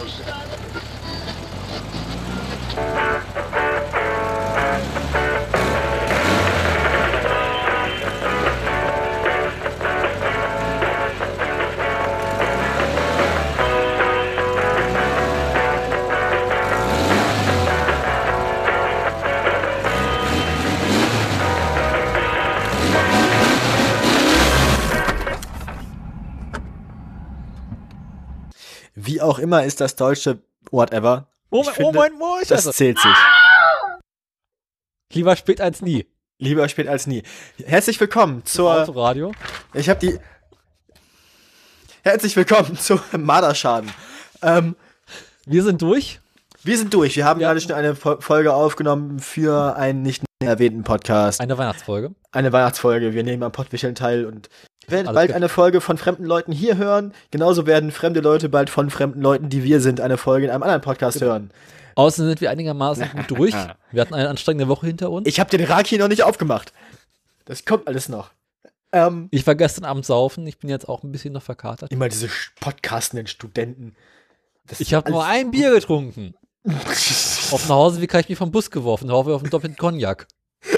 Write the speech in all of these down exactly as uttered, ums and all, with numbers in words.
Wie auch immer ist das deutsche Whatever. Moment, finde, Moment, Moment. Das zählt sich. Lieber spät als nie. Lieber spät als nie. Herzlich willkommen zur... Autoradio. Ich habe die... Herzlich willkommen zu Marderschaden. Ähm, wir sind durch. Wir sind durch. Wir haben ja. gerade schon eine Folge aufgenommen für einen nicht erwähnten Podcast. Eine Weihnachtsfolge. Eine Weihnachtsfolge. Wir nehmen am Pottwicheln teil und werden Alles bald gut. Eine Folge von fremden Leuten hier hören. Genauso werden fremde Leute bald von fremden Leuten, die wir sind, eine Folge in einem anderen Podcast genau. hören. Außerdem sind wir einigermaßen gut durch. Wir hatten eine anstrengende Woche hinter uns. Ich habe den Raki noch nicht aufgemacht. Das kommt alles noch. Ähm, ich war gestern Abend saufen. Ich bin jetzt auch ein bisschen noch verkatert. Immer diese podcastenden Studenten. Das ich habe nur ein Bier getrunken. Auf dem Nachhauseweg habe ich mich vom Bus geworfen. Da hoffe ich auf einen doppelten Cognac.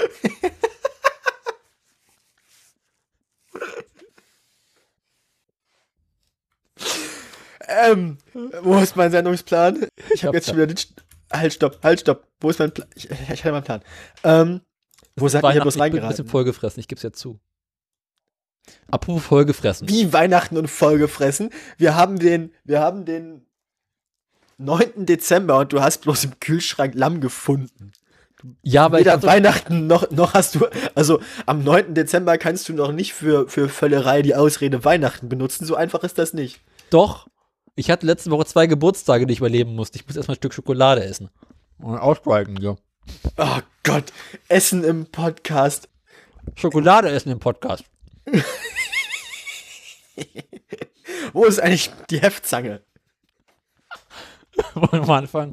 ähm, wo ist mein Sendungsplan? Ich habe jetzt schon wieder den... St- halt, stopp, halt, stopp. Wo ist mein Plan? Ich, ich hatte meinen Plan. Ähm, wo seid ihr bloß reingeraten? Ich bin ein bisschen vollgefressen, ich geb's ja zu. Apropos vollgefressen. Wie Weihnachten und vollgefressen? Wir haben den, wir haben den neunten Dezember und du hast bloß im Kühlschrank Lamm gefunden. Ja, aber weder Weihnachten noch, noch hast du, also am neunten Dezember kannst du noch nicht für, für Völlerei die Ausrede Weihnachten benutzen. So einfach ist das nicht. Doch. Ich hatte letzte Woche zwei Geburtstage, die ich überleben musste. Ich muss erstmal ein Stück Schokolade essen. Und aussteigen, ja. Oh Gott. Essen im Podcast. Schokolade essen im Podcast. Wo ist eigentlich die Heftzange? Wollen wir mal anfangen?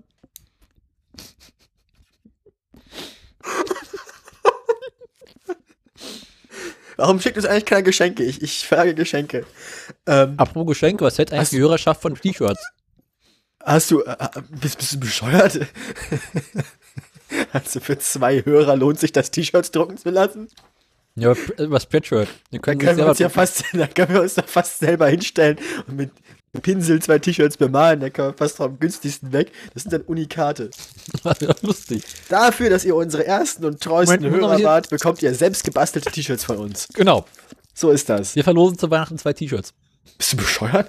Warum schickt uns eigentlich keine Geschenke? Ich, ich frage Geschenke. Ähm, Apropos Geschenke, was hält eigentlich die Hörerschaft von T-Shirts? Hast du, äh, bist, bist du bescheuert? Also für zwei Hörer lohnt sich das T-Shirts drucken zu lassen? Ja, über Spreadshirt. Da können, können wir uns ja fast, da können wir uns da fast selber hinstellen und mit Pinsel zwei T-Shirts bemalen, da können wir fast am günstigsten weg. Das sind dann Unikate. Das wäre lustig. Dafür, dass ihr unsere ersten und treuesten Moment, Hörer wart, bekommt ihr selbst gebastelte T-Shirts von uns. Genau. So ist das. Wir verlosen zu Weihnachten zwei T-Shirts. Bist du bescheuert?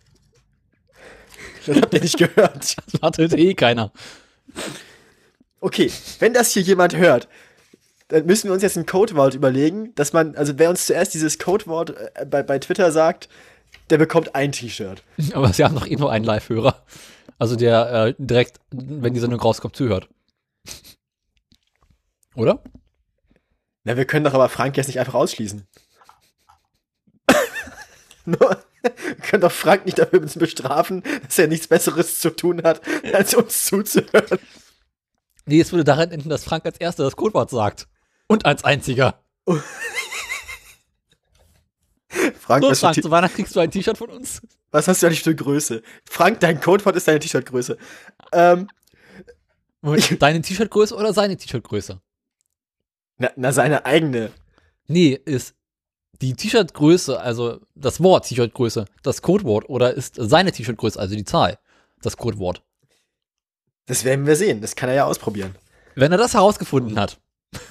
Das habt ihr nicht gehört. Das wartet eh keiner. Okay, wenn das hier jemand hört, dann müssen wir uns jetzt ein Codewort überlegen, dass man, also wer uns zuerst dieses Codewort äh, bei, bei Twitter sagt, der bekommt ein T-Shirt. Aber sie haben noch eh nur einen Live-Hörer. Also der äh, direkt, wenn die Sendung rauskommt, zuhört. Oder? Na, wir können doch aber Frank jetzt nicht einfach ausschließen. Nur, wir können doch Frank nicht dafür bestrafen, dass er nichts Besseres zu tun hat, als uns zuzuhören. Nee, es würde daran enden, dass Frank als Erster das Codewort sagt. Und als Einziger. Frank, so, was Frank, zu Weihnachten kriegst du ein T-Shirt von uns. Was hast du eigentlich für eine Größe? Frank, dein Codewort ist deine T-Shirt-Größe. Ähm, Moment, deine T-Shirt-Größe oder seine T-Shirt-Größe? Na, na, seine eigene. Nee, ist die T-Shirt-Größe, also das Wort T-Shirt-Größe, das Codewort, oder ist seine T-Shirt-Größe, also die Zahl, das Codewort? Das werden wir sehen. Das kann er ja ausprobieren. Wenn er das herausgefunden hat.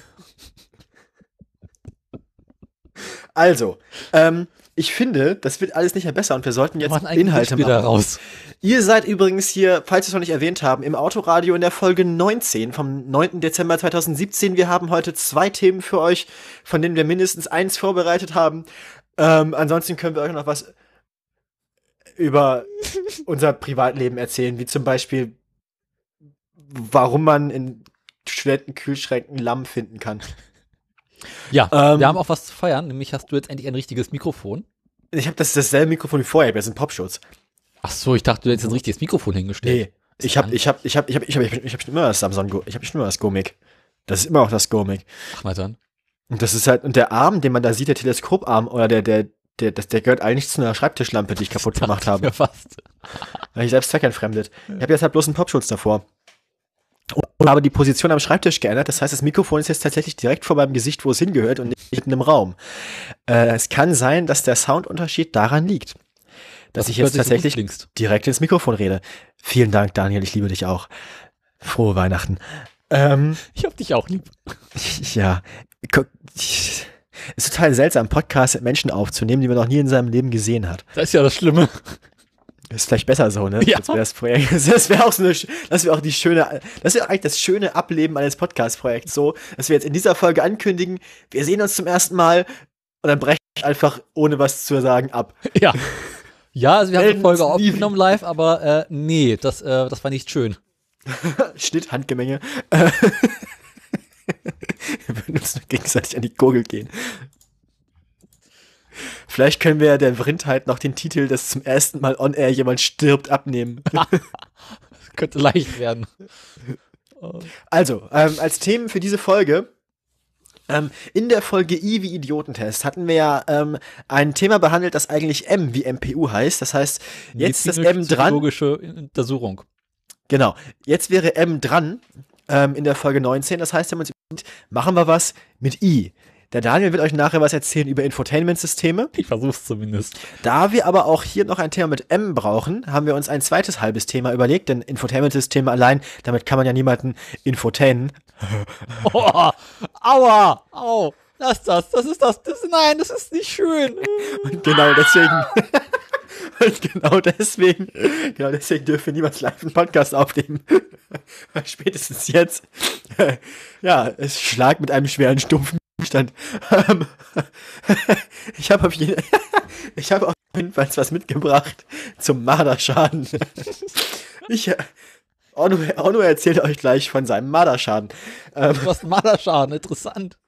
Also, ähm, ich finde, das wird alles nicht mehr besser und wir sollten jetzt Inhalte machen. Raus. Ihr seid übrigens hier, falls wir es noch nicht erwähnt haben, im Autoradio in der Folge neunzehn vom neunten Dezember zweitausendsiebzehn. Wir haben heute zwei Themen für euch, von denen wir mindestens eins vorbereitet haben. Ähm, ansonsten können wir euch noch was über unser Privatleben erzählen, wie zum Beispiel, warum man in Studentenkühlschränken Lamm finden kann. Ja, ähm, wir haben auch was zu feiern, nämlich hast du jetzt endlich ein richtiges Mikrofon. Ich habe das dasselbe Mikrofon wie vorher, das sind Popschutz. Ach so, ich dachte, du hättest ein richtiges Mikrofon hingestellt. Nee, ich habe ich habe ich habe ich habe ich habe ich habe ich hab schon immer das Samsung Go, ich habe schon immer das Gomic. Das ist immer auch das Gomic. Ach mal dann. Und das ist halt und der Arm, den man da sieht, der Teleskoparm oder der der der das der gehört eigentlich zu einer Schreibtischlampe, die ich kaputt gemacht habe. Ja, fast. Weil ich selbst zweckentfremdet. Ich habe jetzt halt bloß einen Popschutz davor. Und habe die Position am Schreibtisch geändert. Das heißt, das Mikrofon ist jetzt tatsächlich direkt vor meinem Gesicht, wo es hingehört und nicht mitten im Raum. Äh, es kann sein, dass der Soundunterschied daran liegt, dass Das ich jetzt plötzlich so tatsächlich klingst. direkt ins Mikrofon rede. Vielen Dank, Daniel. Ich liebe dich auch. Frohe Weihnachten. Ähm, Ich hab dich auch lieb. ja. Guck, es ist total seltsam, Podcasts mit Menschen aufzunehmen, die man noch nie in seinem Leben gesehen hat. Das ist ja das Schlimme. Ist vielleicht besser so, ne? Ja. Das wäre das Projekt. Das wäre auch so eine, das wäre auch die schöne, das wäre eigentlich das schöne Ableben eines Podcast-Projekts so, dass wir jetzt in dieser Folge ankündigen, wir sehen uns zum ersten Mal und dann breche ich einfach, ohne was zu sagen, ab. Ja. Ja, also wir haben die Melden Folge uns nie aufgenommen live, aber äh, nee, das, äh, das war nicht schön. Schnitt, Handgemenge. Wir würden uns nur gegenseitig an die Gurgel gehen. Vielleicht können wir ja der Vrindheit noch den Titel, dass zum ersten Mal on air jemand stirbt, abnehmen. Das könnte leicht werden. Also, ähm, als Themen für diese Folge, ähm, in der Folge I wie Idiotentest hatten wir ja ähm, ein Thema behandelt, das eigentlich M wie M P U heißt. Das heißt, jetzt ist das M dran. Psychologische Untersuchung. Genau, jetzt wäre M dran ähm, in der Folge neunzehn. Das heißt, wir haben uns überlegt, machen wir was mit I. Der Daniel wird euch nachher was erzählen über Infotainment-Systeme. Ich versuch's zumindest. Da wir aber auch hier noch ein Thema mit M brauchen, haben wir uns ein zweites halbes Thema überlegt, denn Infotainment-Systeme allein, damit kann man ja niemanden infotainen. Oh, aua, au, lass das, das ist das, das, nein, das ist nicht schön. Und genau deswegen, und genau deswegen, genau deswegen dürfen wir niemals live einen Podcast aufnehmen. Weil spätestens jetzt, ja, es schlag mit einem schweren, stumpfen Stand. Ich habe auf jeden ich habe auf jeden Fall was mitgebracht zum Marderschaden. Ich, Onno, Onno erzählt euch gleich von seinem Marderschaden. Ähm, Du hast Marderschaden, interessant.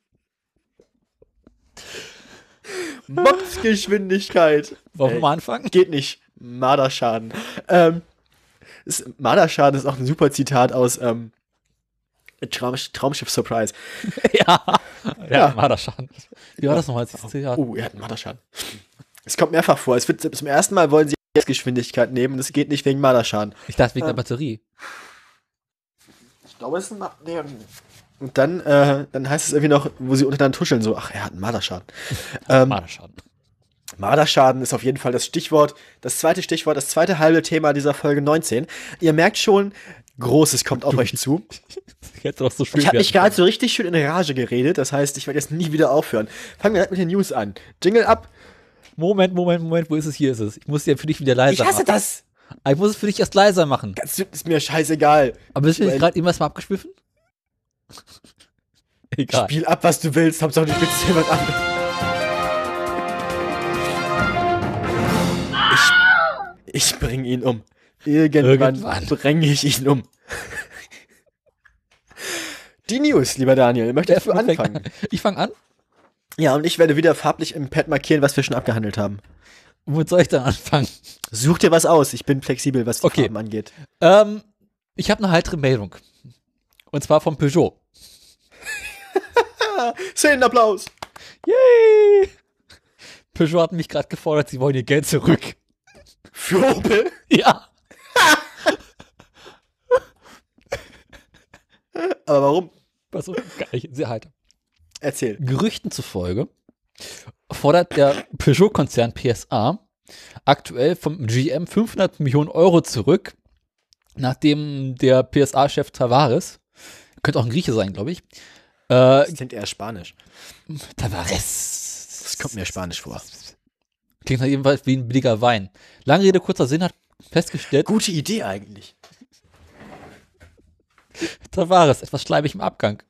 Mopsgeschwindigkeit. Wollen wir Äh, mal anfangen? Geht nicht. Marderschaden. Ähm, ist, Marderschaden ist auch ein super Zitat aus ähm, Traum, Traumschiff Surprise. Ja, Ja. ja, Marderschaden. Wie war das nochmal? als ich das Oh, er hat einen Marderschaden. Es kommt mehrfach vor. Es wird zum ersten Mal wollen sie Geschwindigkeit nehmen und es geht nicht wegen Marderschaden. Ich dachte wegen Ähm. der Batterie. Ich glaube, es ist ein Ma nee. Und dann, äh, dann heißt es irgendwie noch, wo sie untereinander tuscheln, so, ach, er hat einen Marderschaden. ähm, Marderschaden. Marderschaden ist auf jeden Fall das Stichwort, das zweite Stichwort, das zweite halbe Thema dieser Folge neunzehn. Ihr merkt schon, Großes kommt auf euch zu. Hätte doch so schön Ich habe mich werden gerade so richtig schön in Rage geredet, das heißt, ich werde jetzt nie wieder aufhören. Fangen wir direkt mit den News an. Jingle ab. können. Moment, Moment, Moment, wo ist es? Hier ist es. Ich muss ja für dich wieder leiser Ich hasse machen. das. Ich muss es für dich erst leiser machen. Kannst du, ist mir scheißegal. Aber ist mir Weil- gerade irgendwas mal abgeschwiffen? Egal. Spiel ab, was du willst, Hauptsache du spielst jemand an. Ich, ich bring ihn um. Irgendwann, Irgendwann. bringe ich ihn um. Die News, lieber Daniel. Möchtest du Wer fängt anfangen? an? Ich fange an. Ja, und ich werde wieder farblich im Pad markieren, was wir schon abgehandelt haben. Womit soll ich dann anfangen? Such dir was aus. Ich bin flexibel, was die Okay. Farben angeht. Ähm, ich habe eine heitere Meldung. Und zwar vom Peugeot. Szenenapplaus. Yay! Peugeot hat mich gerade gefordert, sie wollen ihr Geld zurück. Für Opel? Ja. Aber warum? Was so geil, sehr heiter. Erzähl. Gerüchten zufolge fordert der Peugeot-Konzern P S A aktuell vom G M fünfhundert Millionen Euro zurück, nachdem der P S A-Chef Tavares, könnte auch ein Grieche sein, glaube ich, äh, Das klingt eher Spanisch. Tavares. Das kommt mir Spanisch vor. Klingt halt jedenfalls wie ein billiger Wein. Lange Rede, kurzer Sinn, hat festgestellt, Gute Idee eigentlich. Tavares, etwas schleimig im Abgang.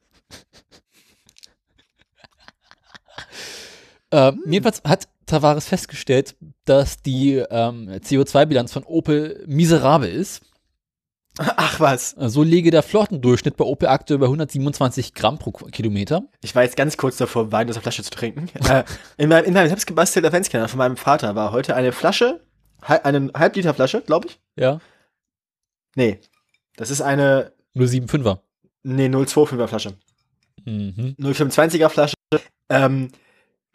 ähm, jedenfalls hat Tavares festgestellt, dass die ähm, C O zwei Bilanz von Opel miserabel ist. Ach was. So liege der Flottendurchschnitt bei Opel aktuell bei hundertsiebenundzwanzig Gramm pro Kilometer. Ich war jetzt ganz kurz davor, Wein aus der Flasche zu trinken. äh, in meinem, in meinem selbstgebastelten Adventskalender von meinem Vater war heute eine Flasche, hal- eine Halbliter Flasche, glaube ich. Ja. Nee, das ist eine, Nur sieben Komma fünfer. nee, null Komma fünfundzwanziger Flasche. Mhm. null Komma fünfundzwanziger Flasche. Ähm,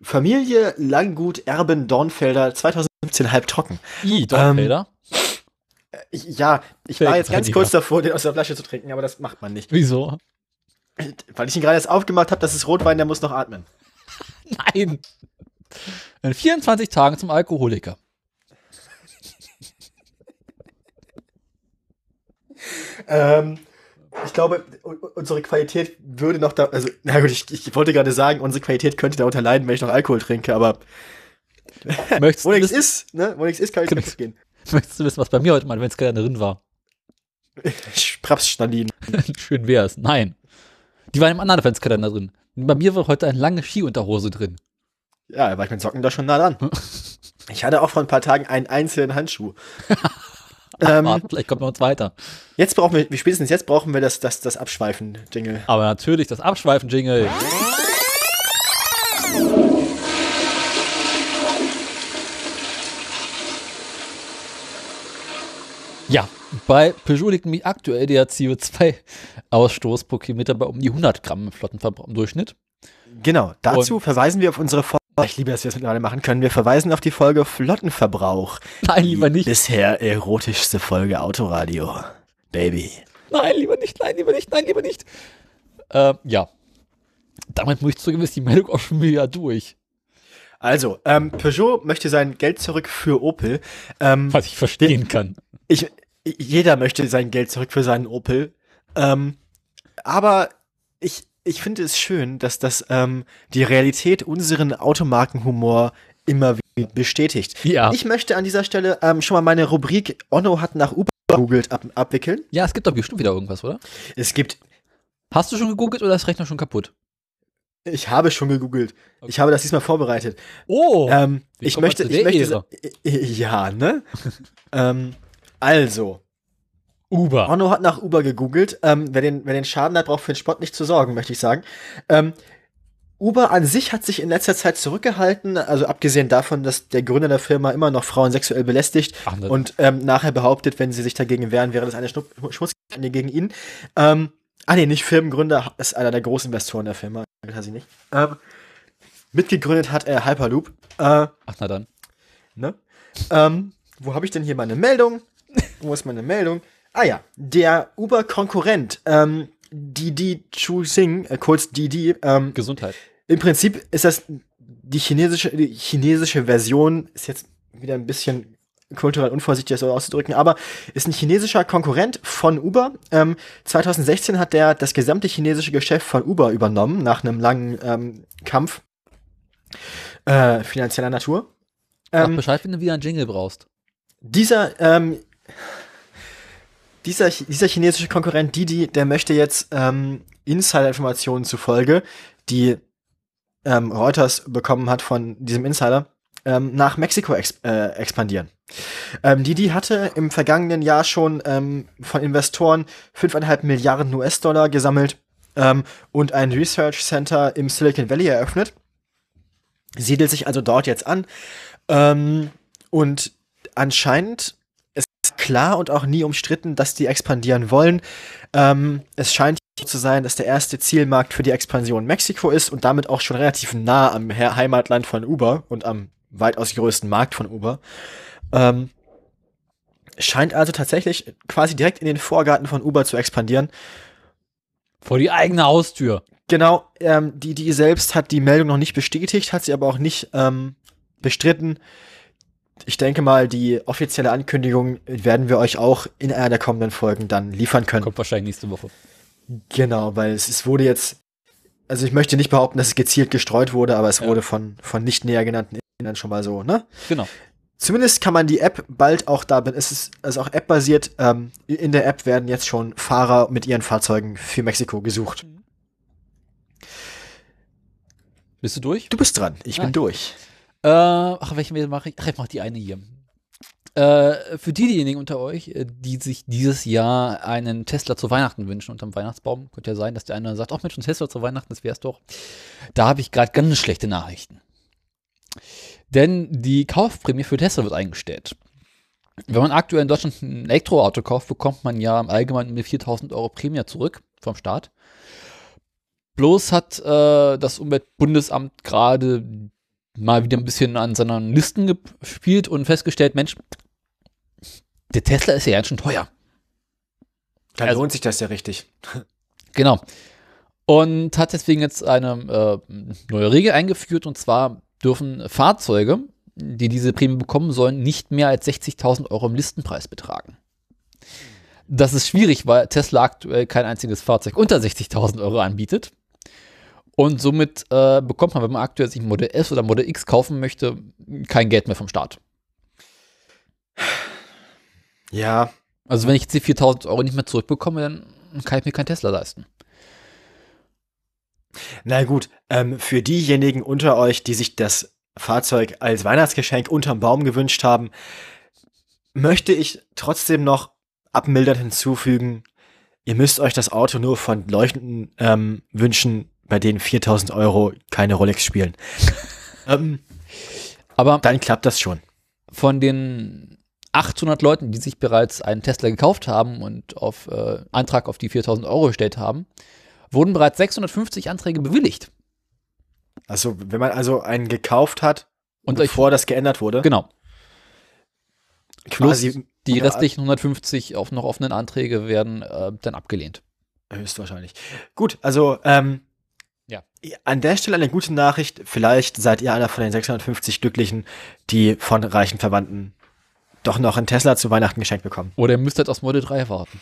Familie Langgut Erben Dornfelder zweitausendsiebzehn halb trocken. I, Dornfelder. Ich, ja, ich war jetzt ganz kurz davor, den aus der Flasche zu trinken, aber das macht man nicht. Wieso? Weil ich ihn gerade erst aufgemacht habe, das ist Rotwein, der muss noch atmen. Nein. In vierundzwanzig Tagen zum Alkoholiker. ähm, ich glaube, unsere Qualität würde noch da, also, na gut, ich, ich wollte gerade sagen, unsere Qualität könnte darunter leiden, wenn ich noch Alkohol trinke, aber Möchtest wo du nichts wissen, ist, ne, wo nichts ist, kann ich Genau. kaputt gehen. möchtest du wissen, was bei mir heute mal Adventskalender drin war? Sprapsstandin. Schön wär's. Nein. Die war in einem anderen Adventskalender drin. Bei mir war heute eine lange Skiunterhose drin. Ja, da war ich mit Socken da schon nah dran. Ich hatte auch vor ein paar Tagen einen einzelnen Handschuh. ähm, Warte, vielleicht kommt noch uns weiter. jetzt brauchen wir, wie spätestens jetzt brauchen wir das, das, das Abschweifen-Jingle. Aber natürlich das Abschweifen-Jingle. Ja, bei Peugeot liegt nämlich aktuell der C O zwei Ausstoß pro Kilometer bei um die hundert Gramm im Flottenverbrauch im Durchschnitt. Genau, dazu Und- verweisen wir auf unsere Folge. Ich liebe, dass wir das mittlerweile machen können. Wir verweisen auf die Folge Flottenverbrauch. Nein, lieber Die nicht. bisher erotischste Folge Autoradio. Baby. Nein, lieber nicht, nein, lieber nicht, nein, lieber nicht. Äh, ja. Damit muss ich zugeben, ist die Meldung auch schon wieder durch. Also, ähm, Peugeot möchte sein Geld zurück für Opel. Ähm, Was ich verstehen kann. ich, jeder möchte sein Geld zurück für seinen Opel. Ähm, aber ich, ich finde es schön, dass das ähm, die Realität unseren Automarkenhumor immer wieder bestätigt. Ja. Ich möchte an dieser Stelle ähm, schon mal meine Rubrik Onno hat nach Uber gegoogelt ab, abwickeln. Ja, es gibt doch bestimmt wieder irgendwas, oder? Es gibt, Hast du schon gegoogelt oder ist der Rechner schon kaputt? ich habe schon gegoogelt. Okay. Ich habe das diesmal vorbereitet. Oh! Ähm, Wie ich kommt man möchte, zu ich der möchte, Ehre? sa- ja, ne? ähm, also, Uber. Onno hat nach Uber gegoogelt. Ähm, wer, den, wer den Schaden hat, braucht für den Spott nicht zu sorgen, möchte ich sagen. Ähm, Uber an sich hat sich in letzter Zeit zurückgehalten, also abgesehen davon, dass der Gründer der Firma immer noch Frauen sexuell belästigt Ach, ne. und ähm, nachher behauptet, wenn sie sich dagegen wehren, wäre das eine Schnu- Schmutzkampagne gegen ihn. Ähm, ah nee, nicht Firmengründer, ist einer der Großinvestoren der Firma, hat sie nicht. Ähm, mitgegründet hat er Hyperloop. Äh, Ach, na dann. Ne? Ähm, wo habe ich denn hier meine Meldung? Wo ist meine Meldung? Ah ja, der Uber-Konkurrent, ähm, Didi Chuxing, äh, kurz Didi, ähm, Gesundheit. im Prinzip ist das die chinesische, die chinesische Version, ist jetzt wieder ein bisschen kulturell unvorsichtig, das so auszudrücken, aber ist ein chinesischer Konkurrent von Uber. Ähm, zwanzig sechzehn hat der das gesamte chinesische Geschäft von Uber übernommen, nach einem langen ähm, Kampf äh, finanzieller Natur. Sag Ähm, Bescheid, wenn du wieder einen Jingle brauchst. dieser, ähm, dieser, dieser chinesische Konkurrent Didi, der möchte jetzt ähm, Insider-Informationen zufolge, die ähm, Reuters bekommen hat von diesem Insider, ähm, nach Mexiko ex äh, expandieren. Ähm, Didi hatte im vergangenen Jahr schon ähm, von Investoren fünfeinhalb Milliarden U S-Dollar gesammelt ähm, und ein Research Center im Silicon Valley eröffnet. Siedelt sich also dort jetzt an. Ähm, und anscheinend ist klar und auch nie umstritten, dass die expandieren wollen. Ähm, es scheint zu sein, dass der erste Zielmarkt für die Expansion Mexiko ist und damit auch schon relativ nah am He- Heimatland von Uber und am weitaus größten Markt von Uber. Ähm, scheint also tatsächlich quasi direkt in den Vorgarten von Uber zu expandieren. Vor die eigene Haustür. Genau, ähm, die, die selbst hat die Meldung noch nicht bestätigt, hat sie aber auch nicht ähm, bestritten. Ich denke mal, die offizielle Ankündigung werden wir euch auch in einer der kommenden Folgen dann liefern können. Kommt wahrscheinlich nächste Woche. Genau, weil es, es wurde jetzt, also ich möchte nicht behaupten, dass es gezielt gestreut wurde, aber es Ja. wurde von, von nicht näher genannten Inhalten schon mal so, ne? Genau. Zumindest kann man die App bald auch da, es ist also auch App-basiert, ähm, in der App werden jetzt schon Fahrer mit ihren Fahrzeugen für Mexiko gesucht. Bist du durch? Du bist dran, ich Ah. bin durch. Äh, ach, welche Mail mache ich? Ach, ich mach die eine hier. Äh, für die, diejenigen unter euch, äh, die sich dieses Jahr einen Tesla zu Weihnachten wünschen unterm Weihnachtsbaum, könnte ja sein, dass der eine sagt, ach Mensch, ein Tesla zu Weihnachten, das wär's doch. Da habe ich gerade ganz schlechte Nachrichten. Denn die Kaufprämie für Tesla wird eingestellt. Wenn man aktuell in Deutschland ein Elektroauto kauft, bekommt man ja im Allgemeinen um die viertausend Euro Prämie zurück vom Staat. Bloß hat äh, das Umweltbundesamt gerade mal wieder ein bisschen an seinen Listen gespielt und festgestellt, Mensch, der Tesla ist ja ganz schön teuer. Dann Also- lohnt sich das ja richtig. Genau. Und hat deswegen jetzt eine äh, neue Regel eingeführt, und zwar dürfen Fahrzeuge, die diese Prämie bekommen sollen, nicht mehr als sechzigtausend Euro im Listenpreis betragen. Das ist schwierig, weil Tesla aktuell kein einziges Fahrzeug unter sechzigtausend Euro anbietet. Und somit äh, bekommt man, wenn man aktuell sich ein Modell S oder Modell X kaufen möchte, kein Geld mehr vom Staat. Ja, Also wenn ich jetzt die viertausend Euro nicht mehr zurückbekomme, dann kann ich mir kein Tesla leisten. na gut, ähm, für diejenigen unter euch, die sich das Fahrzeug als Weihnachtsgeschenk unterm Baum gewünscht haben, möchte ich trotzdem noch abmildern hinzufügen, ihr müsst euch das Auto nur von Leuchtenden ähm, wünschen, bei denen viertausend Euro keine Rolex spielen. ähm, Aber dann klappt das schon. von den achthundert Leuten, die sich bereits einen Tesla gekauft haben und auf äh, Antrag auf die viertausend Euro gestellt haben, wurden bereits sechshundertfünfzig Anträge bewilligt. Also, wenn man also einen gekauft hat, Und euch, bevor das geändert wurde, genau, quasi die restlichen hundertfünfzig auf noch offenen Anträge werden äh, dann abgelehnt. höchstwahrscheinlich. Gut, also ähm, Ja. an der Stelle eine gute Nachricht. Vielleicht seid ihr einer von den sechshundertfünfzig Glücklichen, die von reichen Verwandten doch noch einen Tesla zu Weihnachten geschenkt bekommen. Oder ihr müsst halt aufs Model drei warten.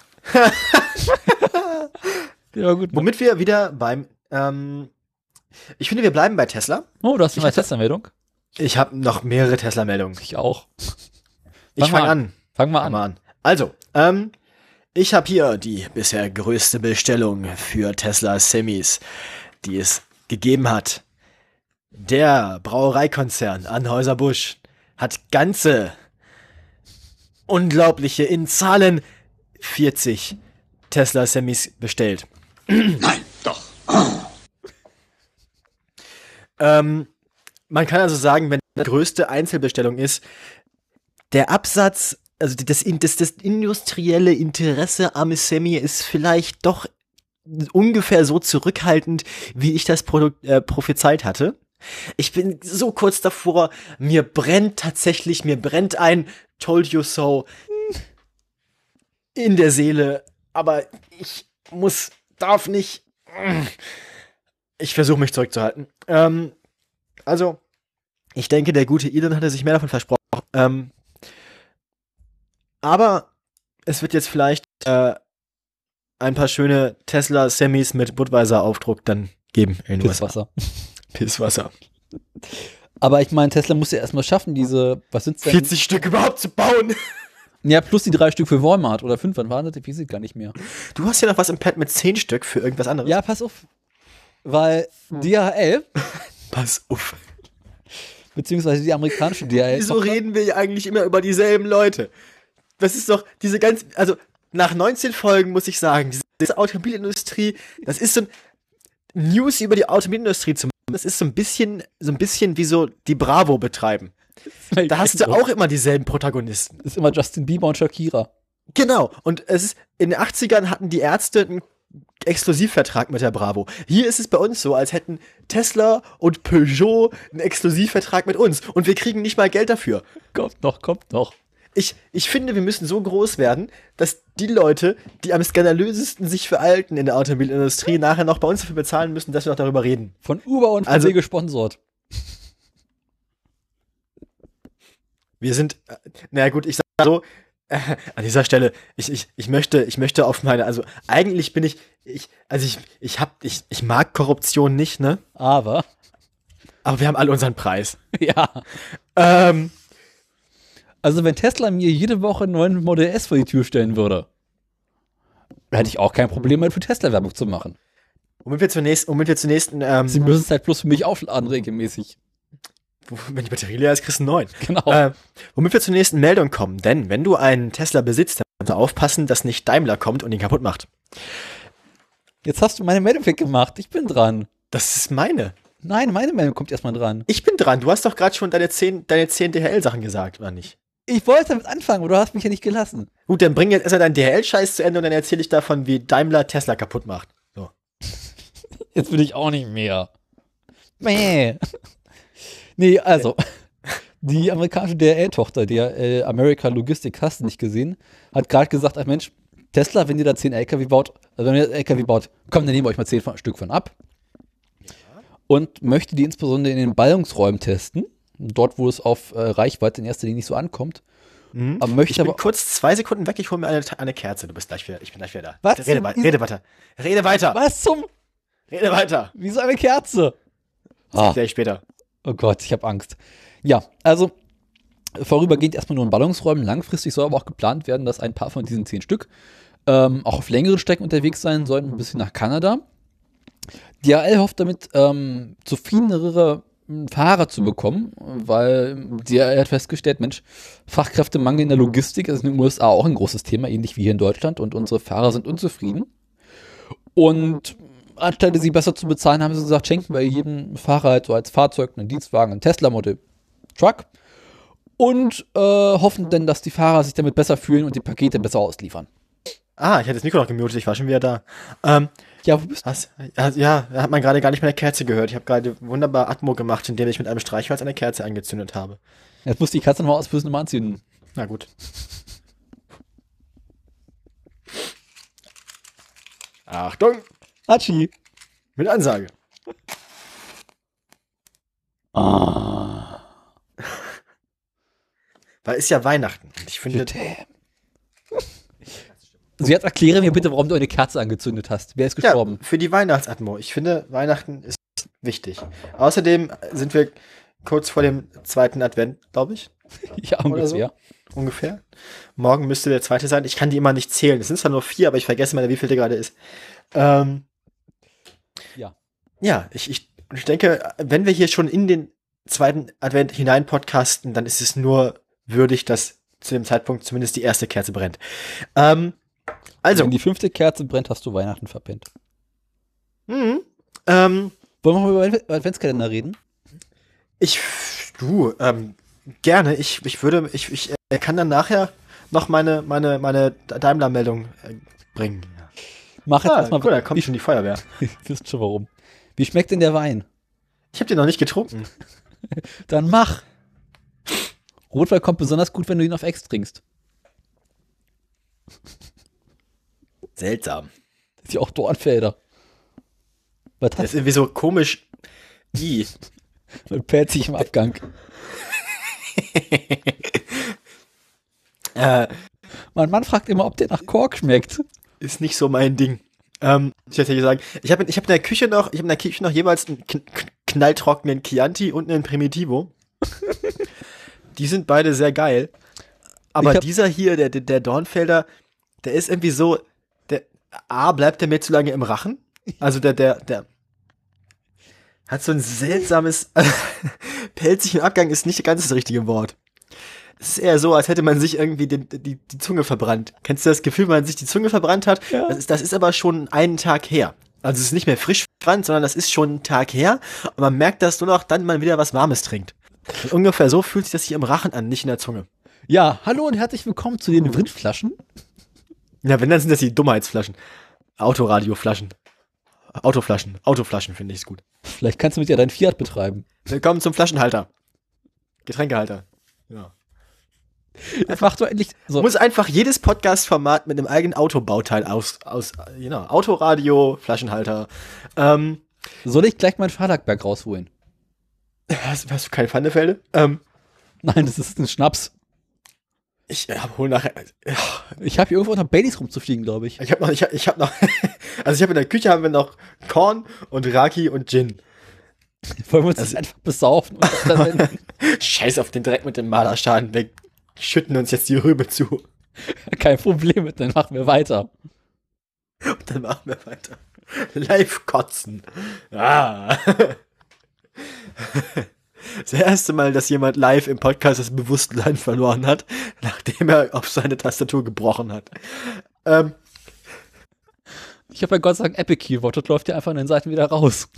Ja, gut. Womit wir wieder beim, ähm, ich finde, wir bleiben bei Tesla. Oh, du hast Ich eine hatte- Tesla-Meldung? Ich habe noch mehrere Tesla-Meldungen. Ich auch. Ich Fang mal fange an. an. Fangen wir Fang an. mal an. Also, ähm, ich habe hier die bisher größte Bestellung für Tesla Semis, die es gegeben hat. Der Brauereikonzern Anheuser-Busch hat ganze, unglaubliche, in Zahlen vierzig Tesla Semis bestellt. Nein, doch. Ähm, man kann also sagen, wenn die größte Einzelbestellung ist, der Absatz, also das, das, das industrielle Interesse am Semi ist vielleicht doch ungefähr so zurückhaltend, wie ich das Produkt äh, prophezeit hatte. Ich bin so kurz davor, mir brennt tatsächlich, mir brennt ein Told you so in der Seele, aber ich muss, darf nicht. Ich versuche mich zurückzuhalten. Ähm, also, ich denke, der gute Elon hatte sich mehr davon versprochen. Ähm, aber es wird jetzt vielleicht äh, ein paar schöne Tesla-Semis mit Budweiser-Aufdruck dann geben. In den U S A. Pisswasser. Pisswasser. Aber ich meine, Tesla muss ja erstmal schaffen, diese, was sind's denn? vierzig Stück überhaupt zu bauen. Ja, plus die drei Stück für Walmart oder fünf, wann waren das? Ich weiß es gar nicht mehr. Du hast ja noch was im Pad mit zehn Stück für irgendwas anderes. Ja, pass auf. Weil D H L, Pass auf. beziehungsweise die amerikanische D H L, Wieso reden wir ja eigentlich immer über dieselben Leute? Das ist doch diese ganz, also nach neunzehn Folgen muss ich sagen, diese, diese Automobilindustrie, das ist so ein News über die Automobilindustrie zu machen. Das ist so ein bisschen, so ein bisschen wie so die Bravo betreiben. Da hast du auch immer dieselben Protagonisten. ist immer Justin Bieber und Shakira. Genau. Und es ist, in den achtzigern hatten die Ärzte einen Exklusivvertrag mit der Bravo. Hier ist es bei uns so, als hätten Tesla und Peugeot einen Exklusivvertrag mit uns. Und wir kriegen nicht mal Geld dafür. Kommt noch, kommt noch. Ich, ich finde, wir müssen so groß werden, dass die Leute, die am skandalösesten sich verhalten in der Automobilindustrie, nachher noch bei uns dafür bezahlen müssen, dass wir noch darüber reden. Von Uber und V W Also- gesponsert. Wir sind, äh, naja gut, ich sag so, äh, an dieser Stelle, ich, ich, ich möchte, ich möchte auf meine, also eigentlich bin ich, ich, also ich, ich hab, ich, ich mag Korruption nicht, ne? Aber, Aber wir haben alle unseren Preis. ja. Ähm, Also wenn Tesla mir jede Woche einen neuen Model S vor die Tür stellen würde, hätte ich auch kein Problem mehr für Tesla-Werbung zu machen. womit wir zunächst, womit wir zunächst, ähm, Sie müssen es halt bloß für mich aufladen regelmäßig. wenn die Batterie leer ist, kriegst du einen neuen. Genau. Äh, womit wir zur nächsten Meldung kommen, denn wenn du einen Tesla besitzt, dann musst du aufpassen, dass nicht Daimler kommt und ihn kaputt macht. Jetzt hast du meine Meldung weggemacht. Ich bin dran. Das ist meine. Nein, meine Meldung kommt erstmal dran. Ich bin dran. Du hast doch gerade schon deine zehn, deine zehn D H L-Sachen gesagt, oder nicht? Ich wollte damit anfangen, aber du hast mich ja nicht gelassen. Gut, dann bring jetzt erstmal deinen D H L-Scheiß zu Ende und dann erzähle ich davon, wie Daimler Tesla kaputt macht. So. Jetzt will ich auch nicht mehr. Mäh. Nee, also. Die amerikanische D H L-Tochter, der äh, America Logistic, hast du nicht gesehen, hat gerade gesagt, ach Mensch, Tesla, wenn ihr da zehn L K W baut, also wenn ihr L K W baut, komm, dann nehmen wir euch mal zehn von, Stück von ab. Und möchte die insbesondere in den Ballungsräumen testen, dort, wo es auf äh, Reichweite in erster Linie nicht so ankommt. Mhm. Aber möchte ich bin aber kurz zwei Sekunden weg, ich hole mir eine, eine Kerze. Du bist gleich wieder, ich bin gleich wieder da. Was Rede, zum- wei- rede weiter. Rede weiter. Was zum? Rede weiter. Wieso eine Kerze? Ah, Gleich später. oh Gott, ich habe Angst. Ja, also vorübergehend erstmal nur in Ballungsräumen. Langfristig soll aber auch geplant werden, dass ein paar von diesen zehn Stück ähm, auch auf längeren Strecken unterwegs sein sollen, ein bisschen nach Kanada. D H L hofft damit, ähm, zufriedenere Fahrer zu bekommen, weil D H L hat festgestellt, Mensch, Fachkräftemangel in der Logistik ist in den U S A auch ein großes Thema, ähnlich wie hier in Deutschland, und unsere Fahrer sind unzufrieden. Und anstelle sie besser zu bezahlen, haben sie gesagt, schenken wir jedem Fahrer halt so als Fahrzeug einen Dienstwagen, einen Tesla Model Truck, und äh, hoffen dann, dass die Fahrer sich damit besser fühlen und die Pakete besser ausliefern. Ah, ich hatte das Mikro noch gemutet, ich war schon wieder da. Ähm, Ja, wo bist du? hast, ja, da hat man gerade gar nicht mehr eine Kerze gehört. Ich habe gerade wunderbar Atmo gemacht, indem ich mit einem Streichholz eine Kerze angezündet habe. Jetzt muss die Katze nochmal ausführen und mal anziehen. Na gut. Achtung, Hatschi. mit Ansage. Ah. Weil ist ja Weihnachten. Und ich finde, Bitte. Also jetzt erkläre mir bitte, warum du eine Kerze angezündet hast. Wer ist ja, gestorben? für die Weihnachtsatmo. Ich finde, Weihnachten ist wichtig. Außerdem sind wir kurz vor dem zweiten Advent, glaube ich. Ja, Oder so. ungefähr. Ungefähr. Morgen müsste der zweite sein. Ich kann die immer nicht zählen. Es sind zwar nur vier, aber ich vergesse mal, wie viel der gerade ist. Ähm, Ja. ja, ich, ich, ich denke, wenn wir hier schon in den zweiten Advent hinein podcasten, dann ist es nur würdig, dass zu dem Zeitpunkt zumindest die erste Kerze brennt. Ähm, also, Wenn die fünfte Kerze brennt, hast du Weihnachten verpennt. mhm, ähm, Wollen wir mal über den Adventskalender reden? ich, du, ähm, gerne. Ich, ich würde, ich, ich äh, kann dann nachher noch meine, meine, meine Daimler-Meldung äh, bringen. Mach jetzt Ah, erstmal. cool, da kommt schon die Feuerwehr. Ihr wisst schon warum. Wie schmeckt denn der Wein? Ich habe den noch nicht getrunken. Dann mach. Rotwein kommt besonders gut, wenn du ihn auf Ex trinkst. Seltsam. Das ist ja auch Dornfelder. Was Das hat ist irgendwie so komisch. I. man pellt sich im Abgang? äh, Mein Mann fragt immer, ob der nach Kork schmeckt. ist nicht so mein Ding. Ähm, ich hätte gesagt, ich habe ich hab in der Küche noch, ich habe in der Küche noch jeweils einen kn kn knalltrockenen Chianti und einen Primitivo. Die sind beide sehr geil. Aber Ich hab- dieser hier, der, der, der Dornfelder, der ist irgendwie so, der, A, bleibt der mir zu lange im Rachen. Also der, der, der hat so ein seltsames, pelzig im Abgang ist nicht ganz das richtige Wort. Es ist eher so, als hätte man sich irgendwie den, die, die Zunge verbrannt. Kennst du das Gefühl, wenn man sich die Zunge verbrannt hat? Ja. Das ist, das ist aber schon einen Tag her. Also es ist nicht mehr frisch verbrannt, sondern das ist schon einen Tag her. Und man merkt das nur noch, dann man wieder was Warmes trinkt. Und ungefähr so fühlt sich das hier im Rachen an, nicht in der Zunge. Ja, hallo und herzlich willkommen zu den Windflaschen. Ja, wenn, dann sind das die Dummheitsflaschen. Autoradioflaschen. Autoflaschen. Autoflaschen finde ich gut. Vielleicht kannst du mit dir deinen Fiat betreiben. Willkommen zum Flaschenhalter. Getränkehalter. Ja. Jetzt mach doch endlich so. Muss einfach jedes Podcast-Format mit einem eigenen Autobauteil aus, aus, genau, Autoradio, Flaschenhalter. Ähm, Soll ich gleich meinen Fahrradberg rausholen? hast, hast du keine Pfannefelde? Ähm, Nein, das ist ein Schnaps. ich äh, hol nachher, ja, Ich habe hier irgendwo unter Baileys rumzufliegen, glaube ich. ich habe noch, ich hab, ich hab noch, also ich habe in der Küche haben wir noch Korn und Raki und Gin. Wollen wir uns das einfach besaufen? Und dann, Scheiß auf den Dreck mit dem Marderschaden, wir schütten uns jetzt die Rübe zu. kein Problem mit, dann machen wir weiter. Und dann machen wir weiter. Live kotzen. Ah. Das erste Mal, dass jemand live im Podcast das Bewusstsein verloren hat, nachdem er auf seine Tastatur gebrochen hat. Ähm, Ich habe bei Gott sei Dank Epic Keyboard, das läuft ja einfach an den Seiten wieder raus.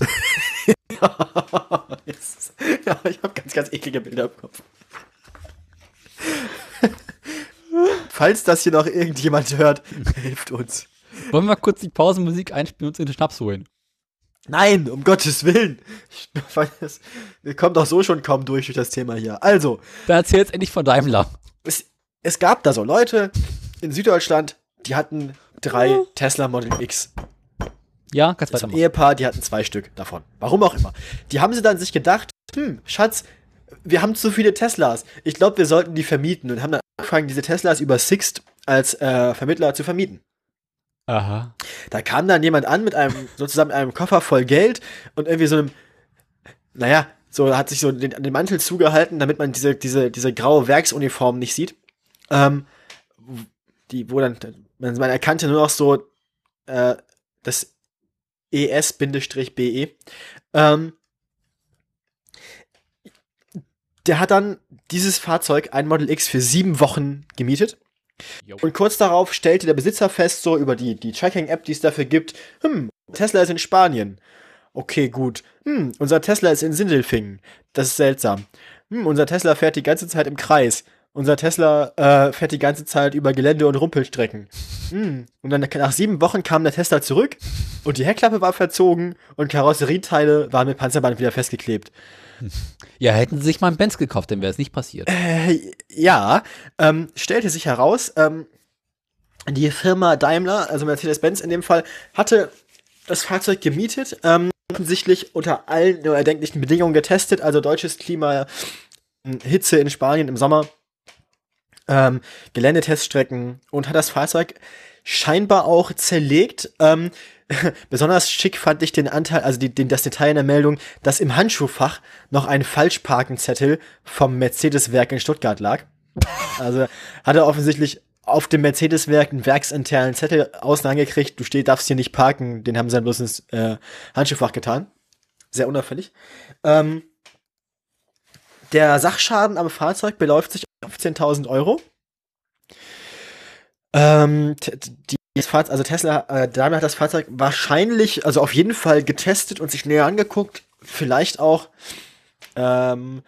yes. Ja, ich habe ganz, ganz eklige Bilder im Kopf. Falls das hier noch irgendjemand hört, hilft uns. Wollen wir mal kurz die Pausenmusik einspielen und uns in den Schnaps holen? Nein, um Gottes Willen. Ich, das, wir kommen doch so schon kaum durch durch das Thema hier. Also. Dann erzähl jetzt endlich von Daimler. Es, es gab da so Leute in Süddeutschland, die hatten drei oh. Tesla Model X. Ja, ganz weiter. Das Ehepaar, die hatten zwei Stück davon. Warum auch immer. Die haben sie dann sich gedacht, hm, Schatz, wir haben zu viele Teslas. Ich glaube, wir sollten die vermieten und haben dann angefangen, diese Teslas über Sixt als äh, Vermittler zu vermieten. Aha. Da kam dann jemand an mit einem, sozusagen einem Koffer voll Geld und irgendwie so einem, naja, so hat sich so den, den Mantel zugehalten, damit man diese, diese, diese graue Werksuniform nicht sieht. Ähm, die, wo dann, man erkannte nur noch so, äh, das E S-B E. Ähm, der hat dann dieses Fahrzeug, ein Model X, für sieben Wochen gemietet. Jo. Und kurz darauf stellte der Besitzer fest, so über die, die Tracking-App, die es dafür gibt, hm, Tesla ist in Spanien. Okay, gut. Hm, unser Tesla ist in Sindelfingen. Das ist seltsam. Hm, unser Tesla fährt die ganze Zeit im Kreis. Unser Tesla äh, fährt die ganze Zeit über Gelände und Rumpelstrecken. Hm. Und dann nach sieben Wochen kam der Tesla zurück und die Heckklappe war verzogen und Karosserieteile waren mit Panzerband wieder festgeklebt. Ja, hätten sie sich mal einen Benz gekauft, dann wäre es nicht passiert. Äh, ja, ähm, stellte sich heraus, ähm, die Firma Daimler, also Mercedes-Benz in dem Fall, hatte das Fahrzeug gemietet, ähm, offensichtlich unter allen nur erdenklichen Bedingungen getestet, also deutsches Klima, Hitze in Spanien im Sommer, ähm, Geländeteststrecken und hat das Fahrzeug scheinbar auch zerlegt. Ähm, besonders schick fand ich den Anteil, also die, den, das Detail in der Meldung, dass im Handschuhfach noch ein Falschparkenzettel vom Mercedes-Werk in Stuttgart lag. Also hat er offensichtlich auf dem Mercedes-Werk einen werksinternen Zettel außen angekriegt, du steh, darfst hier nicht parken, den haben sie dann bloß ins äh, Handschuhfach getan. Sehr unauffällig. Ähm, der Sachschaden am Fahrzeug beläuft sich auf fünfzehntausend Euro. Ähm, die also Tesla, äh, Daimler hat das Fahrzeug wahrscheinlich, also auf jeden Fall getestet und sich näher angeguckt, vielleicht auch ähm,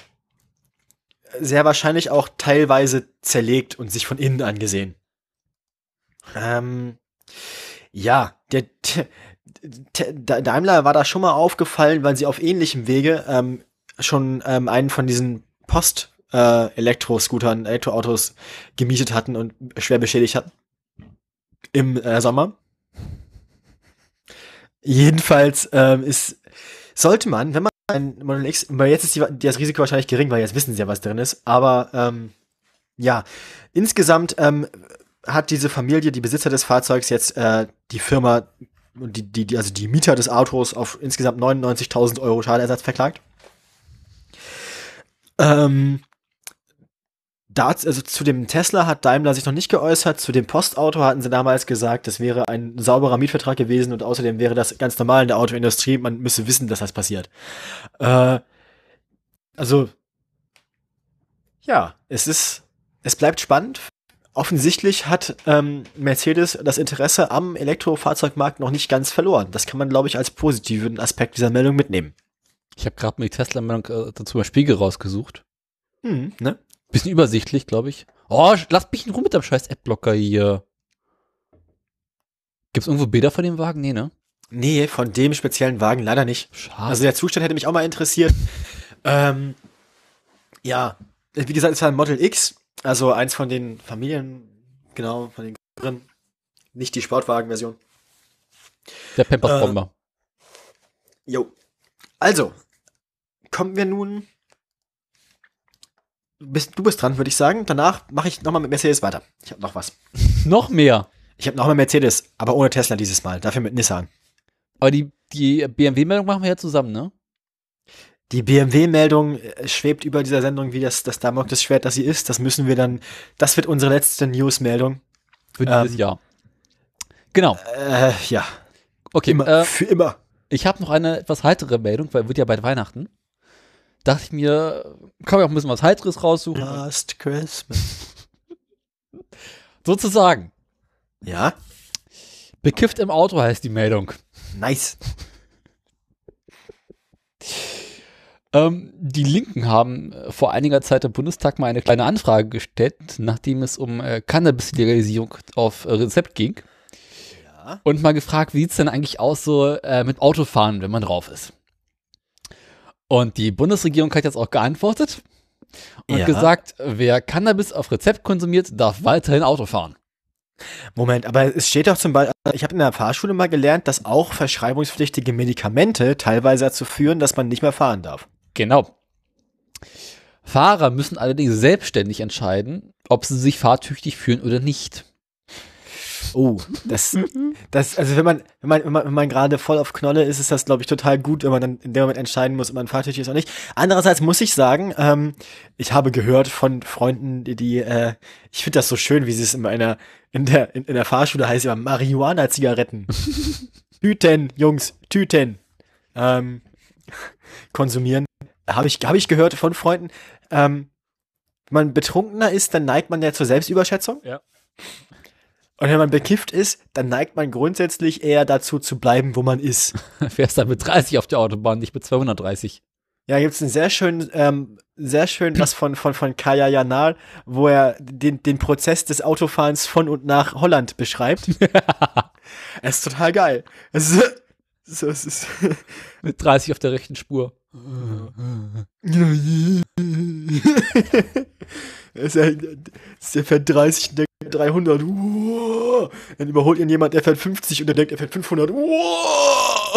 sehr wahrscheinlich auch teilweise zerlegt und sich von innen angesehen. Ähm, ja, der, der, der Daimler war da schon mal aufgefallen, weil sie auf ähnlichem Wege ähm, schon ähm, einen von diesen Post äh, Elektroscootern, Elektroautos gemietet hatten und schwer beschädigt hatten. Im äh, Sommer. Jedenfalls ähm, ist, sollte man, wenn man ein Model X, weil jetzt ist die, das Risiko wahrscheinlich gering, weil jetzt wissen sie ja, was drin ist, aber ähm, ja, insgesamt ähm, hat diese Familie, die Besitzer des Fahrzeugs, jetzt äh, die Firma, die, die, die, also die Mieter des Autos auf insgesamt neunundneunzigtausend Euro Schadenersatz verklagt. Ähm, Da, also zu dem Tesla hat Daimler sich noch nicht geäußert, zu dem Postauto hatten sie damals gesagt, das wäre ein sauberer Mietvertrag gewesen und außerdem wäre das ganz normal in der Autoindustrie, man müsse wissen, dass das passiert. Äh, also, ja, es ist, es bleibt spannend. Offensichtlich hat ähm, Mercedes das Interesse am Elektrofahrzeugmarkt noch nicht ganz verloren. Das kann man, glaube ich, als positiven Aspekt dieser Meldung mitnehmen. Ich habe gerade mal die Tesla-Meldung äh, dazu mal Spiegel rausgesucht. Hm, ne? Bisschen übersichtlich, glaube ich. Oh, lass mich in Ruhe mit dem scheiß Adblocker hier. Gibt's irgendwo Bilder von dem Wagen? Nee, ne? Nee, von dem speziellen Wagen leider nicht. Schade. Also der Zustand hätte mich auch mal interessiert. ähm, ja, wie gesagt, es war ein Model X, also eins von den Familien, genau, von den drin. Nicht die Sportwagen-Version. Der Pampers-Bomber. Äh, jo. Also, kommen wir nun Bist, du bist dran, würde ich sagen. Danach mache ich nochmal mit Mercedes weiter. Ich habe noch was. Noch mehr? Ich habe nochmal Mercedes, aber ohne Tesla dieses Mal. Dafür mit Nissan. Aber die, die B M W-Meldung machen wir ja zusammen, ne? Die B M W-Meldung schwebt über dieser Sendung wie das, das Damoklesschwert, das sie ist. Das müssen wir dann, das wird unsere letzte News-Meldung. Für dieses ähm, Jahr. Genau. Äh, ja. Okay. Immer, äh, für immer. Ich habe noch eine etwas heitere Meldung, weil wird ja bald Weihnachten. Dachte ich mir, kann man auch ein bisschen was Heiteres raussuchen. Last Christmas. Sozusagen. Ja. Bekifft im Auto heißt die Meldung. Nice. ähm, die Linken haben vor einiger Zeit im Bundestag mal eine kleine Anfrage gestellt, nachdem es um äh, Cannabis-Legalisierung auf äh, Rezept ging. Ja. Und mal gefragt, wie sieht's denn eigentlich aus so äh, mit Autofahren, wenn man drauf ist? Und die Bundesregierung hat jetzt auch geantwortet und Ja. gesagt, wer Cannabis auf Rezept konsumiert, darf weiterhin Auto fahren. Moment, aber es steht doch zum Beispiel, ich habe in der Fahrschule mal gelernt, dass auch verschreibungspflichtige Medikamente teilweise dazu führen, dass man nicht mehr fahren darf. Genau. Fahrer müssen allerdings selbstständig entscheiden, ob sie sich fahrtüchtig fühlen oder nicht. Oh, das, das, also wenn man, wenn man, wenn man, wenn man gerade voll auf Knolle ist, ist das, glaube ich, total gut, wenn man dann in dem Moment entscheiden muss, ob man fahrtüchtig ist oder nicht. Andererseits muss ich sagen, ähm, ich habe gehört von Freunden, die, die äh, ich finde das so schön, wie sie es in einer, in der, in, in der Fahrschule heißt immer Marihuana-Zigaretten. Tüten, Jungs, Tüten. Ähm, konsumieren. Habe ich, habe ich gehört von Freunden, ähm, wenn man betrunkener ist, dann neigt man ja zur Selbstüberschätzung. Ja. Und wenn man bekifft ist, dann neigt man grundsätzlich eher dazu zu bleiben, wo man ist. Fährst dann mit dreißig auf der Autobahn, nicht mit zweihundertdreißig. Ja, gibt's einen sehr schönen, ähm, sehr schön was von, von, von Kaya Janal, wo er den, den Prozess des Autofahrens von und nach Holland beschreibt. Es ist total geil. Es ist, so, es ist Mit dreißig auf der rechten Spur. Es ist, der fährt dreißig und der dreihundert. Uah. Dann überholt ihn jemand, der fährt fünfzig und der denkt, er fährt fünfhundert. Uah.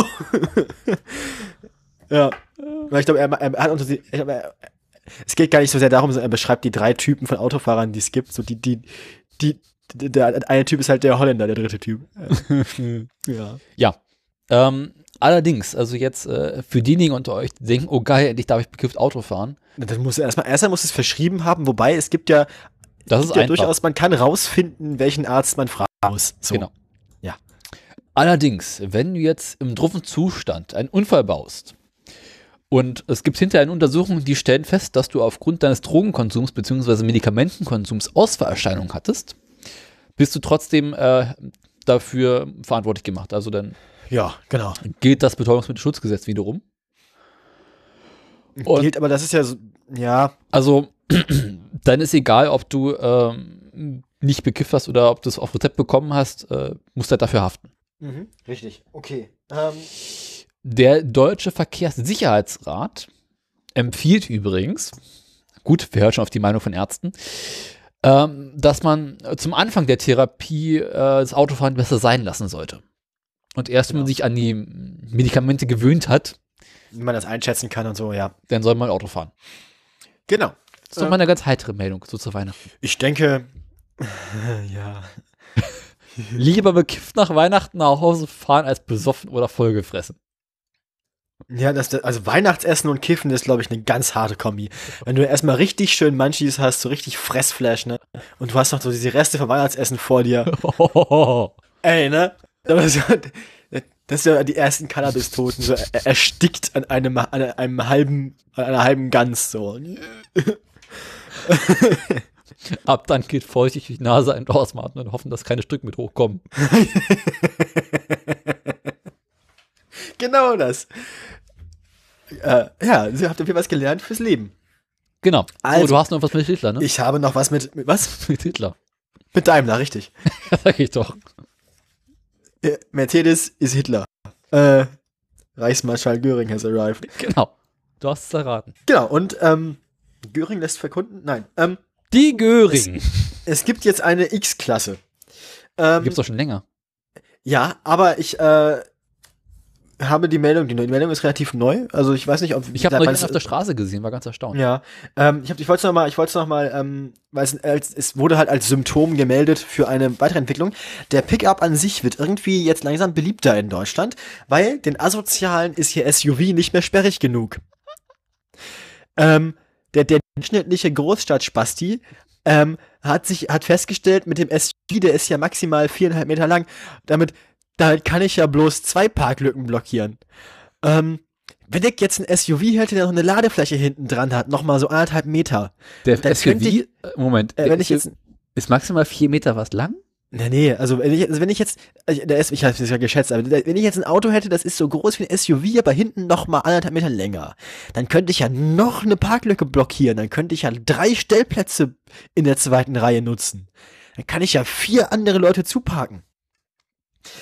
Ja. Weil ich glaube, er, er hat unter die, ich glaube, er, es geht gar nicht so sehr darum, sondern er beschreibt die drei Typen von Autofahrern, die es gibt. So die, die, die, der eine Typ ist halt der Holländer, der dritte Typ. Ja. Ja. Ähm, allerdings, also jetzt äh, für diejenigen unter euch, die denken, oh geil, endlich darf ich bekifft Auto fahren. Das muss erstmal, erstmal muss es verschrieben haben, wobei es gibt ja, Das gibt ist ja einfach. durchaus, man kann rausfinden, welchen Arzt man fragen muss. So. Genau. Ja. Allerdings, wenn du jetzt im druffen Zustand einen Unfall baust und es gibt hinterher eine Untersuchung, die stellen fest, dass du aufgrund deines Drogenkonsums bzw. Medikamentenkonsums Ausfallerscheinungen hattest, bist du trotzdem äh, dafür verantwortlich gemacht. Also dann Ja, genau. gilt das Betäubungsmittelschutzgesetz wiederum. Und- Gilt, aber das ist ja so, ja, Also dann ist egal, ob du ähm, nicht bekifft hast oder ob du es auf Rezept bekommen hast, äh, musst du halt dafür haften. mhm. Richtig, okay. Ähm, Der Deutsche Verkehrssicherheitsrat empfiehlt übrigens, gut, wir hören schon auf die Meinung von Ärzten, ähm, dass man zum Anfang der Therapie äh, das Autofahren besser sein lassen sollte. Und erst wenn man Genau. sich an die Medikamente gewöhnt hat, wie man das einschätzen kann und so, ja. dann soll man Auto fahren. Genau. Das ist doch mal eine ganz heitere Meldung so zu Weihnachten. Ich denke, ja. Lieber bekifft nach Weihnachten nach Hause fahren, als besoffen oder vollgefressen. Ja, das, also Weihnachtsessen und Kiffen ist, glaube ich, eine ganz harte Kombi. Wenn du erstmal richtig schön Munchies hast, so richtig Fressflash, ne? Und du hast noch so diese Reste vom Weihnachtsessen vor dir. Ey, ne? Das ist ja, das ist ja die ersten Cannabis-Toten, so er, erstickt an einem, an einem halben, an einer halben Gans, so. Ab dann geht feuchtig die Nase ein- und ausatmen und hoffen, dass keine Stück mit hochkommen. Genau das. Äh, ja, Sie habt auf jeden Fall was gelernt fürs Leben. Genau. Also, oh, du hast noch was mit Hitler, ne? Ich habe noch was mit, mit was? mit Hitler. Mit Daimler, richtig. Ja, sag ich doch. Äh, Mercedes ist Hitler. Äh, Reichsmarschall Göring has arrived. Genau. Du hast es erraten. Genau, und ähm, Göring lässt verkunden? Nein. Ähm, Die Göring. es gibt jetzt eine X-Klasse. Ähm, Gibt's doch schon länger. ja, aber ich äh, habe die Meldung, die Meldung ist relativ neu. Also ich weiß nicht, ob Ich habe da- neulich meinst- auf der Straße gesehen, war ganz erstaunt. Ja, ähm, ich, hab, ich wollte es noch mal, ich wollte es noch mal, ähm, weil es, als, es wurde halt als Symptom gemeldet für eine weitere Entwicklung. Der Pickup an sich wird irgendwie jetzt langsam beliebter in Deutschland, weil den Asozialen ist hier S U V nicht mehr sperrig genug. Ähm, der, der durchschnittliche Großstadtspasti ähm, hat sich, hat festgestellt, mit dem S U V, der ist ja maximal viereinhalb Meter lang, damit, damit kann ich ja bloß zwei Parklücken blockieren. Ähm, wenn ich jetzt ein S U V hätte, der noch eine Ladefläche hinten dran hat, nochmal so anderthalb Meter. Der Dann S U V, könnte ich- äh, Moment, Äh, der wenn ich S U V jetzt, ist maximal vier Meter was lang? nee, nee, also wenn ich, also wenn ich jetzt, also der ist, ich habe es ja geschätzt, aber der, wenn ich jetzt ein Auto hätte, das ist so groß wie ein S U V, aber hinten nochmal anderthalb Meter länger, dann könnte ich ja noch eine Parklücke blockieren, dann könnte ich ja drei Stellplätze in der zweiten Reihe nutzen. Dann kann ich ja vier andere Leute zuparken.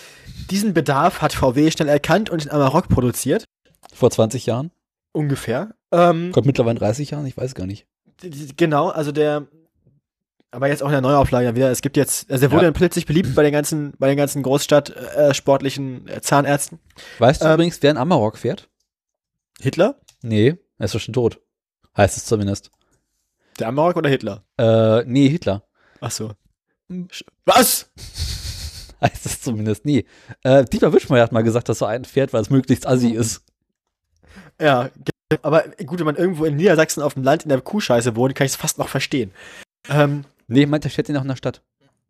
diesen Bedarf hat V W schnell erkannt und den Amarok produziert. Vor zwanzig Jahren? Ungefähr. Ähm, Kommt mittlerweile dreißig Jahren? Ich weiß gar nicht. Genau, also der, aber jetzt auch in der Neuauflage wieder. Es gibt jetzt, also der wurde Ja. dann plötzlich beliebt bei den ganzen, bei den ganzen Großstadt-sportlichen äh, Zahnärzten. Weißt du Ähm, übrigens, wer ein Amarok fährt? Hitler? Nee, er ist doch schon tot. Heißt es zumindest. Der Amarok oder Hitler? Äh, nee, Hitler. Ach so. Was? Heißt es zumindest nie. Äh, Dietmar Wischmeier hat mal gesagt, dass so ein fährt, weil es möglichst assi ist. Ja, aber gut, wenn man irgendwo in Niedersachsen auf dem Land in der Kuhscheiße wohnt, kann ich es fast noch verstehen. Ähm, Nee, meint, er fährt ihn auch in der Stadt.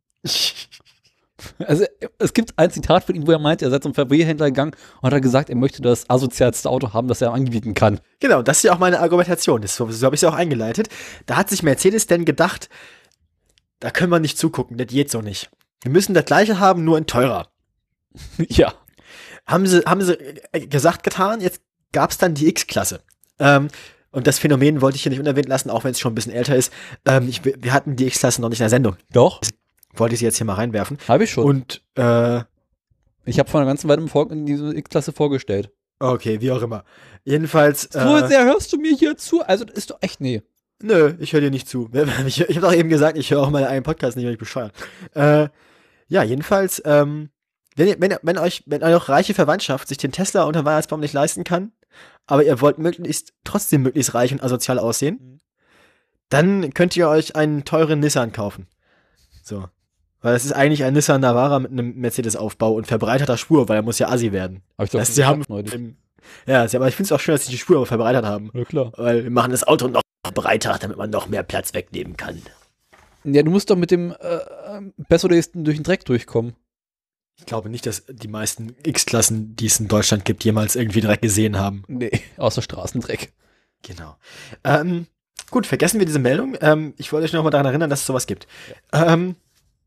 Also, es gibt ein Zitat von ihm, wo er meint, er sei zum V W-Händler gegangen und hat gesagt, er möchte das asozialste Auto haben, das er anbieten kann. Genau, das ist ja auch meine Argumentation. Das, so so habe ich es ja auch eingeleitet. Da hat sich Mercedes denn gedacht, da können wir nicht zugucken, das geht so nicht. Wir müssen das Gleiche haben, nur in teurer. Ja. Haben sie, haben sie äh, gesagt, getan, jetzt gab es dann die X-Klasse. Ähm, und das Phänomen wollte ich hier nicht unerwähnt lassen, auch wenn es schon ein bisschen älter ist. Ähm, ich, wir hatten die X-Klasse noch nicht in der Sendung. Doch, Wollte ich sie jetzt hier mal reinwerfen. habe ich schon. Und, äh, Ich habe vor einer ganzen Weile im Folge in diese X-Klasse vorgestellt. okay, wie auch immer. Jedenfalls, So äh, sehr hörst du mir hier zu? Also, das ist doch echt, nee. nö, ich höre dir nicht zu. Ich, ich habe doch eben gesagt, ich höre auch meine eigenen Podcasts nicht, wenn ich bescheuert. Äh, ja, jedenfalls, ähm, wenn, ihr, wenn, ihr- wenn euch, wenn eure reiche Verwandtschaft sich den Tesla unter dem Weihnachtsbaum nicht leisten kann, aber ihr wollt möglichst, trotzdem möglichst reich und asozial aussehen, dann könnt ihr euch einen teuren Nissan kaufen. So. Weil es ist eigentlich ein Nissan Navara mit einem Mercedes-Aufbau und verbreiterter Spur, weil er muss ja assi werden. Hab ich doch Das heißt, sie haben, neulich. im, ja, sie- aber ich finde es auch schön, dass sie die Spur aber verbreitert haben. Ja, klar. Weil wir machen das Auto noch breiter, damit man noch mehr Platz wegnehmen kann. Ja, du musst doch mit dem äh, Besserlisten durch den Dreck durchkommen. Ich glaube nicht, dass die meisten X-Klassen, die es in Deutschland gibt, jemals irgendwie Dreck gesehen haben. Nee, außer Straßendreck. Genau. Ähm, gut, vergessen wir diese Meldung. Ähm, ich wollte euch noch mal daran erinnern, dass es sowas gibt. Ähm,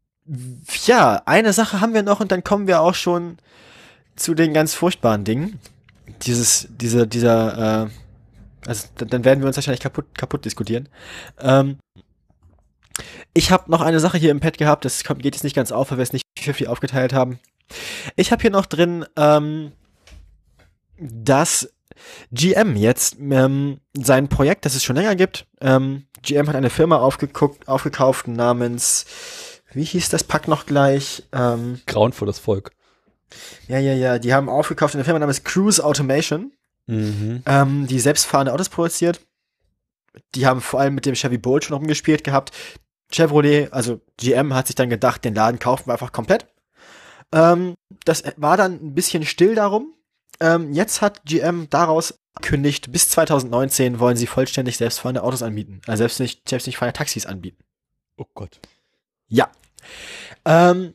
ja, eine Sache haben wir noch und dann kommen wir auch schon zu den ganz furchtbaren Dingen. Dieses, diese, dieser, äh, also dann dann werden wir uns wahrscheinlich kaputt, kaputt diskutieren. Ähm, ich habe noch eine Sache hier im Pad gehabt, das kommt, geht jetzt nicht ganz auf, weil wir es nicht fünfzig aufgeteilt haben. Ich habe hier noch drin, ähm, dass G M jetzt ähm, sein Projekt, das es schon länger gibt, ähm, G M hat eine Firma aufgeguckt, aufgekauft namens, wie hieß das Pack noch gleich? Ähm, Grauenvolles Volk. ja, ja, ja, die haben aufgekauft eine Firma namens Cruise Automation, Mhm. ähm, die selbstfahrende Autos produziert. Die haben vor allem mit dem Chevy Bolt schon rumgespielt gehabt. Chevrolet, also G M hat sich dann gedacht, den Laden kaufen wir einfach komplett. Ähm, das war dann ein bisschen still darum. Ähm, jetzt hat G M daraus gekündigt, bis zwanzig neunzehn wollen sie vollständig selbstfahrende Autos anbieten. Also selbst nicht, selbst nicht fahrende Taxis anbieten. Oh Gott. Ja. Ähm,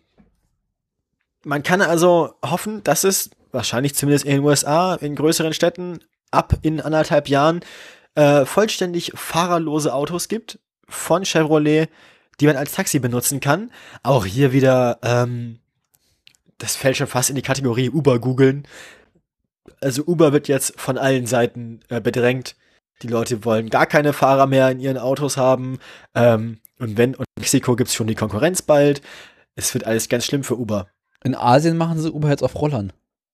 man kann also hoffen, dass es wahrscheinlich zumindest in den U S A, in größeren Städten, ab in anderthalb Jahren äh, vollständig fahrerlose Autos gibt von Chevrolet, die man als Taxi benutzen kann. Auch hier wieder, ähm, das fällt schon fast in die Kategorie Uber googeln. Also Uber wird jetzt von allen Seiten äh, bedrängt. Die Leute wollen gar keine Fahrer mehr in ihren Autos haben. Ähm, und wenn, und in Mexiko gibt's schon die Konkurrenz bald. Es wird alles ganz schlimm für Uber. In Asien machen sie Uber jetzt auf Rollern.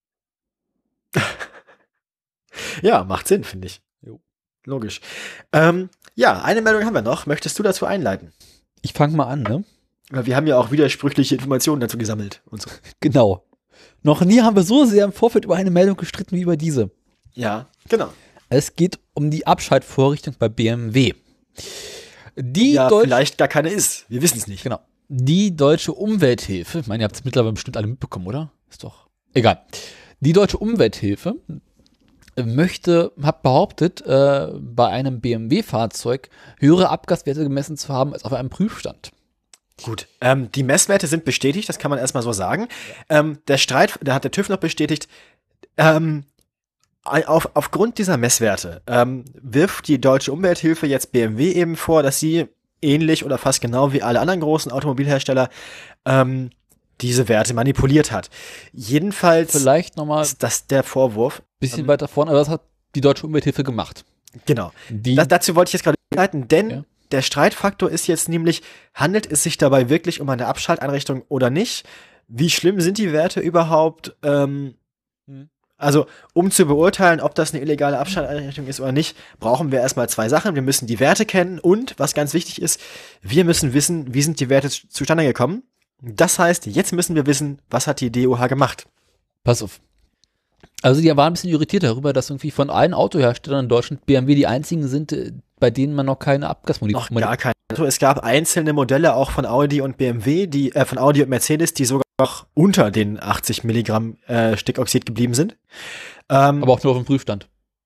Ja, macht Sinn, finde ich. Jo. Logisch. Ähm, ja, eine Meldung haben wir noch. Möchtest du dazu einleiten? Ich fange mal an, ne? Weil wir haben ja auch widersprüchliche Informationen dazu gesammelt und so. Genau. Noch nie haben wir so sehr im Vorfeld über eine Meldung gestritten wie über diese. Ja, genau. Es geht um die Abschaltvorrichtung bei B M W. Die ja, Deutsch- vielleicht gar keine ist. Wir wissen es nicht. Genau. Die Deutsche Umwelthilfe, ich meine, ihr habt es mittlerweile bestimmt alle mitbekommen, oder? Ist doch egal. Die Deutsche Umwelthilfe möchte, hat behauptet, äh, bei einem B M W-Fahrzeug höhere Abgaswerte gemessen zu haben als auf einem Prüfstand. Gut. Ähm, die Messwerte sind bestätigt, das kann man erstmal so sagen. Ähm, der Streit, da hat der TÜV noch bestätigt, ähm, auf, aufgrund dieser Messwerte ähm, wirft die Deutsche Umwelthilfe jetzt B M W eben vor, dass sie ähnlich oder fast genau wie alle anderen großen Automobilhersteller ähm, diese Werte manipuliert hat. Jedenfalls Vielleicht nochmal ein ist das der Vorwurf. bisschen ähm, weiter vorne, aber das hat die Deutsche Umwelthilfe gemacht. Genau. Die, Da, dazu wollte ich jetzt gerade leiten, denn Ja. der Streitfaktor ist jetzt nämlich, handelt es sich dabei wirklich um eine Abschalteinrichtung oder nicht? Wie schlimm sind die Werte überhaupt? Ähm, Hm. Also, um zu beurteilen, ob das eine illegale Abstandeinrichtung ist oder nicht, brauchen wir erstmal zwei Sachen. Wir müssen die Werte kennen und, was ganz wichtig ist, wir müssen wissen, wie sind die Werte zu- zustande gekommen. Das heißt, jetzt müssen wir wissen, was hat die D O H gemacht. Pass auf. Also die waren ein bisschen irritiert darüber, dass irgendwie von allen Autoherstellern in Deutschland B M W die einzigen sind, äh, bei denen man noch keine Abgasmodi Noch gar kein. Also, es gab einzelne Modelle auch von Audi und B M W, die, äh, von Audi und Mercedes, die sogar noch unter den achtzig Milligramm äh, Stickoxid geblieben sind. Ähm, aber auch nur auf dem Prüfstand.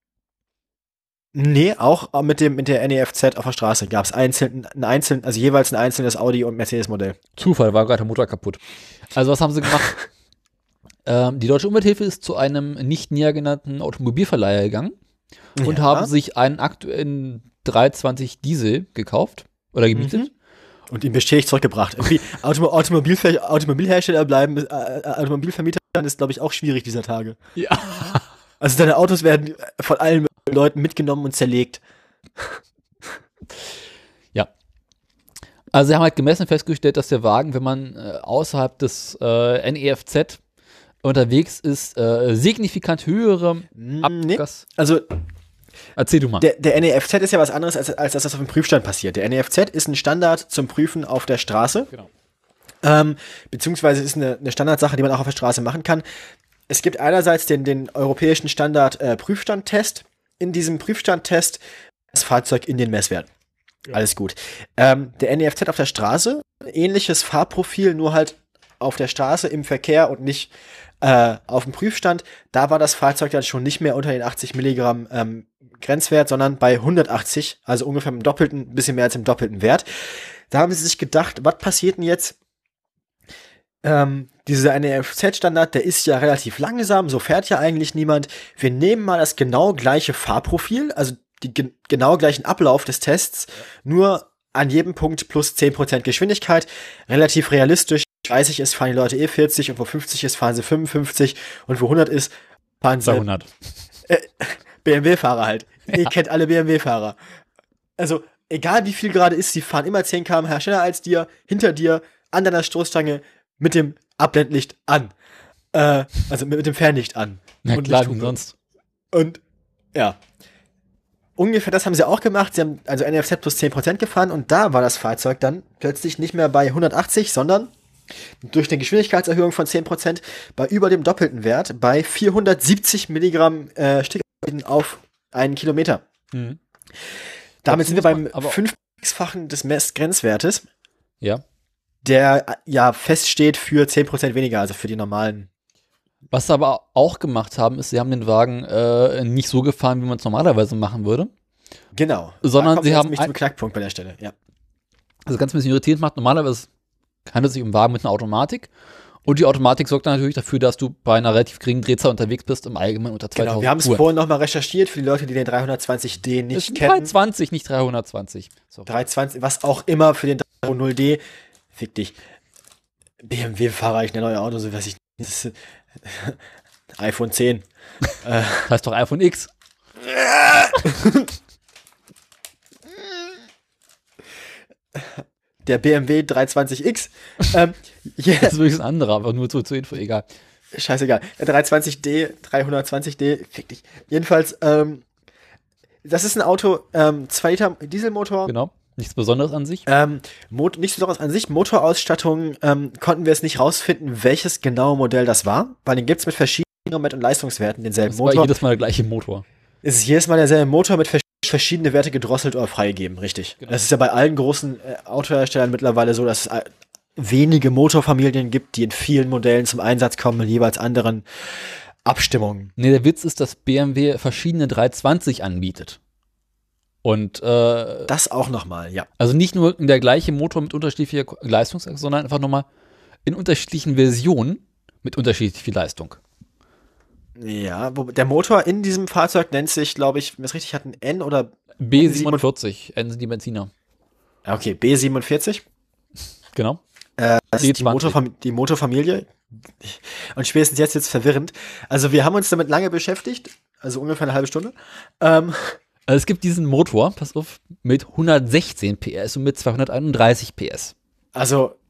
Nee, auch mit dem mit der N E F Z auf der Straße gab es einzeln, ein einzeln, also jeweils ein einzelnes Audi und Mercedes Modell. Zufall, war gerade der Motor kaputt. Also was haben sie gemacht? ähm, die Deutsche Umwelthilfe ist zu einem nicht näher genannten Automobilverleiher gegangen und Ja. haben sich einen aktuellen dreihundertzwanzig Diesel gekauft oder gemietet. Mhm. Und ihn bestätigt zurückgebracht. Irgendwie Automo Automobilver Automobilhersteller bleiben, äh, Automobilvermieter ist, glaube ich, auch schwierig dieser Tage. Ja. Also deine Autos werden von allen Leuten mitgenommen und zerlegt. Ja. Also sie haben halt gemessen und festgestellt, dass der Wagen, wenn man äh, außerhalb des äh, N E F Z unterwegs ist, äh, signifikant höhere Nee. Abgas. Also Erzähl du mal. der, der N E F Z ist ja was anderes, als, als das, was auf dem Prüfstand passiert. Der N E F Z ist ein Standard zum Prüfen auf der Straße. Genau. Ähm, beziehungsweise ist eine, eine Standardsache, die man auch auf der Straße machen kann. Es gibt einerseits den, den europäischen Standard äh, Prüfstandtest. In diesem Prüfstandtest das Fahrzeug in den Messwerten. Ja. Alles gut. Ähm, der N E F Z auf der Straße, ähnliches Fahrprofil, nur halt auf der Straße im Verkehr und nicht äh, auf dem Prüfstand. Da war das Fahrzeug dann schon nicht mehr unter den achtzig Milligramm ähm, Grenzwert, sondern bei hundertachtzig, also ungefähr im doppelten, ein bisschen mehr als im doppelten Wert. Da haben sie sich gedacht, was passiert denn jetzt? Ähm, dieser N E F Z-Standard, der ist ja relativ langsam, so fährt ja eigentlich niemand. Wir nehmen mal das genau gleiche Fahrprofil, also den gen genau gleichen Ablauf des Tests, nur an jedem Punkt plus zehn Prozent Geschwindigkeit. Relativ realistisch. dreißig ist, fahren die Leute eh vierzig und wo fünfzig ist, fahren sie fünfundfünfzig und wo hundert ist, fahren sie zweihundert. B M W-Fahrer halt. Ja. Ihr kennt alle B M W-Fahrer. Also, egal wie viel gerade ist, sie fahren immer zehn Kilometer pro Stunde schneller als dir, hinter dir, an deiner Stoßstange, mit dem Abblendlicht an. Äh, also mit, mit dem Fernlicht an. Na und klar, Lichthupe. wie sonst. Und, ja. Ungefähr das haben sie auch gemacht. Sie haben also N E F Z plus zehn Prozent gefahren und da war das Fahrzeug dann plötzlich nicht mehr bei hundertachtzig, sondern durch eine Geschwindigkeitserhöhung von zehn Prozent bei über dem doppelten Wert bei vierhundertsiebzig Milligramm äh, Stickoxid auf einen Kilometer. Mhm. Damit sind wir beim aber- fünffachen des Messgrenzwertes, Ja. der äh, ja feststeht für zehn Prozent weniger, also für die normalen. Was sie aber auch gemacht haben, ist, sie haben den Wagen äh, nicht so gefahren, wie man es normalerweise machen würde. Genau. Sondern Da kommen sie wir jetzt haben nämlich ein- zum Knackpunkt bei der Stelle, ja. Also ganz ein bisschen irritierend macht. Normalerweise handelt es sich um einen Wagen mit einer Automatik. Und die Automatik sorgt dann natürlich dafür, dass du bei einer relativ geringen Drehzahl unterwegs bist, im Allgemeinen unter zweitausend Genau, wir haben es Touren. vorhin nochmal recherchiert, für die Leute, die den dreihundertzwanzig D Das nicht ist ein kennen. dreihundertzwanzig, nicht dreihundertzwanzig. So. dreihundertzwanzig, was auch immer für den dreihundertzwanzig D. Fick dich. B M W-Fahrer, ich nenne neue Autos, so weiß ich nicht. Das ist, iPhone zehn. äh, Das heißt doch iPhone X. der B M W dreihundertzwanzig X. ähm, yeah. Das ist wirklich ein anderer, aber nur zur, zur Info, egal. Scheißegal. Der dreihundertzwanzig D, dreihundertzwanzig D, fick dich. Jedenfalls, ähm, das ist ein Auto, ähm, zwei Liter Dieselmotor. Genau. Nichts Besonderes an sich. Ähm, Mot nichts Besonderes an sich. Motorausstattung ähm, konnten wir es nicht rausfinden, welches genaue Modell das war, weil den gibt's mit verschiedenen Kilometer- und Leistungswerten denselben Das war Motor. jedes Mal der gleiche Motor. Es ist jedes Mal derselbe Motor mit vers verschiedene Werte gedrosselt oder freigegeben, richtig. Genau. Das ist ja bei allen großen äh, Autoherstellern mittlerweile so, dass es äh, wenige Motorfamilien gibt, die in vielen Modellen zum Einsatz kommen mit jeweils anderen Abstimmungen. Nee, der Witz ist, dass B M W verschiedene dreihundertzwanzig anbietet. Und äh, Das auch nochmal, ja. also nicht nur der gleiche Motor mit unterschiedlicher Leistung, sondern einfach nochmal in unterschiedlichen Versionen mit unterschiedlich viel Leistung. Ja, wo, der Motor in diesem Fahrzeug nennt sich, glaube ich, wenn wir es richtig hatten, N oder B siebenundvierzig, N sind die Benziner. ja, okay, B siebenundvierzig. Genau. Äh, das D ist die, zwanzig. Motorfam die Motorfamilie. Und spätestens jetzt jetzt verwirrend. Also wir haben uns damit lange beschäftigt, also ungefähr eine halbe Stunde. Ähm, Also es gibt diesen Motor, pass auf, mit hundertsechzehn P S und mit zweihunderteinunddreißig P S. also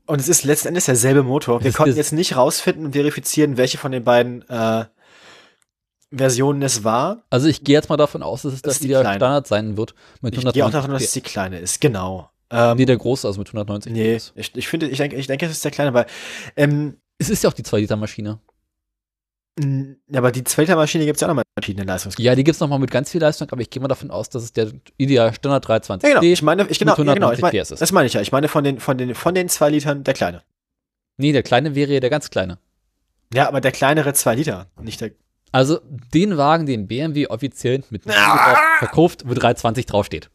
Und es ist letzten Endes derselbe Motor. Wir Das konnten ist- jetzt nicht rausfinden und verifizieren, welche von den beiden äh, Versionen es war. Also ich gehe jetzt mal davon aus, dass es Das das ist die wieder kleine. Standard sein wird. Mit Ich gehe auch davon, dass hundertneunzig es die kleine ist. Genau. Ähm, Nee, der große, also mit hundertneunzig nee, P S. ich, ich finde, ich denke, ich denke, es ist der kleine, weil ähm, Es ist ja auch die zwei Liter Maschine. mh, aber die zwei Liter Maschine gibt es ja auch noch mal verschiedene Leistungsklassen. Ja, die gibt's noch mal mit ganz viel Leistung, aber ich gehe mal davon aus, dass es der ideal Standard dreihundertzwanzig Ja, genau. D Ich meine, ich, genau, mit ja, genau ich hundertneunzig mein, P S ist. das meine ich ja. Ich meine von den, von den, von den zwei Litern der kleine. Nee, der kleine wäre ja der ganz kleine. Ja, aber der kleinere zwei Liter, nicht der. Also den Wagen, den B M W offiziell mit dem Ah! Logo drauf verkauft, wo dreihundertzwanzig draufsteht.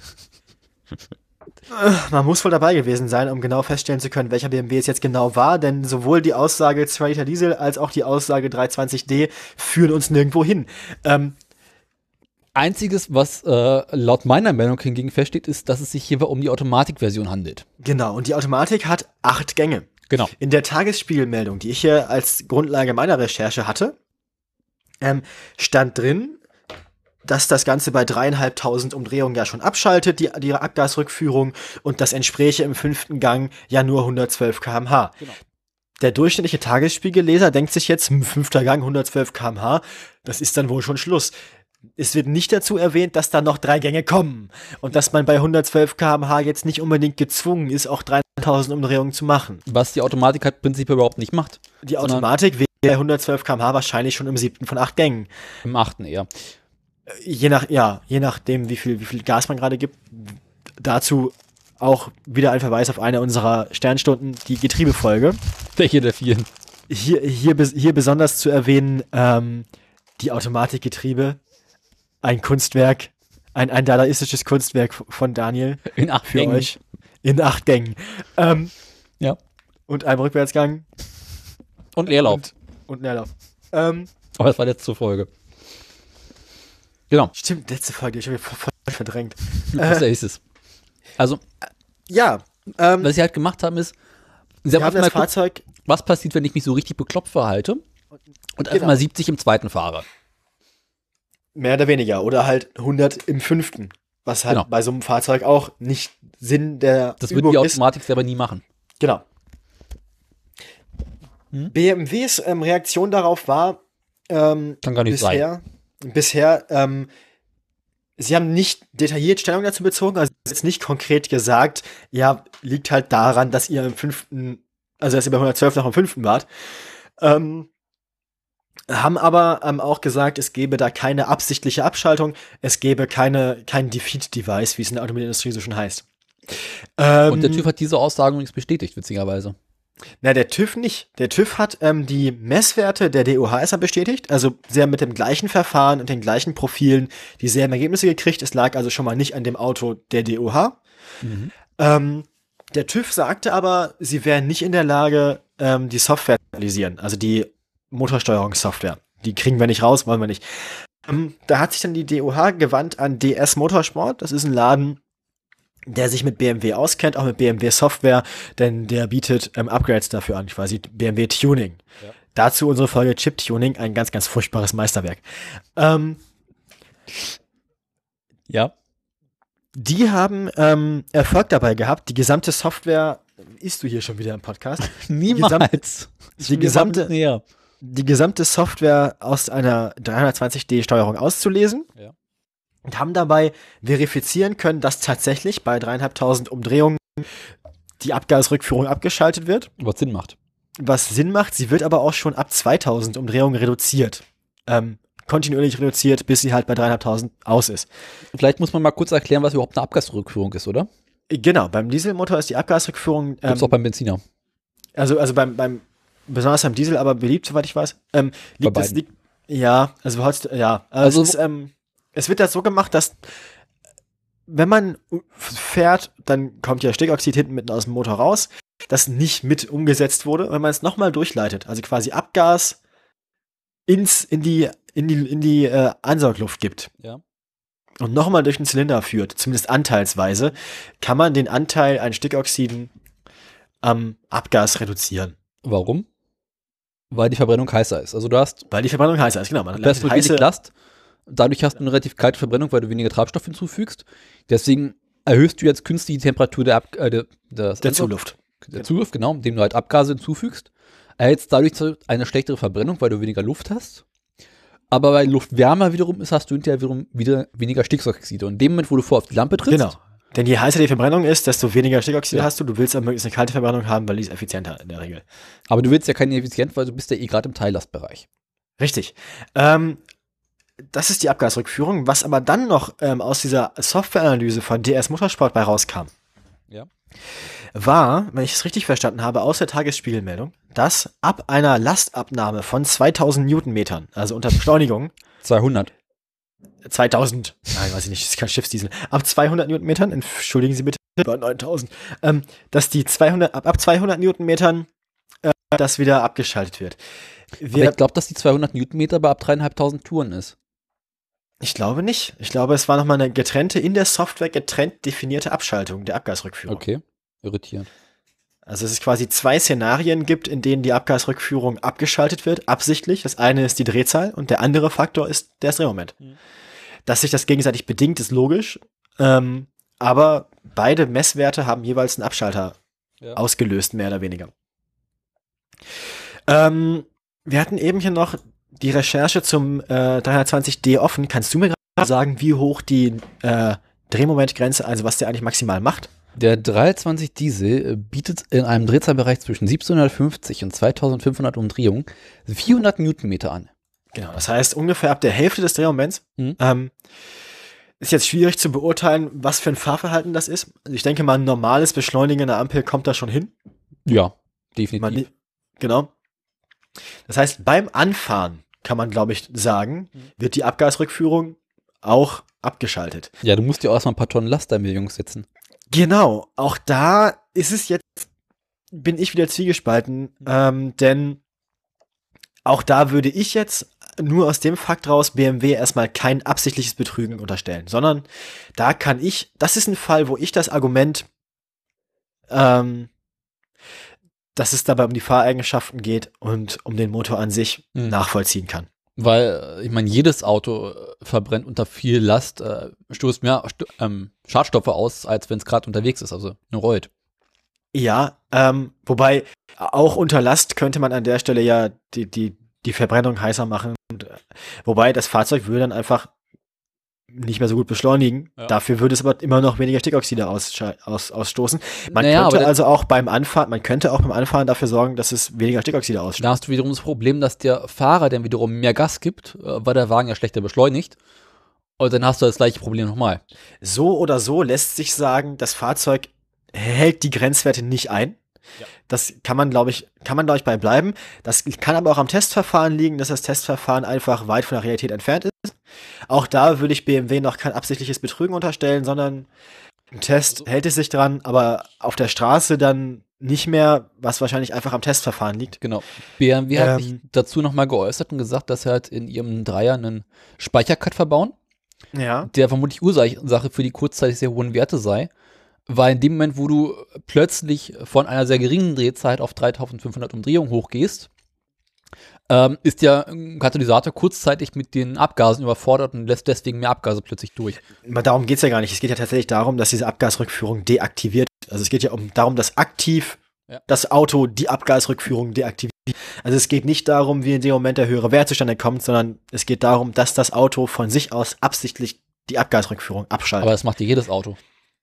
Man muss wohl dabei gewesen sein, um genau feststellen zu können, welcher B M W es jetzt genau war, denn sowohl die Aussage zwei Liter Diesel als auch die Aussage dreihundertzwanzig D führen uns nirgendwo hin. Ähm, Einziges, was äh, laut meiner Meldung hingegen feststeht, ist, dass es sich hierbei um die Automatikversion handelt. genau, und die Automatik hat acht Gänge. Genau. In der Tagesspiegelmeldung, die ich hier als Grundlage meiner Recherche hatte, ähm, stand drin, dass das Ganze bei dreieinhalbtausend Umdrehungen ja schon abschaltet, die, die Abgasrückführung, und das entspräche im fünften Gang ja nur hundertzwölf Kilometer pro Stunde. Genau. Der durchschnittliche Tagesspiegelleser denkt sich jetzt, hm, fünfter Gang, hundertzwölf Kilometer pro Stunde, das ist dann wohl schon Schluss. Es wird nicht dazu erwähnt, dass da noch drei Gänge kommen und dass man bei hundertzwölf Kilometer pro Stunde jetzt nicht unbedingt gezwungen ist, auch dreieinhalbtausend Umdrehungen zu machen. Was die Automatik halt prinzipiell überhaupt nicht macht. Die Sondern- Automatik wäre bei hundertzwölf Kilometer pro Stunde wahrscheinlich schon im siebten von acht Gängen. Im achten eher. Je nach, ja, je nachdem, wie viel, wie viel Gas man gerade gibt. Dazu auch wieder ein Verweis auf eine unserer Sternstunden, die Getriebefolge. Welche der vielen? Hier, hier, bes- hier besonders zu erwähnen, ähm, die Automatikgetriebe. Ein Kunstwerk, ein, ein dadaistisches Kunstwerk f- von Daniel In acht für Gängen. euch. In acht Gängen. Ähm, Ja. und einem Rückwärtsgang Und Leerlauf. und, und Leerlauf. Ähm, Aber das war letzte Folge. Genau. stimmt, letzte Folge, ich habe voll, voll verdrängt. Das ist es. Also, Ja, ähm, was sie halt gemacht haben, ist, sie wir haben haben einfach das mal geguckt, Fahrzeug. was passiert, wenn ich mich so richtig bekloppt verhalte und einfach Genau. mal siebzig im zweiten fahre. Mehr oder weniger. Oder halt hundert im fünften. Was halt Genau. bei so einem Fahrzeug auch nicht Sinn der Das wird Übung die ist. Automatik selber nie machen. Genau. Hm? B M Ws ähm, Reaktion darauf war ähm, Kann gar nicht bisher, bisher ähm, sie haben nicht detailliert Stellung dazu bezogen, also jetzt nicht konkret gesagt, ja, liegt halt daran, dass ihr im fünften, also dass ihr bei hundertzwölf noch im fünften wart. Ähm, haben aber ähm, auch gesagt, es gäbe da keine absichtliche Abschaltung, es gäbe keine, kein Defeat-Device, wie es in der Automobilindustrie so schon heißt. Ähm, Und der TÜV hat diese Aussagen übrigens bestätigt, witzigerweise. Na, der TÜV nicht. Der TÜV hat ähm, die Messwerte der D O H S bestätigt, also sie haben mit dem gleichen Verfahren und den gleichen Profilen dieselben Ergebnisse gekriegt. Es lag also schon mal nicht an dem Auto der D O H. Mhm. Ähm, der TÜV sagte aber, sie wären nicht in der Lage, ähm, die Software zu analysieren, also die Motorsteuerungssoftware. Die kriegen wir nicht raus, wollen wir nicht. Ähm, da hat sich dann die D O H gewandt an D S Motorsport. Das ist ein Laden, der sich mit B M W auskennt, auch mit B M W Software, denn der bietet ähm, Upgrades dafür an, quasi B M W Tuning. Ja. Dazu unsere Folge Chip Tuning, ein ganz, ganz furchtbares Meisterwerk. Ähm, Ja. die haben ähm, Erfolg dabei gehabt, die gesamte Software, isst du hier schon wieder im Podcast, Niemals. die gesamte, Näher. die gesamte Software aus einer dreihundertzwanzig D Steuerung auszulesen. Ja. Und haben dabei verifizieren können, dass tatsächlich bei dreieinhalbtausend Umdrehungen die Abgasrückführung abgeschaltet wird. Was Sinn macht. Was Sinn macht, sie wird aber auch schon ab zweitausend Umdrehungen reduziert. Ähm, kontinuierlich reduziert, bis sie halt bei dreieinhalbtausend aus ist. Vielleicht muss man mal kurz erklären, was überhaupt eine Abgasrückführung ist, oder? Genau, beim Dieselmotor ist die Abgasrückführung, ähm, Gibt's auch beim Benziner. also, also beim, beim, besonders beim Diesel, aber beliebt, soweit ich weiß. Ähm, liegt Bei das, beiden. liegt, ja, also heutzutage, ja. Also- Also, es, ist, ähm, es wird das so gemacht, dass wenn man fährt, dann kommt ja Stickoxid hinten mitten aus dem Motor raus, das nicht mit umgesetzt wurde. Wenn man es nochmal durchleitet, also quasi Abgas ins, in die, in die, in die äh, Ansaugluft gibt Ja. und nochmal durch den Zylinder führt, zumindest anteilsweise, kann man den Anteil an Stickoxiden am Abgas reduzieren. Warum? Weil die Verbrennung heißer ist. Also du hast Weil die Verbrennung heißer ist, genau. Man Du fährst mit heiße, wenig Last. Dadurch hast du eine relativ kalte Verbrennung, weil du weniger Treibstoff hinzufügst. Deswegen erhöhst du jetzt künstlich die Temperatur der, Ab äh, der, des der Ansaug- Zuluft. Der Zugriff, genau, indem du halt Abgase hinzufügst, erhältst dadurch eine schlechtere Verbrennung, weil du weniger Luft hast. Aber weil Luft wärmer wiederum ist, hast du hinterher wiederum wieder weniger Stickoxide. Und in dem Moment, wo du vor auf die Lampe trittst. Genau. Denn je heißer die Verbrennung ist, desto weniger Stickoxide Ja. hast du. Du willst aber möglichst eine kalte Verbrennung haben, weil die ist effizienter in der Regel. Aber du willst ja keine Effizienz, weil du bist ja eh gerade im Teillastbereich. Richtig. Ähm, das ist die Abgasrückführung. Was aber dann noch ähm, aus dieser Softwareanalyse von D S Motorsport bei rauskam, Ja. war, wenn ich es richtig verstanden habe, aus der Tagesspiegelmeldung, dass ab einer Lastabnahme von zweitausend Newtonmetern, also unter Beschleunigung, zweihundert. zweitausend, nein, weiß ich nicht, das ist kein Schiffsdiesel, ab zweihundert Newtonmetern, entschuldigen Sie bitte, bei neuntausend, ähm, dass die zweihundert, ab, ab zweihundert Newtonmetern äh, das wieder abgeschaltet wird. Wir, Aber ich glaube, dass die zweihundert Newtonmeter bei ab dreieinhalbtausend Touren ist. ich glaube nicht. Ich glaube, es war nochmal eine getrennte, in der Software getrennt definierte Abschaltung der Abgasrückführung. Okay, irritierend. Also es ist quasi zwei Szenarien gibt, in denen die Abgasrückführung abgeschaltet wird, absichtlich. Das eine ist die Drehzahl und der andere Faktor ist der Drehmoment. Mhm. Dass sich das gegenseitig bedingt, ist logisch. Ähm, aber beide Messwerte haben jeweils einen Abschalter ja. ausgelöst, mehr oder weniger. Ähm, wir hatten eben hier noch die Recherche zum äh, dreihundertzwanzig D offen. Kannst du mir gerade sagen, wie hoch die äh, Drehmomentgrenze, also was der eigentlich maximal macht? Der dreihundertzwanzig Diesel bietet in einem Drehzahlbereich zwischen siebzehnhundertfünfzig und zweitausendfünfhundert Umdrehungen vierhundert Newtonmeter an. Genau, das heißt ungefähr ab der Hälfte des Drehmoments. Mhm. Ähm, ist jetzt schwierig zu beurteilen, was für ein Fahrverhalten das ist. Also ich denke mal, ein normales Beschleunigen in der Ampel kommt da schon hin. Ja, definitiv. Man, genau. Das heißt, beim Anfahren kann man, glaube ich, sagen, wird die Abgasrückführung auch abgeschaltet. Ja, du musst ja auch erstmal ein paar Tonnen Last in Bewegung setzen. Genau, auch da ist es jetzt, bin ich wieder zwiegespalten, ähm, denn auch da würde ich jetzt nur aus dem Fakt raus B M W erstmal kein absichtliches Betrügen unterstellen, sondern da kann ich, das ist ein Fall, wo ich das Argument, ähm, dass es dabei um die Fahreigenschaften geht und um den Motor an sich mhm. nachvollziehen kann. Weil, ich meine, jedes Auto verbrennt unter viel Last, äh, stoßt mehr St- ähm, Schadstoffe aus, als wenn es gerade unterwegs ist, also eine Reut. Ja, ähm, wobei auch unter Last könnte man an der Stelle ja die, die, die Verbrennung heißer machen. Und, äh, wobei das Fahrzeug würde dann einfach nicht mehr so gut beschleunigen. Ja. Dafür würde es aber immer noch weniger Stickoxide aus, aus, ausstoßen. Man naja, könnte also auch beim Anfahren, man könnte auch beim Anfahren dafür sorgen, dass es weniger Stickoxide ausstößt. Da hast du wiederum das Problem, dass der Fahrer dann wiederum mehr Gas gibt, weil der Wagen ja schlechter beschleunigt. Und dann hast du das gleiche Problem nochmal. So oder so lässt sich sagen, das Fahrzeug hält die Grenzwerte nicht ein. Ja. Das kann man, glaube ich, kann man, glaube ich, bei bleiben. Das kann aber auch am Testverfahren liegen, dass das Testverfahren einfach weit von der Realität entfernt ist. Auch da würde ich B M W noch kein absichtliches Betrügen unterstellen, sondern im Test also, hält es sich dran, aber auf der Straße dann nicht mehr, was wahrscheinlich einfach am Testverfahren liegt. Genau. B M W ähm, hat sich dazu nochmal geäußert und gesagt, dass sie halt in ihrem Dreier einen Speichercut verbauen, ja. der vermutlich Ursache für die kurzzeitig sehr hohen Werte sei. Weil in dem Moment, wo du plötzlich von einer sehr geringen Drehzeit auf dreitausendfünfhundert Umdrehungen hochgehst, ähm, ist der Katalysator kurzzeitig mit den Abgasen überfordert und lässt deswegen mehr Abgase plötzlich durch. Darum geht es ja gar nicht. Es geht ja tatsächlich darum, dass diese Abgasrückführung deaktiviert wird. Also es geht ja um, darum, dass aktiv ja. das Auto die Abgasrückführung deaktiviert. Also es geht nicht darum, wie in dem Moment der höhere Wert zustande kommt, sondern es geht darum, dass das Auto von sich aus absichtlich die Abgasrückführung abschaltet. Aber das macht ja jedes Auto.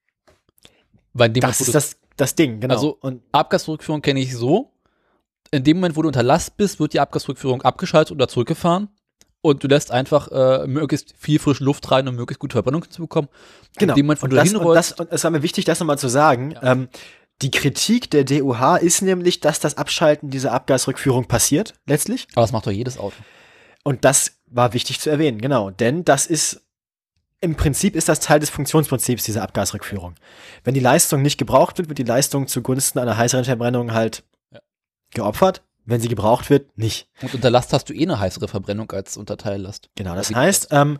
Weil in dem das Moment, ist das, das Ding, genau. Also und Abgasrückführung kenne ich so. In dem Moment, wo du unter Last bist, wird die Abgasrückführung abgeschaltet oder zurückgefahren. Und du lässt einfach äh, möglichst viel frische Luft rein, um möglichst gute Verbrennung zu bekommen. Genau. In dem Moment, wo und, du das, hinrollst, und, das, und es war mir wichtig, das nochmal zu sagen. Ja. Ähm, die Kritik der D U H ist nämlich, dass das Abschalten dieser Abgasrückführung passiert, letztlich. Aber das macht doch jedes Auto. Und das war wichtig zu erwähnen, genau. Denn das ist Im Prinzip ist das Teil des Funktionsprinzips dieser Abgasrückführung. Wenn die Leistung nicht gebraucht wird, wird die Leistung zugunsten einer heißeren Verbrennung halt ja. geopfert. Wenn sie gebraucht wird, nicht. Und unter Last hast du eh eine heißere Verbrennung als unter Teillast. Genau, das heißt, ähm,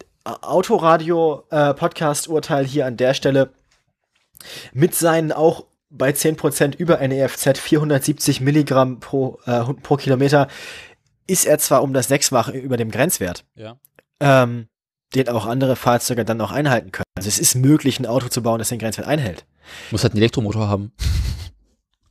Autoradio-Podcast-Urteil äh, hier an der Stelle mit seinen auch bei zehn Prozent über N E F Z vierhundertsiebzig Milligramm pro, äh, pro Kilometer ist er zwar um das Sechsfache über dem Grenzwert. Ja. Ähm, den auch andere Fahrzeuge dann auch einhalten können. Also es ist möglich, ein Auto zu bauen, das den Grenzwert einhält. Muss halt einen Elektromotor haben.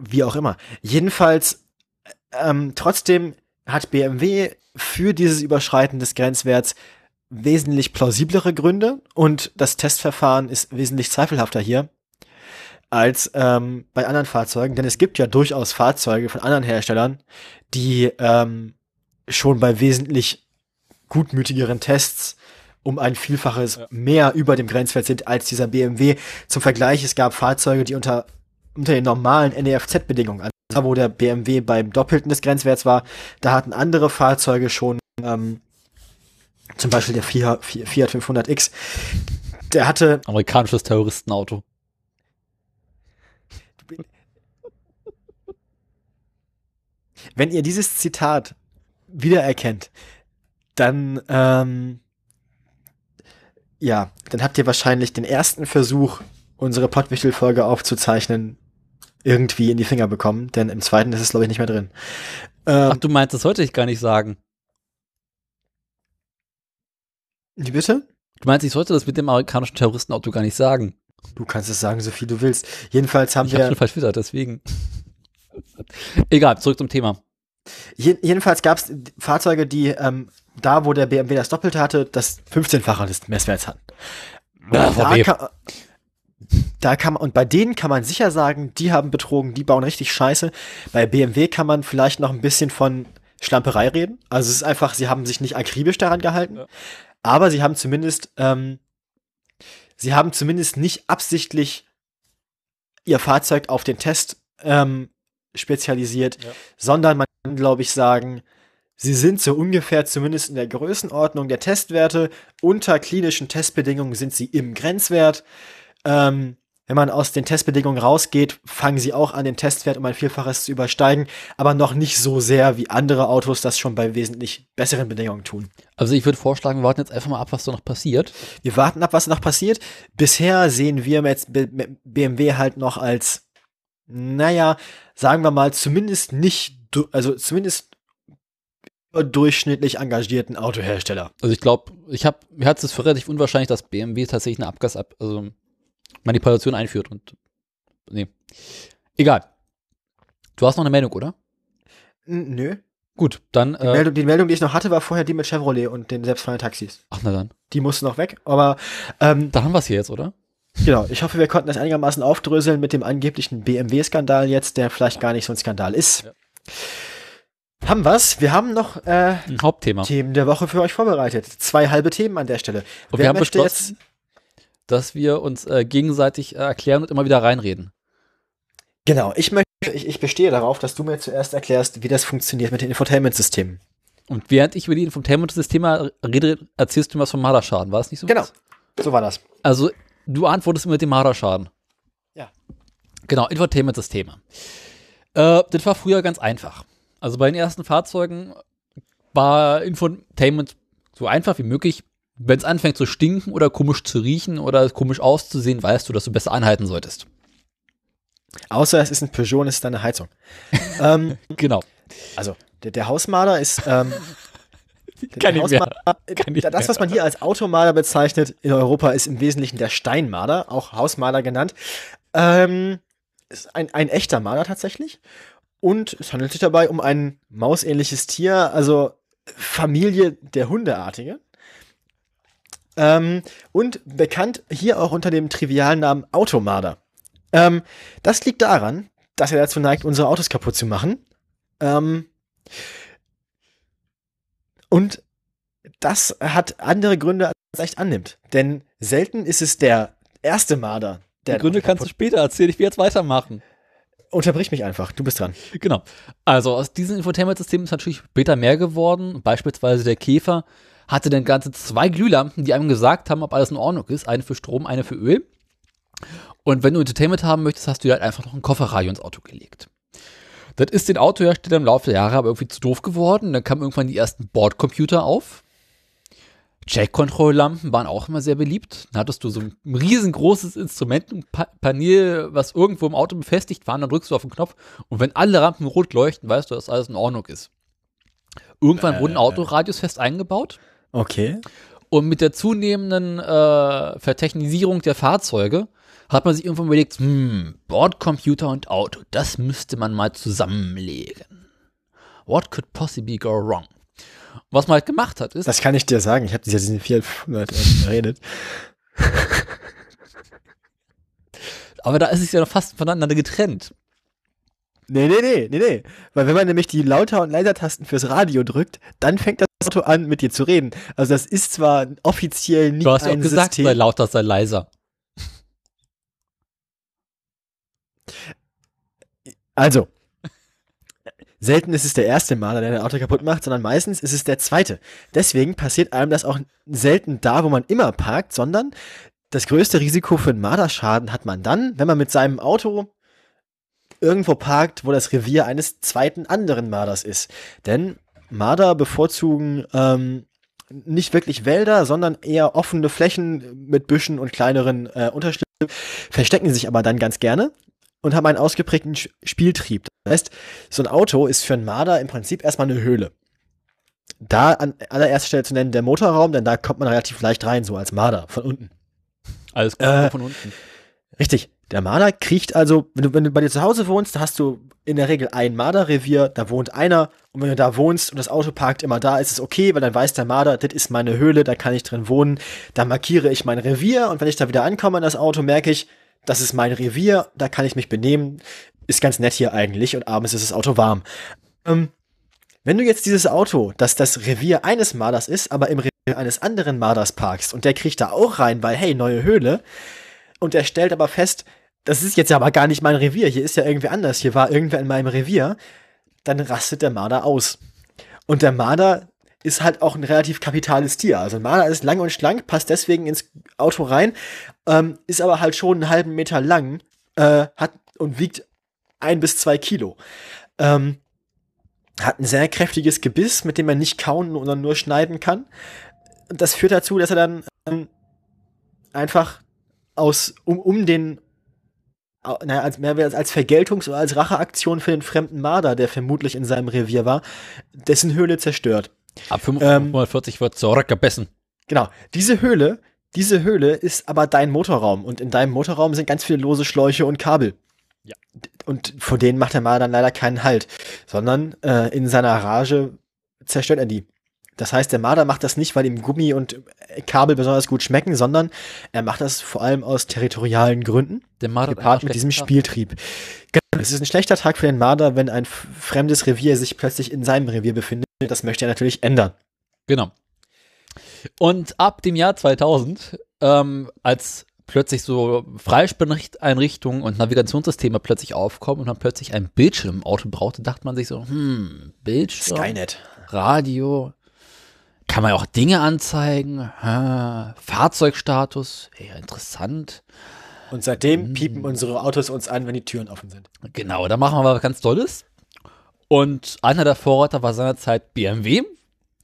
Wie auch immer. Jedenfalls, ähm, trotzdem hat B M W für dieses Überschreiten des Grenzwerts wesentlich plausiblere Gründe und das Testverfahren ist wesentlich zweifelhafter hier als ähm, bei anderen Fahrzeugen, denn es gibt ja durchaus Fahrzeuge von anderen Herstellern, die ähm, schon bei wesentlich gutmütigeren Tests um ein Vielfaches ja. mehr über dem Grenzwert sind als dieser B M W. Zum Vergleich, es gab Fahrzeuge, die unter, unter den normalen N E F Z-Bedingungen, also da, wo der B M W beim Doppelten des Grenzwerts war, da hatten andere Fahrzeuge schon, ähm, zum Beispiel der Fiat, Fiat fünfhundert X, der hatte amerikanisches Terroristenauto. Wenn ihr dieses Zitat wiedererkennt, dann, ähm, ja, dann habt ihr wahrscheinlich den ersten Versuch, unsere Pottwichtel-Folge aufzuzeichnen, irgendwie in die Finger bekommen, denn im zweiten ist es, glaube ich, nicht mehr drin. Ähm, Ach, du meinst, das sollte ich gar nicht sagen. Wie bitte? Du meinst, ich sollte das mit dem amerikanischen Terroristenauto gar nicht sagen. Du kannst es sagen, so viel du willst. Jedenfalls haben ich wir... Ich hab schon falsch wieder, deswegen. Egal, zurück zum Thema. Je- jedenfalls gab es Fahrzeuge, die ähm, da, wo der B M W das Doppelte hatte, das fünfzehnfache des Messwerts hatten. Ja, da, kann, da kann man, und bei denen kann man sicher sagen, die haben betrogen, die bauen richtig Scheiße. Bei B M W kann man vielleicht noch ein bisschen von Schlamperei reden. Also es ist einfach, sie haben sich nicht akribisch daran gehalten, ja. aber sie haben zumindest, ähm, sie haben zumindest nicht absichtlich ihr Fahrzeug auf den Test ähm, spezialisiert, ja. sondern man kann, glaube ich, sagen, sie sind so ungefähr zumindest in der Größenordnung der Testwerte. Unter klinischen Testbedingungen sind sie im Grenzwert. Ähm, wenn man aus den Testbedingungen rausgeht, fangen sie auch an, den Testwert um ein Vielfaches zu übersteigen, aber noch nicht so sehr, wie andere Autos das schon bei wesentlich besseren Bedingungen tun. Also ich würde vorschlagen, wir warten jetzt einfach mal ab, was da noch passiert. Wir warten ab, was noch passiert. Bisher sehen wir jetzt B M W halt noch als, naja, sagen wir mal, zumindest nicht, also zumindest durchschnittlich engagierten Autohersteller. Also ich glaube, ich habe, mir hat es für relativ unwahrscheinlich, dass B M W tatsächlich eine Abgas, also Manipulation einführt und, nee. Egal. Du hast noch eine Meldung, oder? N- nö. Gut, dann. Die, äh, Meldung, die Meldung, die ich noch hatte, war vorher die mit Chevrolet und den selbstfahrenden Taxis. Ach, na dann. Die mussten noch weg, aber, ähm. Da haben wir es hier jetzt, oder? Genau, ich hoffe, wir konnten das einigermaßen aufdröseln mit dem angeblichen B M W-Skandal jetzt, der vielleicht gar nicht so ein Skandal ist. Ja. Haben wir's? Wir haben noch äh, ein Hauptthema. Themen der Woche für euch vorbereitet. Zwei halbe Themen an der Stelle. Und wir haben beschlossen, dass wir uns äh, gegenseitig äh, erklären und immer wieder reinreden. Genau, ich möchte, ich, ich bestehe darauf, dass du mir zuerst erklärst, wie das funktioniert mit den Infotainment-Systemen. Und während ich über die Infotainment-Systeme rede, erzählst du mir was vom Marderschaden, war das nicht so? Genau, so war das. Also, du antwortest immer mit dem Marderschaden. Ja. Genau, Infotainment-Systeme. Äh, das war früher ganz einfach. Also bei den ersten Fahrzeugen war Infotainment so einfach wie möglich. Wenn es anfängt zu stinken oder komisch zu riechen oder komisch auszusehen, weißt du, dass du besser anhalten solltest. Außer es ist ein Peugeot und es ist eine Heizung. ähm, genau. Also der, der Hausmaler ist ähm, Kann ich mehr. Kann ich das, was man hier als Automaler bezeichnet, in Europa ist im Wesentlichen der Steinmaler, auch Hausmaler genannt. Ähm, ist ein, ein echter Maler tatsächlich. Und es handelt sich dabei um ein mausähnliches Tier, also Familie der Hundeartige. Ähm, und bekannt hier auch unter dem trivialen Namen Automarder. Ähm, das liegt daran, dass er dazu neigt, unsere Autos kaputt zu machen. Ähm, und das hat andere Gründe, als man echt annimmt. Denn selten ist es der erste Marder, der. Die Gründe kannst du später erzählen, ich will jetzt weitermachen. Unterbrich mich einfach, du bist dran. Genau. Also aus diesem Infotainment-System ist natürlich später mehr geworden. Beispielsweise der Käfer hatte dann ganze zwei Glühlampen, die einem gesagt haben, ob alles in Ordnung ist. Eine für Strom, eine für Öl. Und wenn du Entertainment haben möchtest, hast du halt einfach noch ein Kofferradio ins Auto gelegt. Das ist den Autoherstellern im Laufe der Jahre aber irgendwie zu doof geworden. Dann kamen irgendwann die ersten Bordcomputer auf. Check-Control-Lampen waren auch immer sehr beliebt. Dann hattest du so ein riesengroßes Instrumentenpanel, was irgendwo im Auto befestigt war. Dann drückst du auf den Knopf und wenn alle Rampen rot leuchten, weißt du, dass alles in Ordnung ist. Irgendwann äh, wurden Autoradios fest eingebaut. Okay. Und mit der zunehmenden äh, Vertechnisierung der Fahrzeuge hat man sich irgendwann überlegt, hm, Bordcomputer und Auto, das müsste man mal zusammenlegen. What could possibly go wrong? Was man halt gemacht hat, ist... Das kann ich dir sagen, ich habe diese diesen vierhundert geredet. Aber da ist es ja noch fast voneinander getrennt. Nee, nee, nee, nee, nee. Weil wenn man nämlich die Lauter- und Leiser-Tasten fürs Radio drückt, dann fängt das Auto an, mit dir zu reden. Also das ist zwar offiziell nicht Du hast ja ein auch gesagt, System. sei lauter, sei leiser. Also, selten ist es der erste Maler, der ein Auto kaputt macht, sondern meistens ist es der zweite. Deswegen passiert einem das auch selten da, wo man immer parkt, sondern das größte Risiko für einen Marderschaden hat man dann, wenn man mit seinem Auto irgendwo parkt, wo das Revier eines zweiten anderen Marders ist. Denn Marder bevorzugen ähm, nicht wirklich Wälder, sondern eher offene Flächen mit Büschen und kleineren äh, Unterschlüpfen, verstecken sich aber dann ganz gerne und haben einen ausgeprägten Sch- Spieltrieb. Das heißt, so ein Auto ist für einen Marder im Prinzip erstmal eine Höhle. Da an allererster Stelle zu nennen der Motorraum, denn da kommt man relativ leicht rein, so als Marder, von unten. Alles gut, Äh, von unten. Richtig. Der Marder kriecht also, wenn du, wenn du bei dir zu Hause wohnst, da hast du in der Regel ein Marderrevier, da wohnt einer, und wenn du da wohnst und das Auto parkt immer da, ist es okay, weil dann weiß der Marder, das ist meine Höhle, da kann ich drin wohnen, da markiere ich mein Revier und wenn ich da wieder ankomme an das Auto, merke ich, das ist mein Revier, da kann ich mich benehmen, ist ganz nett hier eigentlich und abends ist das Auto warm. Ähm, wenn du jetzt dieses Auto, das das Revier eines Marders ist, aber im Revier eines anderen Marders parkst und der kriegt da auch rein, weil hey, neue Höhle, und der stellt aber fest, das ist jetzt ja aber gar nicht mein Revier, hier ist ja irgendwie anders, hier war irgendwer in meinem Revier, dann rastet der Marder aus. Und der Marder ist halt auch ein relativ kapitales Tier. Also ein Marder ist lang und schlank, passt deswegen ins Auto rein, ähm, ist aber halt schon einen halben Meter lang, äh, hat und wiegt ein bis zwei Kilo. Ähm, hat ein sehr kräftiges Gebiss, mit dem man nicht kauen oder nur schneiden kann. Und das führt dazu, dass er dann ähm, einfach aus, um, um den naja, als mehr als, als Vergeltungs- oder als Racheaktion für den fremden Marder, der vermutlich in seinem Revier war, dessen Höhle zerstört. Ab fünfhundertvierzig wird zurückgebissen. Genau. Diese Höhle, diese Höhle ist aber dein Motorraum und in deinem Motorraum sind ganz viele lose Schläuche und Kabel. Ja. Und vor denen macht der Marder dann leider keinen Halt, sondern äh, in seiner Rage zerstört er die. Das heißt, der Marder macht das nicht, weil ihm Gummi und Kabel besonders gut schmecken, sondern er macht das vor allem aus territorialen Gründen, Der Marder gepaart mit diesem Spieltrieb. Genau, es ist ein schlechter Tag für den Marder, wenn ein f- fremdes Revier sich plötzlich in seinem Revier befindet. Das möchte er natürlich ändern. Genau. Und ab dem Jahr zweitausend, ähm, als plötzlich so Freisprecheinrichtungen und Navigationssysteme plötzlich aufkommen und man plötzlich einen Bildschirm im Auto brauchte, dachte man sich so, hm, Bildschirm, Skynet. Radio, kann man ja auch Dinge anzeigen, ha, Fahrzeugstatus, ja, interessant. Und seitdem Hm. piepen unsere Autos uns an, wenn die Türen offen sind. Genau, da machen wir was ganz Tolles. Und einer der Vorreiter war seinerzeit B M W,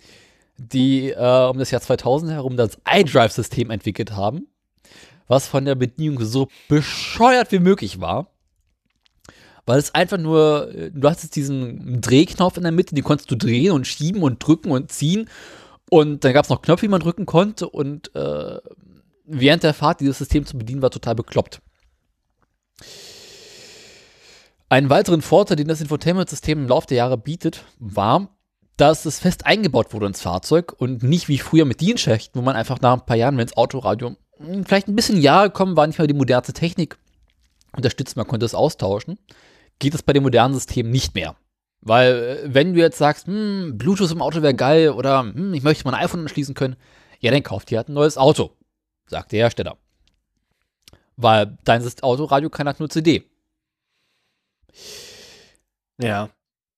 die äh, um das Jahr zweitausend herum das iDrive-System entwickelt haben, was von der Bedienung so bescheuert wie möglich war. Weil es einfach nur, du hattest diesen Drehknopf in der Mitte, den konntest du drehen und schieben und drücken und ziehen. Und dann gab es noch Knöpfe, die man drücken konnte. Und äh, während der Fahrt dieses System zu bedienen, war total bekloppt. Einen weiteren Vorteil, den das Infotainment-System im Laufe der Jahre bietet, war, dass es fest eingebaut wurde ins Fahrzeug und nicht wie früher mit DIN-Schächten, wo man einfach nach ein paar Jahren, wenn das Autoradio mh, vielleicht ein bisschen Jahre gekommen war, nicht mehr die modernste Technik unterstützt, man konnte es austauschen, geht es bei dem modernen System nicht mehr. Weil, äh, wenn du jetzt sagst, hm, Bluetooth im Auto wäre geil oder hm, ich möchte mein iPhone anschließen können, ja, dann kauft ihr halt ein neues Auto, sagt der Hersteller. Weil dein Syst- Autoradio kann halt nur C D. Ja.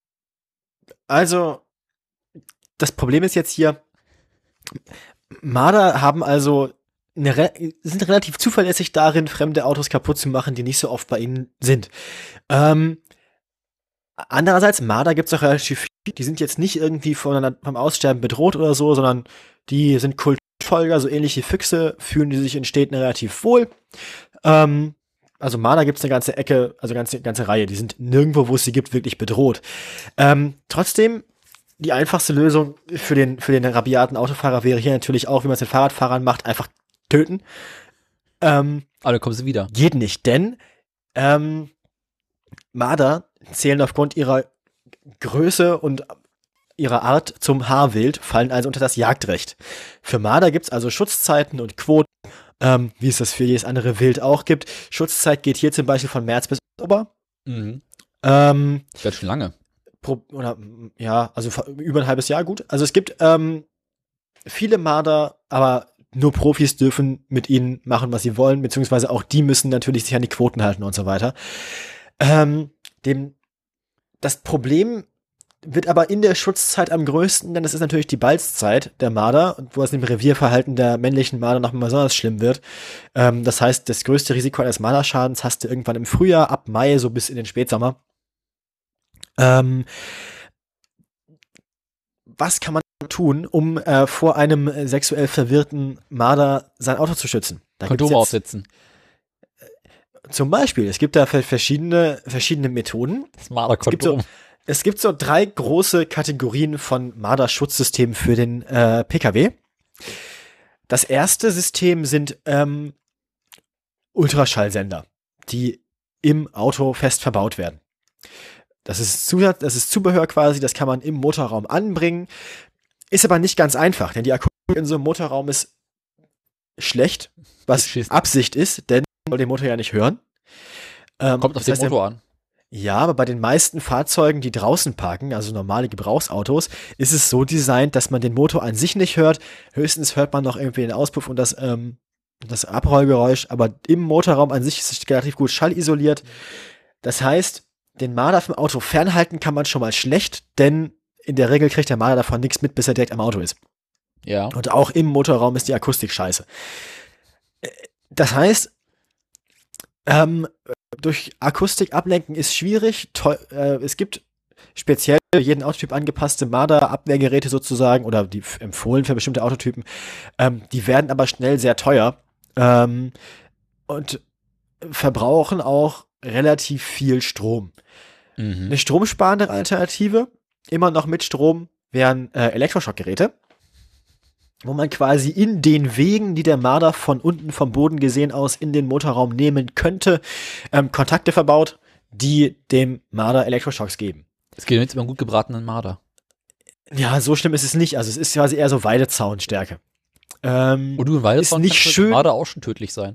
Also, das Problem ist jetzt hier, Marder haben also eine, re- sind relativ zuverlässig darin, fremde Autos kaputt zu machen, die nicht so oft bei ihnen sind. Ähm, andererseits, Marder gibt es auch relativ viele, die sind jetzt nicht irgendwie von, vom Aussterben bedroht oder so, sondern die sind Kultfolger, so ähnlich wie Füchse, fühlen die sich in Städten relativ wohl. Ähm, also Marder gibt es eine ganze Ecke, also eine ganze, ganze Reihe, die sind nirgendwo, wo es sie gibt, wirklich bedroht. Ähm, trotzdem, die einfachste Lösung für den, für den rabiaten Autofahrer wäre hier natürlich auch, wie man es den Fahrradfahrern macht, einfach töten. Ähm, Aber dann kommen sie wieder. Geht nicht, denn ähm, Marder zählen aufgrund ihrer Größe und ihrer Art zum Haarwild, fallen also unter das Jagdrecht. Für Marder gibt es also Schutzzeiten und Quoten, ähm, wie es das für jedes andere Wild auch gibt. Schutzzeit geht hier zum Beispiel von März bis Oktober. Mhm. Ähm, Das wird schon lange. Pro, oder, ja, also über ein halbes Jahr, gut. Also es gibt ähm, viele Marder, aber nur Profis dürfen mit ihnen machen, was sie wollen, beziehungsweise auch die müssen natürlich sich an die Quoten halten und so weiter. Ähm, dem, das Problem wird aber in der Schutzzeit am größten, denn das ist natürlich die Balzzeit der Marder, wo es im Revierverhalten der männlichen Marder noch mal besonders schlimm wird. Ähm, das heißt, das größte Risiko eines Marderschadens hast du irgendwann im Frühjahr, ab Mai, so bis in den Spätsommer. Ähm, was kann man tun, um äh, vor einem äh, sexuell verwirrten Marder sein Auto zu schützen? Da Kondome aufsetzen. Zum Beispiel, es gibt da verschiedene, verschiedene Methoden. Das Marder-Kondom. Es gibt so drei große Kategorien von Marder-Schutzsystemen für den äh, P K W. Das erste System sind ähm, Ultraschallsender, die im Auto fest verbaut werden. Das ist, Zusatz, das ist Zubehör quasi, das kann man im Motorraum anbringen. Ist aber nicht ganz einfach, denn die Akustik in so einem Motorraum ist schlecht, was Absicht ist, denn man soll den Motor ja nicht hören. Ähm, Kommt auf den Motor an. Ja, aber bei den meisten Fahrzeugen, die draußen parken, also normale Gebrauchsautos, ist es so designt, dass man den Motor an sich nicht hört. Höchstens hört man noch irgendwie den Auspuff und das, ähm, das Abrollgeräusch, aber im Motorraum an sich ist es relativ gut schallisoliert. Das heißt, den Marder vom Auto fernhalten kann man schon mal schlecht, denn in der Regel kriegt der Marder davon nichts mit, bis er direkt am Auto ist. Ja. Und auch im Motorraum ist die Akustik scheiße. Das heißt, ähm, durch Akustik ablenken ist schwierig. Teu- äh, es gibt speziell für jeden Autotyp angepasste Marder-Abwehrgeräte sozusagen oder die f- empfohlen für bestimmte Autotypen. Ähm, die werden aber schnell sehr teuer ähm, und verbrauchen auch relativ viel Strom. Mhm. Eine stromsparende Alternative, immer noch mit Strom, wären äh, Elektroschockgeräte, wo man quasi in den Wegen, die der Marder von unten vom Boden gesehen aus in den Motorraum nehmen könnte, ähm, Kontakte verbaut, die dem Marder Elektroschocks geben. Es geht jetzt über einen gut gebratenen Marder. Ja, so schlimm ist es nicht. Also es ist quasi eher so Weidezaunstärke. Ähm, Und du, ein Weidezaun ist nicht kann für schön. den Marder auch schon tödlich sein.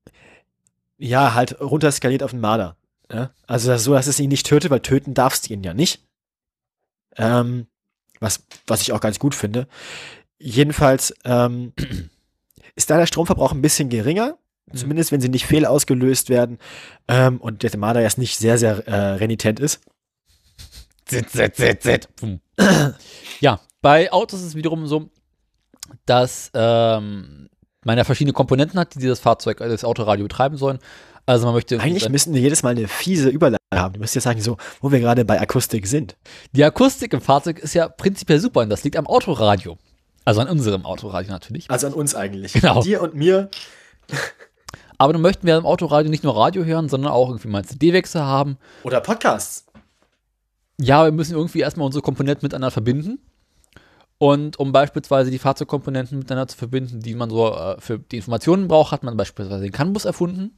Ja, halt runterskaliert auf den Marder. Ja? Also das ist so, dass es ihn nicht tötet, weil töten darfst du ihn ja nicht. Ähm, was, was ich auch ganz gut finde. Jedenfalls ähm, ist da der Stromverbrauch ein bisschen geringer, mhm. zumindest wenn sie nicht fehl ausgelöst werden ähm, und der Marder jetzt nicht sehr, sehr äh, renitent ist. Zit, zit, zit, zit. Ja, bei Autos ist es wiederum so, dass ähm, man ja verschiedene Komponenten hat, die dieses Fahrzeug, also das Autoradio betreiben sollen. Also man möchte Eigentlich müssten wir jedes Mal eine fiese Überleitung haben. Du müsst jetzt sagen, so, wo wir gerade bei Akustik sind. Die Akustik im Fahrzeug ist ja prinzipiell super und das liegt am Autoradio. Also an unserem Autoradio natürlich. Also an uns eigentlich. Genau. Dir und mir. Aber dann möchten wir im Autoradio nicht nur Radio hören, sondern auch irgendwie mal einen C D-Wechsel haben. Oder Podcasts. Ja, wir müssen irgendwie erstmal unsere Komponenten miteinander verbinden. Und um beispielsweise die Fahrzeugkomponenten miteinander zu verbinden, die man so äh, für die Informationen braucht, hat man beispielsweise den CAN-Bus erfunden,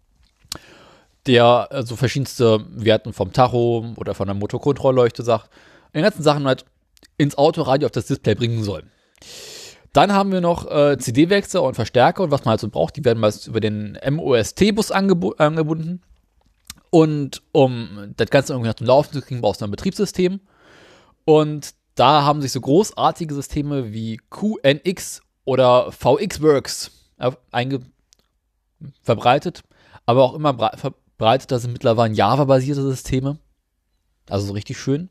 der äh, so verschiedenste Werten vom Tacho oder von der Motorkontrollleuchte sagt, den ganzen Sachen halt ins Autoradio auf das Display bringen soll. Dann haben wir noch äh, C D-Wechsler und Verstärker und was man halt so braucht, die werden meist über den M O S T-Bus angeb- angebunden. Und um das Ganze irgendwie zum Laufen zu kriegen, brauchst du ein Betriebssystem. Und da haben sich so großartige Systeme wie Q N X oder V X Works äh, einge- verbreitet, aber auch immer bre- verbreiteter sind mittlerweile Java-basierte Systeme. Also so richtig schön.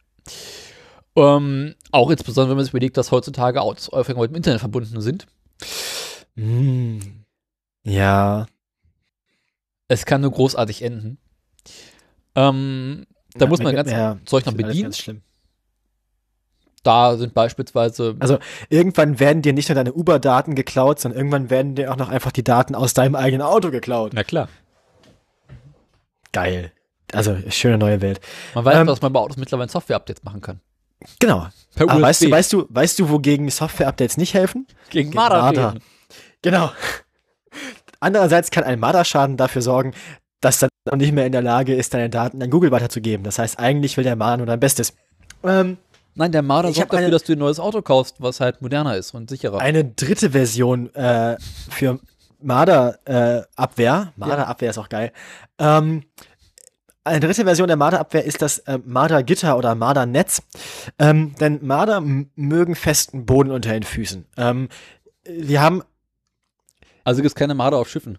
Ähm, auch insbesondere, wenn man sich überlegt, dass heutzutage Autos häufig mit dem Internet verbunden sind. Mm. Ja. Es kann nur großartig enden. Ähm, da Ja, muss man mir- ganz ja, Zeug noch das ist alles bedienen. Ganz schlimm. Da sind beispielsweise Also irgendwann werden dir nicht nur deine Uber-Daten geklaut, sondern irgendwann werden dir auch noch einfach die Daten aus deinem eigenen Auto geklaut. na klar. Geil. Also schöne neue Welt. Man weiß, Ähm, dass man bei Autos mittlerweile Software-Updates machen kann. Genau. Per Ah, U S B. weißt du, weißt du, weißt du, wogegen Software-Updates nicht helfen? Gegen Marder. Marder. Genau. Andererseits kann ein Marderschaden dafür sorgen, dass dann auch nicht mehr in der Lage ist, deine Daten an Google weiterzugeben. Das heißt, eigentlich will der Marder nur dein Bestes. Ähm, Nein, der Marder Ich sorgt hab dafür, eine- dass du ein neues Auto kaufst, was halt moderner ist und sicherer. eine dritte Version äh, für Marderabwehr, äh, Abwehr. Marderabwehr ist auch geil. Ähm, eine dritte Version der Marderabwehr ist das äh, Mardergitter oder Mardernetz. Ähm, denn Marder m- mögen festen Boden unter den Füßen. Ähm, wir haben Also gibt es keine Marder auf Schiffen.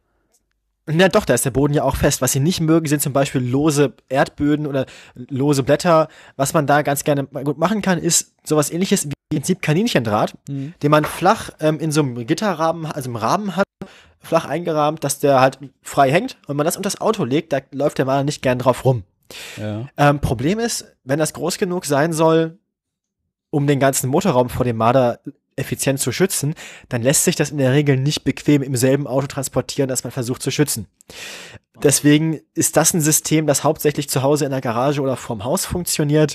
Na doch, da ist der Boden ja auch fest. Was sie nicht mögen, sind zum Beispiel lose Erdböden oder lose Blätter. Was man da ganz gerne mal gut machen kann, ist sowas ähnliches wie im Prinzip Kaninchendraht, Mhm. den man flach ähm, in so einem Gitterrahmen, also im Rahmen hat, flach eingerahmt, dass der halt frei hängt. Und wenn man das unter das Auto legt, da läuft der Marder nicht gern drauf rum. Ja. Ähm, Problem ist, wenn das groß genug sein soll, um den ganzen Motorraum vor dem Marder effizient zu schützen, dann lässt sich das in der Regel nicht bequem im selben Auto transportieren, das man versucht zu schützen. Deswegen ist das ein System, das hauptsächlich zu Hause in der Garage oder vorm Haus funktioniert.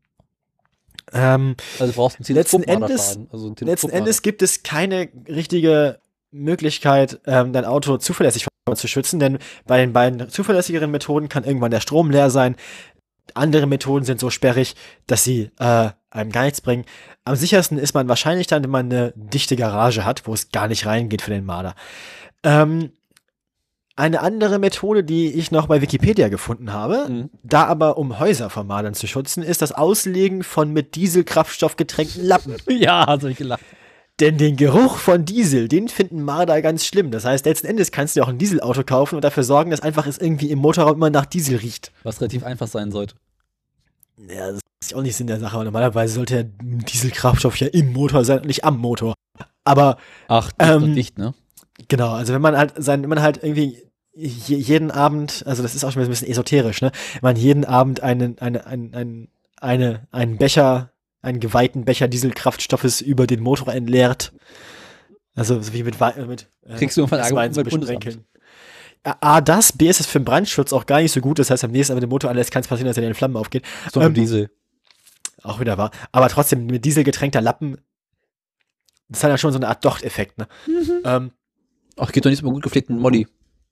Ähm, Also du brauchst einen Letzten Teleskop-Marderschaden. Also einen letzten Teleskop-Marder. Endes gibt es keine richtige Möglichkeit, ähm, dein Auto zuverlässig zu schützen, denn bei den beiden zuverlässigeren Methoden kann irgendwann der Strom leer sein. Andere Methoden sind so sperrig, dass sie äh, einem gar nichts bringen. Am sichersten ist man wahrscheinlich dann, wenn man eine dichte Garage hat, wo es gar nicht reingeht für den Marder. Ähm, eine andere Methode, die ich noch bei Wikipedia gefunden habe, Mhm. da aber um Häuser vor Mardern zu schützen, ist das Auslegen von mit Dieselkraftstoff getränkten Lappen. Ja, hast du mich gelacht. Denn den Geruch von Diesel, den finden Marder ganz schlimm. Das heißt, letzten Endes kannst du dir auch ein Dieselauto kaufen und dafür sorgen, dass einfach es irgendwie im Motorraum immer nach Diesel riecht. Was relativ einfach sein sollte. Ja, das ist auch nicht Sinn der Sache, aber normalerweise sollte ja Dieselkraftstoff ja im Motor sein und nicht am Motor. Aber Ach, dicht Ähm, und dicht, ne? genau, also wenn man halt sein, wenn man halt irgendwie je, jeden Abend, also das ist auch schon ein bisschen esoterisch, ne? Wenn man jeden Abend einen, eine, einen, einen, eine, einen Becher, einen geweihten Becher Dieselkraftstoffes über den Motor entleert. Also so wie mit, Wei- mit äh, Kriegst du irgendwann das Ärger Wein mit zu dem Bundesamt. besprenkeln. A, A, das, B ist es für den Brandschutz auch gar nicht so gut. Das heißt, am nächsten Mal, wenn der Motor anlässt, kann es passieren, dass er in den Flammen aufgeht. So Ähm, ein Diesel. Auch wieder wahr. Aber trotzdem, mit dieselgetränkter Lappen, das hat ja schon so eine Art Docht-Effekt, ne? Ähm, Ach, geht doch nicht so mit gut gepflegten Molly.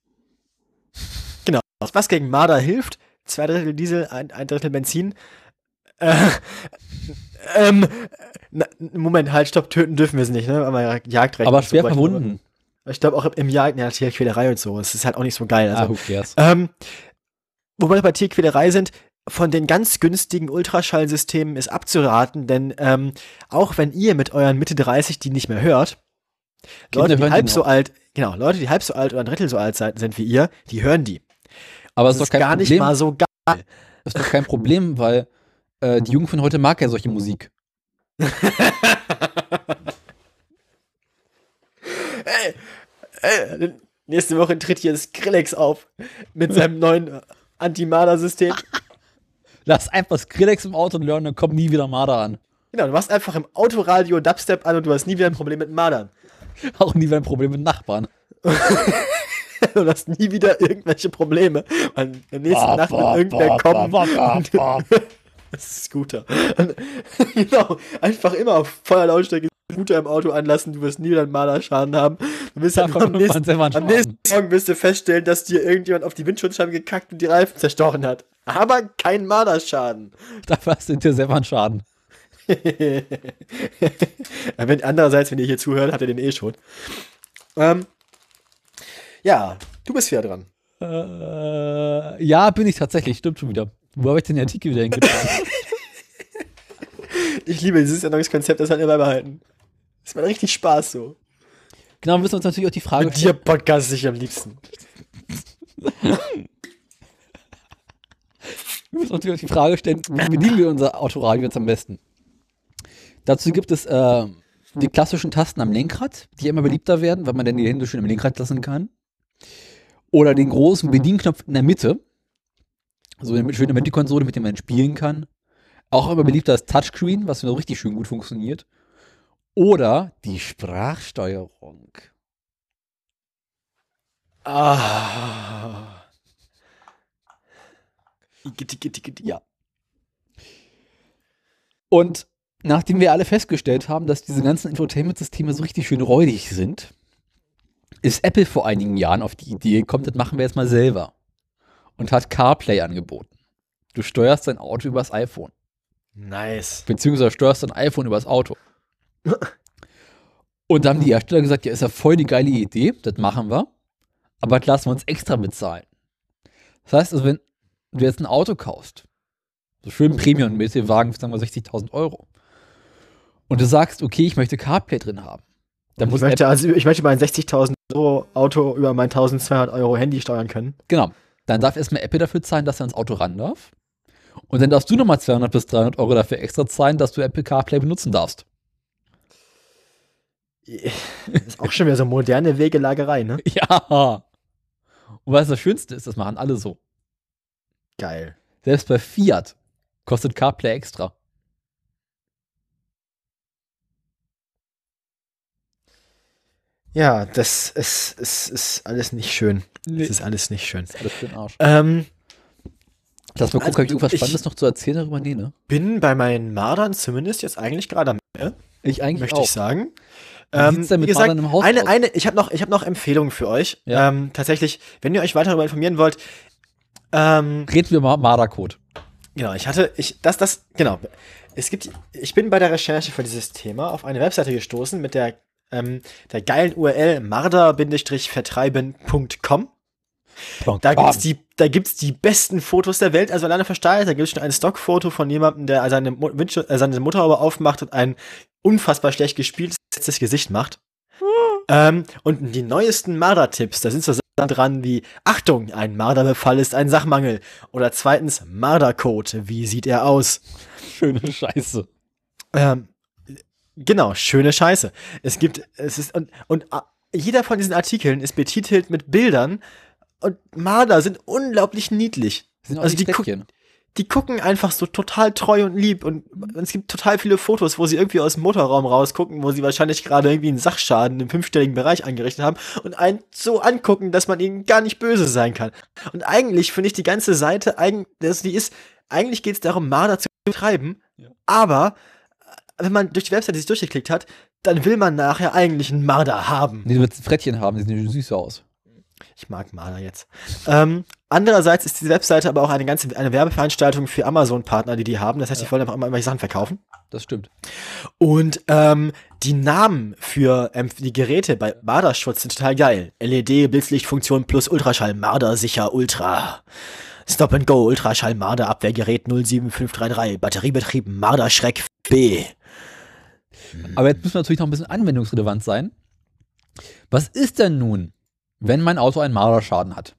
genau. Was gegen Marder hilft, zwei Drittel Diesel, ein, ein Drittel Benzin. Äh, ähm, na, Moment, halt, stopp, töten dürfen wir es nicht, ne? Aber Jagdrecht. Aber und so schwer weiter. verwunden. Ich glaube auch im Jagd, ja, Tierquälerei und so. Es ist halt auch nicht so geil. Also, Ah, who cares? Ähm, wo wir bei Tierquälerei sind, von den ganz günstigen Ultraschallsystemen ist abzuraten, denn ähm, auch wenn ihr mit euren Mitte dreißig die nicht mehr hört, Kinder Leute, die hören die halb noch. so alt, genau, Leute, die halb so alt oder ein Drittel so alt sein- sind wie ihr, die hören die. Aber Das es ist ist doch kein gar nicht Problem. mal so geil. Das ist doch kein Problem, weil äh, die Jugend von heute mag ja solche Musik. Ey, ey, nächste Woche tritt hier Skrillex auf mit seinem neuen Anti-Marder-System. Lass einfach Skrillex im Auto und lernen, dann kommt nie wieder Marder an. Genau, du machst einfach im Autoradio Dubstep an und du hast nie wieder ein Problem mit Mardern. Auch nie wieder ein Problem mit Nachbarn. Du hast nie wieder irgendwelche Probleme. Und in der nächsten Ba, Nacht ba, wird irgendwer ba, kommen. ba, ba, und- ba. Das ist Scooter. Und, genau, einfach immer auf voller Lautstärke Scooter im Auto anlassen, du wirst nie wieder einen Marderschaden haben. Du wirst Da dann kommt am, irgendwann nächsten, selber ein am Schaden. nächsten Morgen wirst du feststellen, dass dir irgendjemand auf die Windschutzscheibe gekackt und die Reifen zerstochen hat. Aber kein Marderschaden. Dafür hast du dir selber einen Schaden. wenn, andererseits, wenn ihr hier zuhört, habt ihr den eh schon. Ähm, ja, du bist wieder dran. Äh, ja, bin ich tatsächlich. Stimmt schon wieder. Wo habe ich denn den Artikel wieder hingetan? Ich liebe dieses Sendungskonzept, das hat mir beibehalten. Das macht richtig Spaß so. Genau, wir müssen uns natürlich auch die Frage Mit dir podcast ich am liebsten. Wir müssen uns natürlich auch die Frage stellen, wie bedienen wir unser Autoradio jetzt am besten? Dazu gibt es äh, die klassischen Tasten am Lenkrad, die immer beliebter werden, weil man dann die Hände schön im Lenkrad lassen kann. Oder den großen Bedienknopf in der Mitte. So eine schöne Mittelkonsole, mit der man spielen kann. Auch immer beliebter das Touchscreen, was noch richtig schön gut funktioniert. Oder die Sprachsteuerung. Ah. Igiti, igiti, igiti. Ja. Und nachdem wir alle festgestellt haben, dass diese ganzen Infotainment-Systeme so richtig schön räudig sind, ist Apple vor einigen Jahren auf die Idee gekommen, das machen wir jetzt mal selber. Und hat CarPlay angeboten. Du steuerst dein Auto übers iPhone. Nice. Beziehungsweise steuerst dein iPhone übers Auto. Und dann haben die Hersteller gesagt, ja, ist ja voll die geile Idee, das machen wir. Aber das lassen wir uns extra bezahlen. Das heißt, also wenn du jetzt ein Auto kaufst, so schön Premium-mäßig Wagen für, sagen wir, sechzigtausend Euro, und du sagst, okay, ich möchte CarPlay drin haben, dann Ich muss möchte, Apple, also, ich möchte mein sechzigtausend Euro Auto über mein eintausendzweihundert Euro Handy steuern können. genau, dann darf erstmal Apple dafür zahlen, dass er ins Auto ran darf. Und dann darfst du nochmal zweihundert bis dreihundert Euro dafür extra zahlen, dass du Apple CarPlay benutzen darfst. Das ist auch schon wieder so moderne Wegelagerei, ne? Ja. Und was das Schönste ist, das machen alle so. Geil. Selbst bei Fiat kostet CarPlay extra. Ja, das ist, ist, ist alles nicht schön. Nee. Das ist alles nicht schön. Das ist alles für den Arsch. Ähm, Lass mal gucken, Also, habe ich irgendwas ich- Spannendes noch zu erzählen darüber? Nee, ne? bin bei meinen Mardern zumindest jetzt eigentlich gerade am Ende, Ich eigentlich möchte auch. ich sagen. Wie Ähm, sieht's denn mit wie gesagt, Mardern im Haus eine, aus? eine, ich habe noch, ich habe noch Empfehlungen für euch. Ja. Ähm, tatsächlich, wenn ihr euch weiter darüber informieren wollt, ähm, Reden wir mal Mardercode. genau, ich hatte, ich, das, das, genau. Es gibt, ich bin bei der Recherche für dieses Thema auf eine Webseite gestoßen mit der, ähm, der geilen U R L marder-vertreiben punkt com. Da gibt's die, da gibt's die besten Fotos der Welt, also alleine versteigert. Da gibt's schon ein Stockfoto von jemandem, der seine, Mu- Windschu- äh, seine Motorhaube aufmacht und ein unfassbar schlecht gespieltes Gesicht macht. ähm, und die neuesten Marder-Tipps, da sind so Sachen dran wie, Achtung, ein Marderbefall ist ein Sachmangel. Oder zweitens, Mardercode, wie sieht er aus? Schöne Scheiße. Ähm, genau, schöne Scheiße. Es gibt, es ist, und, und äh, jeder von diesen Artikeln ist betitelt mit Bildern und Marder sind unglaublich niedlich. Das sind auch Also die die gu- Täschchen. Die gucken einfach so total treu und lieb und, und es gibt total viele Fotos, wo sie irgendwie aus dem Motorraum rausgucken, wo sie wahrscheinlich gerade irgendwie einen Sachschaden im fünfstelligen Bereich angerichtet haben und einen so angucken, dass man ihnen gar nicht böse sein kann. Und eigentlich finde ich die ganze Seite, eigen, das, die ist, eigentlich geht es darum, Marder zu betreiben, Ja. aber äh, wenn man durch die Webseite sich durchgeklickt hat, dann will man nachher eigentlich einen Marder haben. Nee, du willst ein Frettchen haben, die sehen süß aus. Ich mag Marder jetzt. Ähm, andererseits ist diese Webseite aber auch eine ganze eine Werbeveranstaltung für Amazon-Partner, die die haben. Das heißt, die Ja. wollen einfach immer irgendwelche Sachen verkaufen. Das stimmt. Und ähm, die Namen für ähm, die Geräte bei Marderschutz sind total geil. L E D, Blitzlichtfunktion plus Ultraschall, Marder sicher Ultra. Stop and Go, Ultraschall, Marder Abwehrgerät null sieben fünf drei drei, Batteriebetrieb, Marder Schreck B. Aber jetzt müssen wir natürlich noch ein bisschen anwendungsrelevant sein. Was ist denn nun, wenn mein Auto einen Marderschaden hat?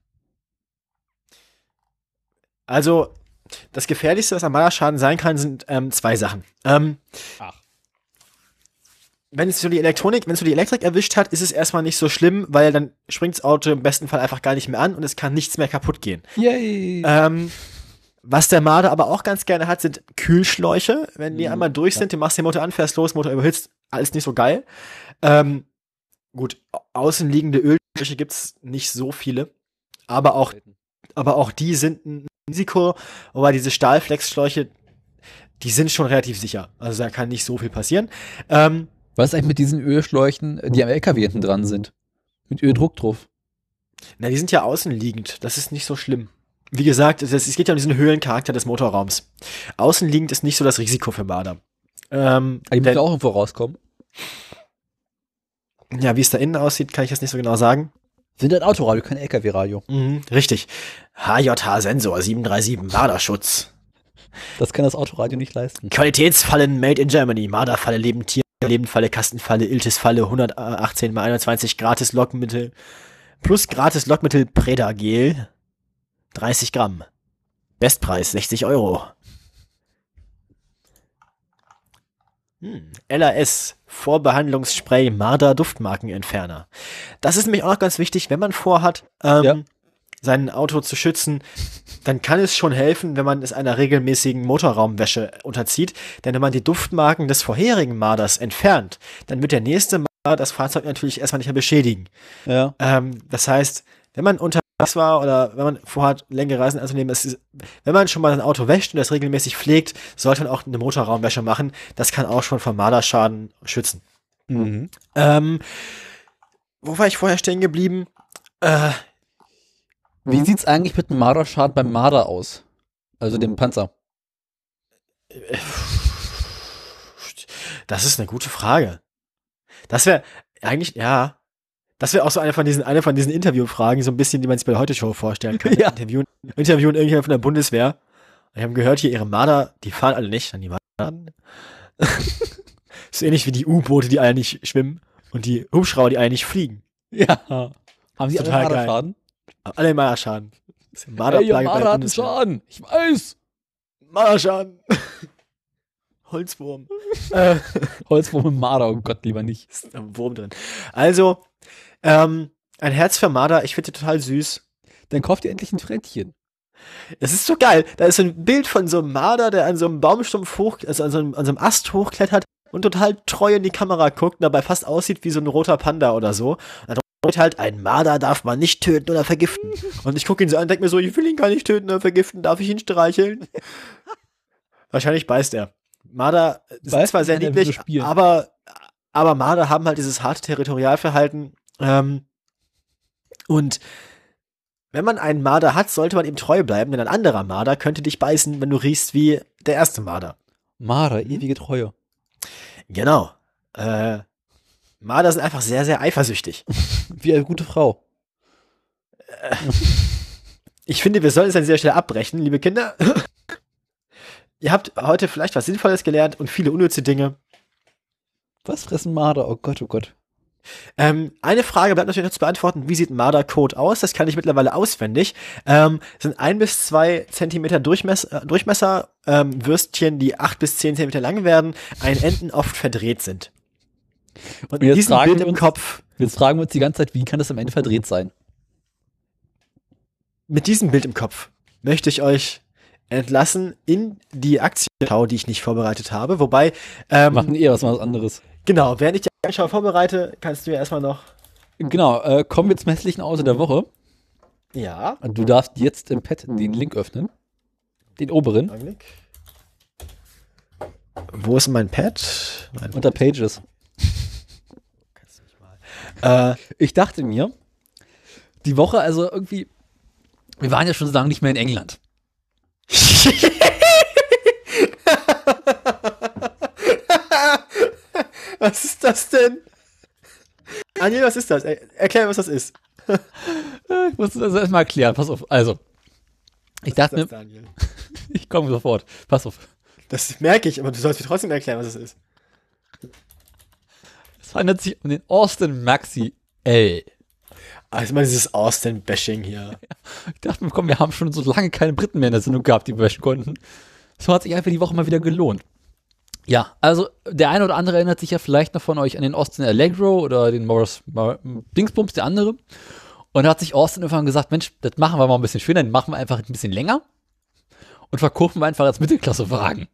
Also, das Gefährlichste, was am Marderschaden sein kann, sind ähm, zwei Sachen. Ähm, Ach. Wenn es so die Elektronik, wenn es so die Elektrik erwischt hat, ist es erstmal nicht so schlimm, weil dann springt das Auto im besten Fall einfach gar nicht mehr an und es kann nichts mehr kaputt gehen. Yay! Ähm, was der Marder aber auch ganz gerne hat, sind Kühlschläuche. Wenn die Mhm, einmal durch ja. sind, du machst den Motor an, fährst los, Motor überhitzt, alles nicht so geil. Ähm, gut, au- außenliegende Ölschläuche gibt's nicht so viele, aber auch, aber auch die sind ein Risiko, wobei diese Stahlflexschläuche, die sind schon relativ sicher. Also da kann nicht so viel passieren. Ähm, Was ist eigentlich mit diesen Ölschläuchen, die am L K W hinten dran sind? Mit Öldruck drauf. na, die sind ja außenliegend. Das ist nicht so schlimm. Wie gesagt, es, es geht ja um diesen Höhlencharakter des Motorraums. Außenliegend ist nicht so das Risiko für Marder. Ähm, Aber die müssen denn, auch irgendwo rauskommen. ja, wie es da innen aussieht, kann ich jetzt nicht so genau sagen. Sind ein Autoradio, kein L K W-Radio. Mhm, richtig. H J H-Sensor sieben drei sieben, Marderschutz. Das kann das Autoradio nicht leisten. Qualitätsfallen made in Germany. Marderfalle, Lebendtier, Lebenfalle, Kastenfalle, Iltis-Falle, hundertachtzehn mal einundzwanzig, gratis Lockmittel, plus gratis Lockmittel Predagel, dreißig Gramm. Bestpreis, sechzig Euro. Hm. L A S, Vorbehandlungsspray Marder Duftmarkenentferner. Das ist nämlich auch noch ganz wichtig, wenn man vorhat, ähm, Ja. sein Auto zu schützen, dann kann es schon helfen, wenn man es einer regelmäßigen Motorraumwäsche unterzieht. Denn wenn man die Duftmarken des vorherigen Marders entfernt, dann wird der nächste Marder das Fahrzeug natürlich erstmal nicht mehr beschädigen. Ja. Ähm, das heißt, wenn man unterwegs war oder wenn man vorhat, längere Reisen anzunehmen, es ist, wenn man schon mal ein Auto wäscht und das regelmäßig pflegt, sollte man auch eine Motorraumwäsche machen. Das kann auch schon vor Marderschaden schützen. Mhm. Ähm, wo war ich vorher stehen geblieben? Äh, Wie sieht's eigentlich mit dem Marderschaden beim Marder aus? Also dem Panzer. Das ist eine gute Frage. Das wäre eigentlich, ja, das wäre auch so eine von diesen, eine von diesen Interviewfragen, so ein bisschen, die man sich bei der Heute-Show vorstellen kann. Ja. Interviewen, interviewen irgendjemand von der Bundeswehr. Wir haben gehört, hier ihre Marder, die fahren alle nicht, dann die Marder. So ähnlich wie die U-Boote, die alle nicht schwimmen und die Hubschrauber, die alle nicht fliegen. Ja. Haben sie alle Total geil. Marderschaden? Alle Marderschaden. Hey, ihr Marder hat einen Schaden. Ich weiß. Marderschaden. Holzwurm. äh, Holzwurm und Marder, oh Gott, lieber nicht. Ist ein Wurm drin. Also, ähm, ein Herz für Marder, ich finde die total süß. Dann kauft ihr endlich ein Frettchen. Das ist so geil. Da ist so ein Bild von so einem Marder, der an so einem Baumstumpf hoch, also an so einem, an so einem Ast hochklettert und total treu in die Kamera guckt und dabei fast aussieht wie so ein roter Panda oder so. Und dann steht halt, ein Marder darf man nicht töten oder vergiften. Und ich gucke ihn so an und denke mir so, ich will ihn gar nicht töten oder vergiften, darf ich ihn streicheln? Wahrscheinlich beißt er. Marder sind zwar sehr lieblich, aber, aber Marder haben halt dieses harte Territorialverhalten. Ähm, und wenn man einen Marder hat, sollte man ihm treu bleiben, denn ein anderer Marder könnte dich beißen, wenn du riechst wie der erste Marder. Marder, ewige Treue. Genau. Äh, Marder sind einfach sehr, sehr eifersüchtig. Wie eine gute Frau. Äh, ich finde, wir sollen es an dieser Stelle abbrechen, liebe Kinder. Ihr habt heute vielleicht was Sinnvolles gelernt und viele unnütze Dinge. Was fressen Marder? Oh Gott, oh Gott. Ähm, eine Frage bleibt natürlich noch zu beantworten. Wie sieht Marderkot aus? Das kann ich mittlerweile auswendig. Ähm, sind ein bis zwei Zentimeter Durchmesser, Durchmesser ähm, Würstchen, die acht bis zehn Zentimeter lang werden, ein Enden oft verdreht sind. Und mit diesem Bild im uns, Kopf. Jetzt fragen wir uns die ganze Zeit, wie kann das am Ende verdreht sein? Mit diesem Bild im Kopf möchte ich euch entlassen in die Aktienschau, die ich nicht vorbereitet habe. Wobei. Ähm, Machen eher was mal was anderes. Genau, während ich die Aktienschau vorbereite, kannst du ja erstmal noch. Genau, äh, kommen wir zum hässlichen Auto der Woche. Ja. Und du darfst jetzt im Pad den Link öffnen. Den oberen. Augenblick. Wo ist mein Pad? Mein Unter Pages. Kannst du nicht mal. Äh, ich dachte mir, die Woche, also irgendwie, wir waren ja schon so lange nicht mehr in England. Was ist das denn? Daniel, was ist das? Er erklär mir, was das ist. Ich muss das erstmal erklären. Pass auf. Also, ich dachte mir, Daniel? Ich komme sofort. Pass auf. Das merke ich, aber du sollst mir trotzdem erklären, was es ist. Es handelt sich um den Austin Maxi L. Also mal dieses Austin-Bashing hier. Ich dachte mir, komm, wir haben schon so lange keine Briten mehr in der Sendung gehabt, die wir bashen konnten. So hat sich einfach die Woche mal wieder gelohnt. Ja, also der eine oder andere erinnert sich ja vielleicht noch von euch an den Austin Allegro oder den Morris Mar- Dingsbums, der andere. Und da hat sich Austin irgendwann gesagt, Mensch, das machen wir mal ein bisschen schöner, dann machen wir einfach ein bisschen länger und verkaufen wir einfach als Mittelklasse-Wagen.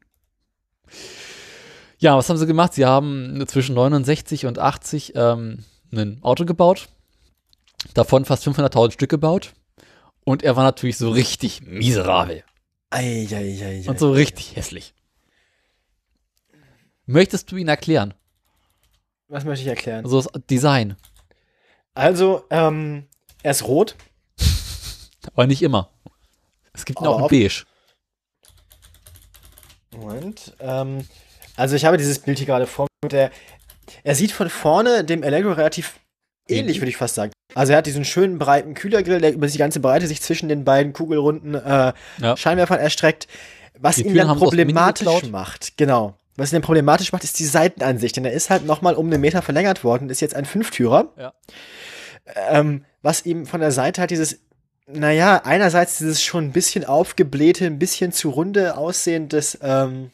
Ja, was haben sie gemacht? Sie haben zwischen neunundsechzig und achtzig ähm, ein Auto gebaut, davon fast fünfhunderttausend Stück gebaut und er war natürlich so richtig miserabel. Ei, ei, ei, ei, und so richtig hässlich. Möchtest du ihn erklären? Was möchte ich erklären? Also das Design. Also, ähm, er ist rot. Aber nicht immer. Es gibt ihn Aber auch in auf- beige. Moment. Ähm, also ich habe dieses Bild hier gerade vor mir. Der, er sieht von vorne dem Allegro relativ ähnlich, würde ich fast sagen. Also er hat diesen schönen breiten Kühlergrill, der über die ganze Breite sich zwischen den beiden kugelrunden äh, Ja. Scheinwerfern erstreckt. Was Die ihn Türen dann haben sie aus dem Mini problematisch geklaut. macht. Genau. Was ihn dann problematisch macht, ist die Seitenansicht. Denn er ist halt nochmal um einen Meter verlängert worden, ist jetzt ein Fünftürer. Ja. Ähm, was ihm von der Seite halt dieses, naja, einerseits dieses schon ein bisschen aufgeblähte, ein bisschen zu runde Aussehen des, ähm,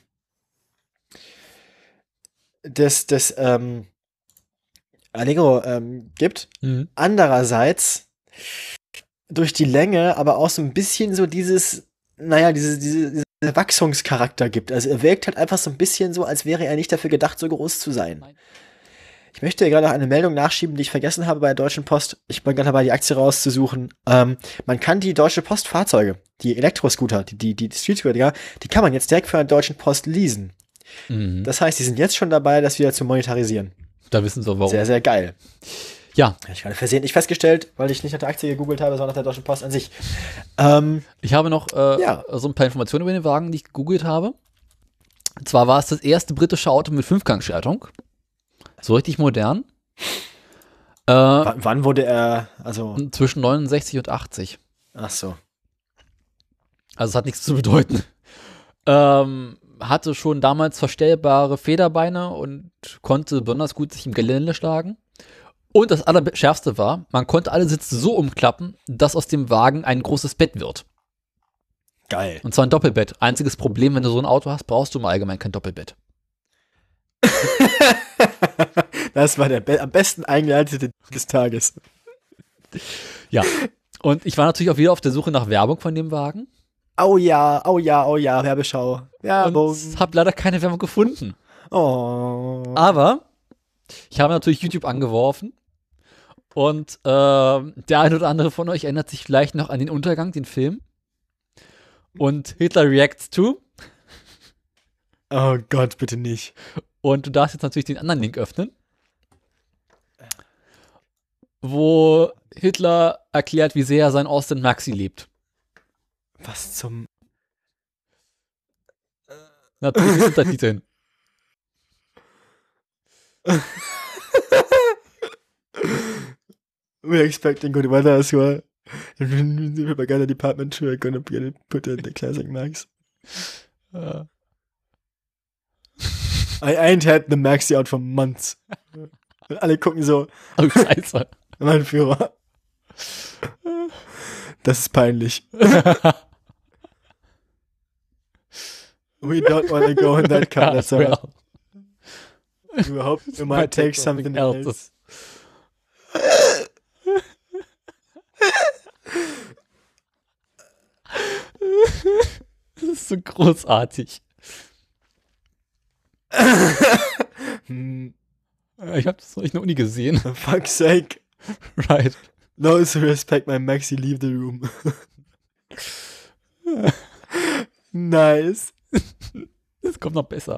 des, des, ähm, Allegro ähm, gibt. Mhm. Andererseits durch die Länge aber auch so ein bisschen so dieses, naja, diese, diese, diese Wachstumscharakter gibt. Also er wirkt halt einfach so ein bisschen so, als wäre er nicht dafür gedacht, so groß zu sein. Nein. Ich möchte gerade noch eine Meldung nachschieben, die ich vergessen habe bei der Deutschen Post. Ich bin gerade dabei, die Aktie rauszusuchen. Ähm, man kann die Deutsche Post Fahrzeuge, die Elektroscooter, die, die, die Street-Scooter, die kann man jetzt direkt von der Deutschen Post leasen. Mhm. Das heißt, die sind jetzt schon dabei, das wieder zu monetarisieren. Da wissen sie warum. Sehr, sehr geil. Ja. Habe ich gerade versehentlich festgestellt, weil ich nicht nach der Aktie gegoogelt habe, sondern nach der Deutschen Post an sich. Ähm, Ich habe noch äh, Ja. so ein paar Informationen über den Wagen, die ich gegoogelt habe. Und zwar war es das erste britische Auto mit Fünfgangschaltung. So richtig modern. Äh, w- wann wurde er, also, zwischen neunundsechzig und achtzig. ach so. Also es hat nichts zu bedeuten. Ähm, hatte schon damals verstellbare Federbeine und konnte besonders gut sich im Gelände schlagen. Und das Allerschärfste war, man konnte alle Sitze so umklappen, dass aus dem Wagen ein großes Bett wird. Geil. Und zwar ein Doppelbett. Einziges Problem, wenn du so ein Auto hast, brauchst du im Allgemeinen kein Doppelbett. Das war der be am besten eingeleitete des Tages. Ja. Und ich war natürlich auch wieder auf der Suche nach Werbung von dem Wagen. Oh ja, oh ja, oh ja, Werbeschau. Werbung. Und habe leider keine Werbung gefunden. Oh. Aber ich habe natürlich YouTube angeworfen. Und äh, der ein oder andere von euch erinnert sich vielleicht noch an den Untergang, den Film. Und Hitler Reacts to. Oh Gott, bitte nicht. Und du darfst jetzt natürlich den anderen Link öffnen. Wo Hitler erklärt, wie sehr er sein Austin Maxi liebt. Was zum... Natürlich mit Untertiteln. We're expecting good weather as well. The propaganda department we're gonna put in the classic Max. Äh, I ain't had the Maxi out for months. Und alle gucken so, oh, scheiße. mein Führer. Das ist peinlich. We don't want to go in that car, that's all. Well, We hope you might take something else. Das ist so großartig. Hm, Ich habe das noch nicht in der Uni gesehen. for fuck's sake. Right. Those who respect my Maxi leave the room. Nice. Das kommt noch besser.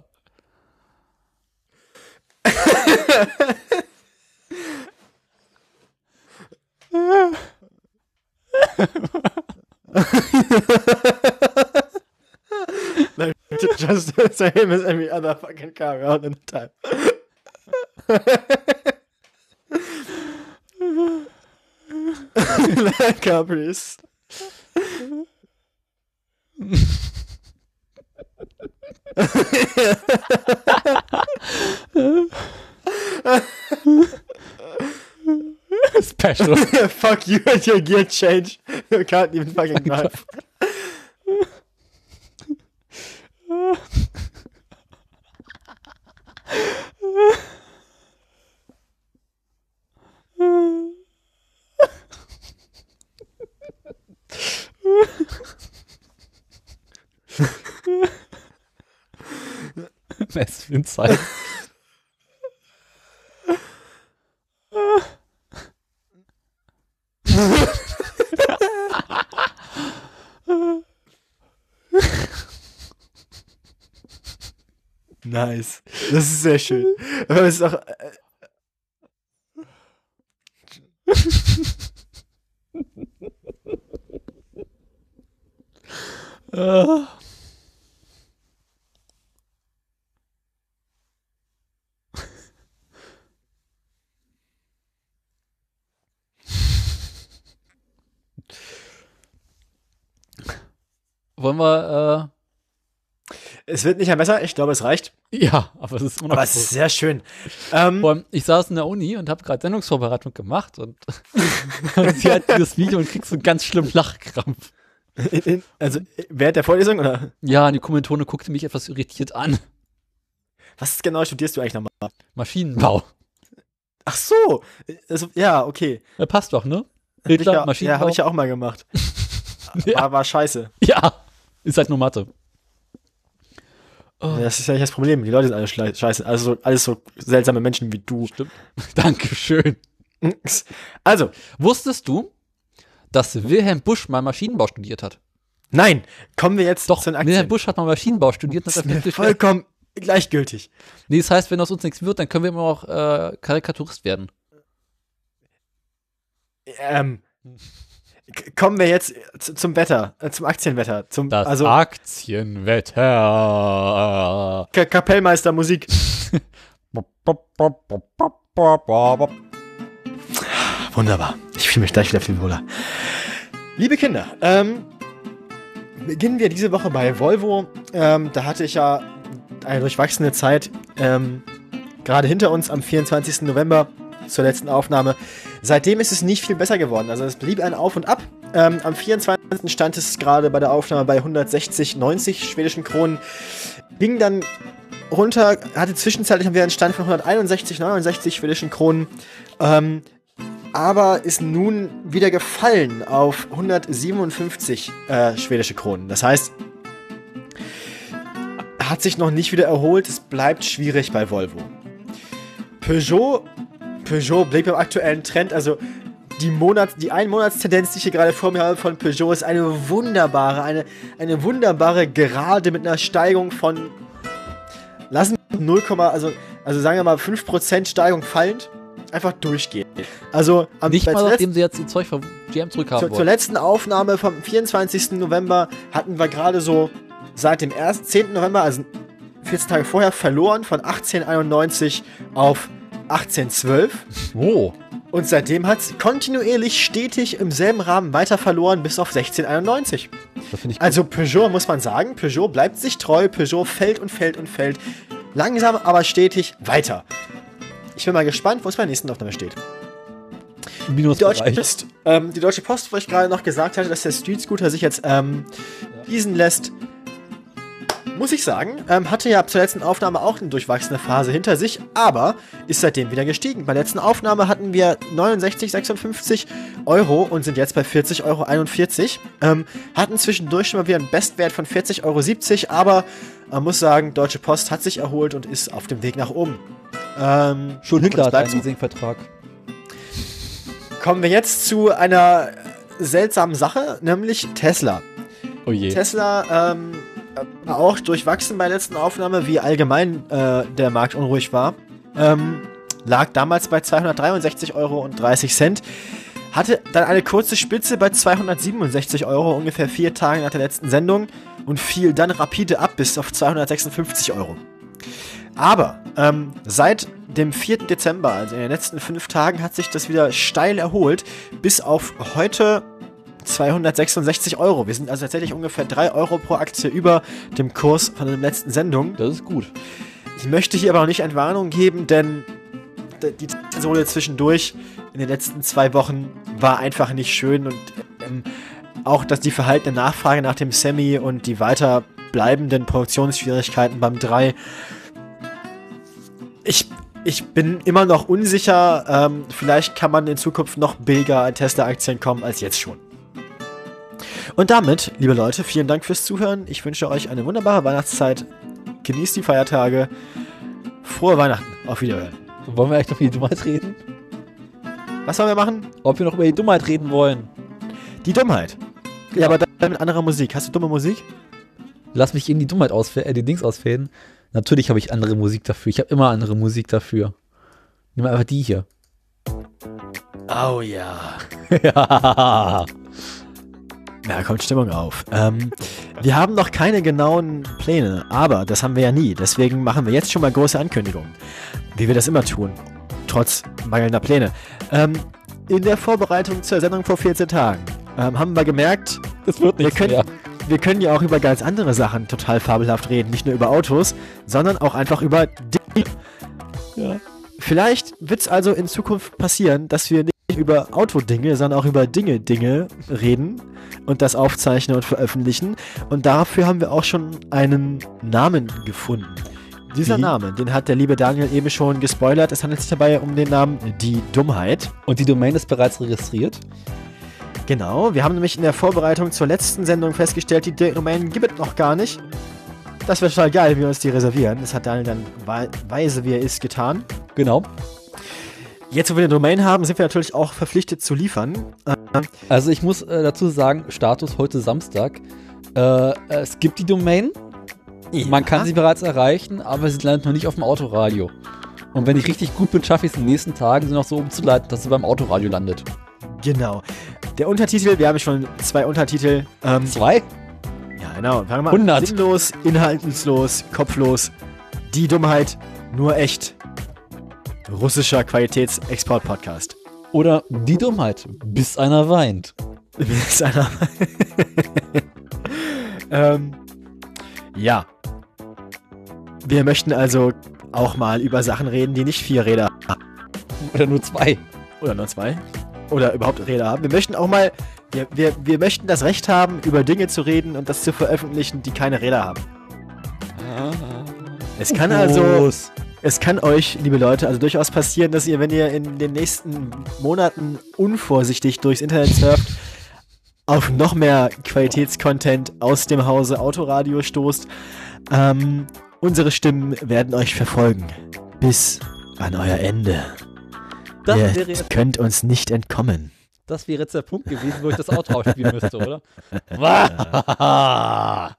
Like, just the same as every other fucking car around in the time. Like Caprice. Special. Fuck you and your gear change. You can't even fucking drive. Was für ein Zeit. Nice. Das ist sehr schön. Aber es ist auch. Äh, Ah. Wollen wir, es wird nicht mehr besser, ich glaube, es reicht. äh, ja, aber es ist immer noch Aber es ist sehr schön. Ähm, Vor allem, ich saß in der Uni und habe gerade Sendungsvorbereitung gemacht und sie hat dieses Video und kriegst so einen ganz schlimmen Lachkrampf. in, in, also während der Vorlesung oder? Ja, und die Kommilitone guckte mich etwas irritiert an. Was genau studierst du eigentlich nochmal? Maschinenbau. Ach so. Also, ja, okay. Ja, passt doch, ne? Hab ich Hitler, ja, ja, Maschinenbau. habe ich ja auch mal gemacht. Ja. War, war scheiße. Ja, ist halt nur Mathe. Oh, Das ist ja nicht das Problem. Die Leute sind alle schle- scheiße. Also alles so seltsame Menschen wie du. stimmt. Dankeschön. Also, Wusstest du, dass Wilhelm Busch mal Maschinenbau studiert hat? nein, kommen wir jetzt Doch, zu den Aktien. Wilhelm Busch hat mal Maschinenbau studiert. Und Das hat ist mir festgestellt, vollkommen gleichgültig. nee, das heißt, wenn aus uns nichts wird, dann können wir immer noch äh, Karikaturist werden. Ähm, k- kommen wir jetzt z- zum Wetter, äh, zum Aktienwetter. Zum, Das also Aktienwetter. K- Kapellmeister Musik. Wunderbar. Ich fühle mich gleich wieder viel wohler. Liebe Kinder, ähm, beginnen wir diese Woche bei Volvo. Ähm, da hatte ich ja eine durchwachsene Zeit, ähm, gerade hinter uns am vierundzwanzigsten November zur letzten Aufnahme. Seitdem ist es nicht viel besser geworden. Also es blieb ein Auf und Ab. Ähm, am vierundzwanzigsten stand es gerade bei der Aufnahme bei hundertsechzig, neunzig schwedischen Kronen. Ging dann runter, hatte zwischenzeitlich haben wir einen Stand von hunderteinundsechzig, neunundsechzig schwedischen Kronen. Ähm, aber ist nun wieder gefallen auf hundertsiebenundfünfzig äh, schwedische Kronen. Das heißt, hat sich noch nicht wieder erholt. Es bleibt schwierig bei Volvo. Peugeot, Peugeot bleibt beim aktuellen Trend. Also die, Monat, die Einmonatstendenz, die ich hier gerade vor mir habe von Peugeot, ist eine wunderbare, eine, eine wunderbare Gerade mit einer Steigung von, lassen wir null, also, also sagen wir mal fünf Prozent Steigung fallend. Einfach durchgehen. Also am Nicht mal, zuletzt- nachdem sie jetzt die Zeug von G M zurückhaben zur, wollen. zur letzten Aufnahme vom vierundzwanzigsten November hatten wir gerade so seit dem ersten, zehnten November, also vierzehn Tage vorher, verloren von achtzehn einundneunzig auf achtzehn zwölf. Oh. Und seitdem hat es kontinuierlich stetig im selben Rahmen weiter verloren bis auf sechzehn einundneunzig. Das finde ich gut. Also Peugeot, muss man sagen, Peugeot bleibt sich treu, Peugeot fällt und fällt und fällt. Langsam, aber stetig weiter. Ich bin mal gespannt, wo es bei der nächsten Aufnahme steht. Die Deutsche Minusbereich. Post, ähm, die Deutsche Post, wo ich gerade noch gesagt hatte, dass der Street Scooter sich jetzt ähm, leasen lässt, muss ich sagen, ähm, hatte ja zur letzten Aufnahme auch eine durchwachsene Phase hinter sich, aber ist seitdem wieder gestiegen. Bei der letzten Aufnahme hatten wir neunundsechzig, sechsundfünfzig Euro und sind jetzt bei vierzig Euro einundvierzig. Ähm, hatten zwischendurch schon mal wieder einen Bestwert von vierzig Euro siebzig, aber man muss sagen, Deutsche Post hat sich erholt und ist auf dem Weg nach oben. Ähm, Schon Hitler hat bleibt einen Leasingvertrag. Kommen wir jetzt zu einer seltsamen Sache, nämlich Tesla. Oh je. Tesla ähm, war auch durchwachsen bei der letzten Aufnahme, wie allgemein äh, der Markt unruhig war. Ähm, lag damals bei zweihundertdreiundsechzig Euro und dreißig Cent. Hatte dann eine kurze Spitze bei zweihundertsiebenundsechzig Euro, ungefähr vier Tage nach der letzten Sendung, und fiel dann rapide ab bis auf zweihundertsechsundfünfzig Euro. Aber ähm, seit dem vierten Dezember, also in den letzten fünf Tagen, hat sich das wieder steil erholt, bis auf heute zweihundertsechsundsechzig Euro. Wir sind also tatsächlich ungefähr drei Euro pro Aktie über dem Kurs von der letzten Sendung. Das ist gut. Ich möchte hier aber noch nicht Entwarnung geben, denn die Sohle zwischendurch in den letzten zwei Wochen war einfach nicht schön und ähm, auch, dass die verhaltene Nachfrage nach dem Semi und die weiter bleibenden Produktionsschwierigkeiten beim drei. Ich, ich bin immer noch unsicher. Ähm, vielleicht kann man in Zukunft noch billiger an Tesla-Aktien kommen als jetzt schon. Und damit, liebe Leute, vielen Dank fürs Zuhören. Ich wünsche euch eine wunderbare Weihnachtszeit. Genießt die Feiertage. Frohe Weihnachten. Auf Wiederhören. Wollen wir eigentlich noch über die Dummheit reden? Was sollen wir machen? Ob wir noch über die Dummheit reden wollen? Die Dummheit. Genau. Ja, aber dann mit anderer Musik. Hast du dumme Musik? Lass mich in die Dummheit ausfäden, äh, die Dings ausfäden. Natürlich habe ich andere Musik dafür. Ich habe immer andere Musik dafür. Nimm mal einfach die hier. Oh ja. Ja. Ja, kommt Stimmung auf. Ähm, wir haben noch keine genauen Pläne, aber das haben wir ja nie. Deswegen machen wir jetzt schon mal große Ankündigungen. Wie wir das immer tun. Trotz mangelnder Pläne. Ähm, in der Vorbereitung zur Sendung vor vierzehn Tagen ähm, haben wir gemerkt, Das wird wir nicht können, mehr. wir können ja auch über ganz andere Sachen total fabelhaft reden. Nicht nur über Autos, sondern auch einfach über Dinge. Ja. Vielleicht wird es also in Zukunft passieren, dass wir nicht über Autodinge, sondern auch über Dinge, Dinge reden und das aufzeichnen und veröffentlichen. Und dafür haben wir auch schon einen Namen gefunden. Dieser Wie? Name, den hat der liebe Daniel eben schon gespoilert. Es handelt sich dabei um den Namen Die Dummheit. Und die Domain ist bereits registriert. Genau, wir haben nämlich in der Vorbereitung zur letzten Sendung festgestellt, die Domain gibt es noch gar nicht. Das wäre total geil, wie wir uns die reservieren. Das hat Daniel dann wei- weise, wie er ist, getan. Genau. Jetzt, wo wir eine Domain haben, sind wir natürlich auch verpflichtet zu liefern. Ähm, Also ich muss äh, dazu sagen, Status heute Samstag. Äh, es gibt die Domain. Man kann sie bereits erreichen, aber sie landet noch nicht auf dem Autoradio. Und wenn ich richtig gut bin, schaffe ich es in den nächsten Tagen, sie noch so umzuleiten, dass sie beim Autoradio landet. Genau. Der Untertitel, wir haben schon zwei Untertitel. Ähm, Zwei? Ja, genau. Fangen wir mal an. hundert. Sinnlos, inhaltlos, kopflos. Die Dummheit, nur echt. Russischer Qualitätsexport-Podcast. Oder die Dummheit, bis einer weint. Bis einer. ähm, ja. Wir möchten also auch mal über Sachen reden, die nicht vier Räder haben. Oder nur zwei. Oder nur zwei. Oder überhaupt Räder haben. Wir möchten auch mal, wir, wir, wir möchten das Recht haben, über Dinge zu reden und das zu veröffentlichen, die keine Räder haben. Es kann also, Groß. es kann euch, liebe Leute, also durchaus passieren, dass ihr, wenn ihr in den nächsten Monaten unvorsichtig durchs Internet surft, auf noch mehr Qualitätscontent aus dem Hause Autoradio stoßt. Ähm, unsere Stimmen werden euch verfolgen. Bis an euer Ende. Das ihr wäre, jetzt, könnt uns nicht entkommen. das wäre jetzt der Punkt gewesen, wo ich das Outro spielen müsste, oder? Wah!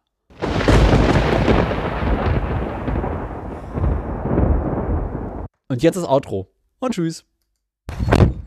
Und jetzt das Outro. Und tschüss.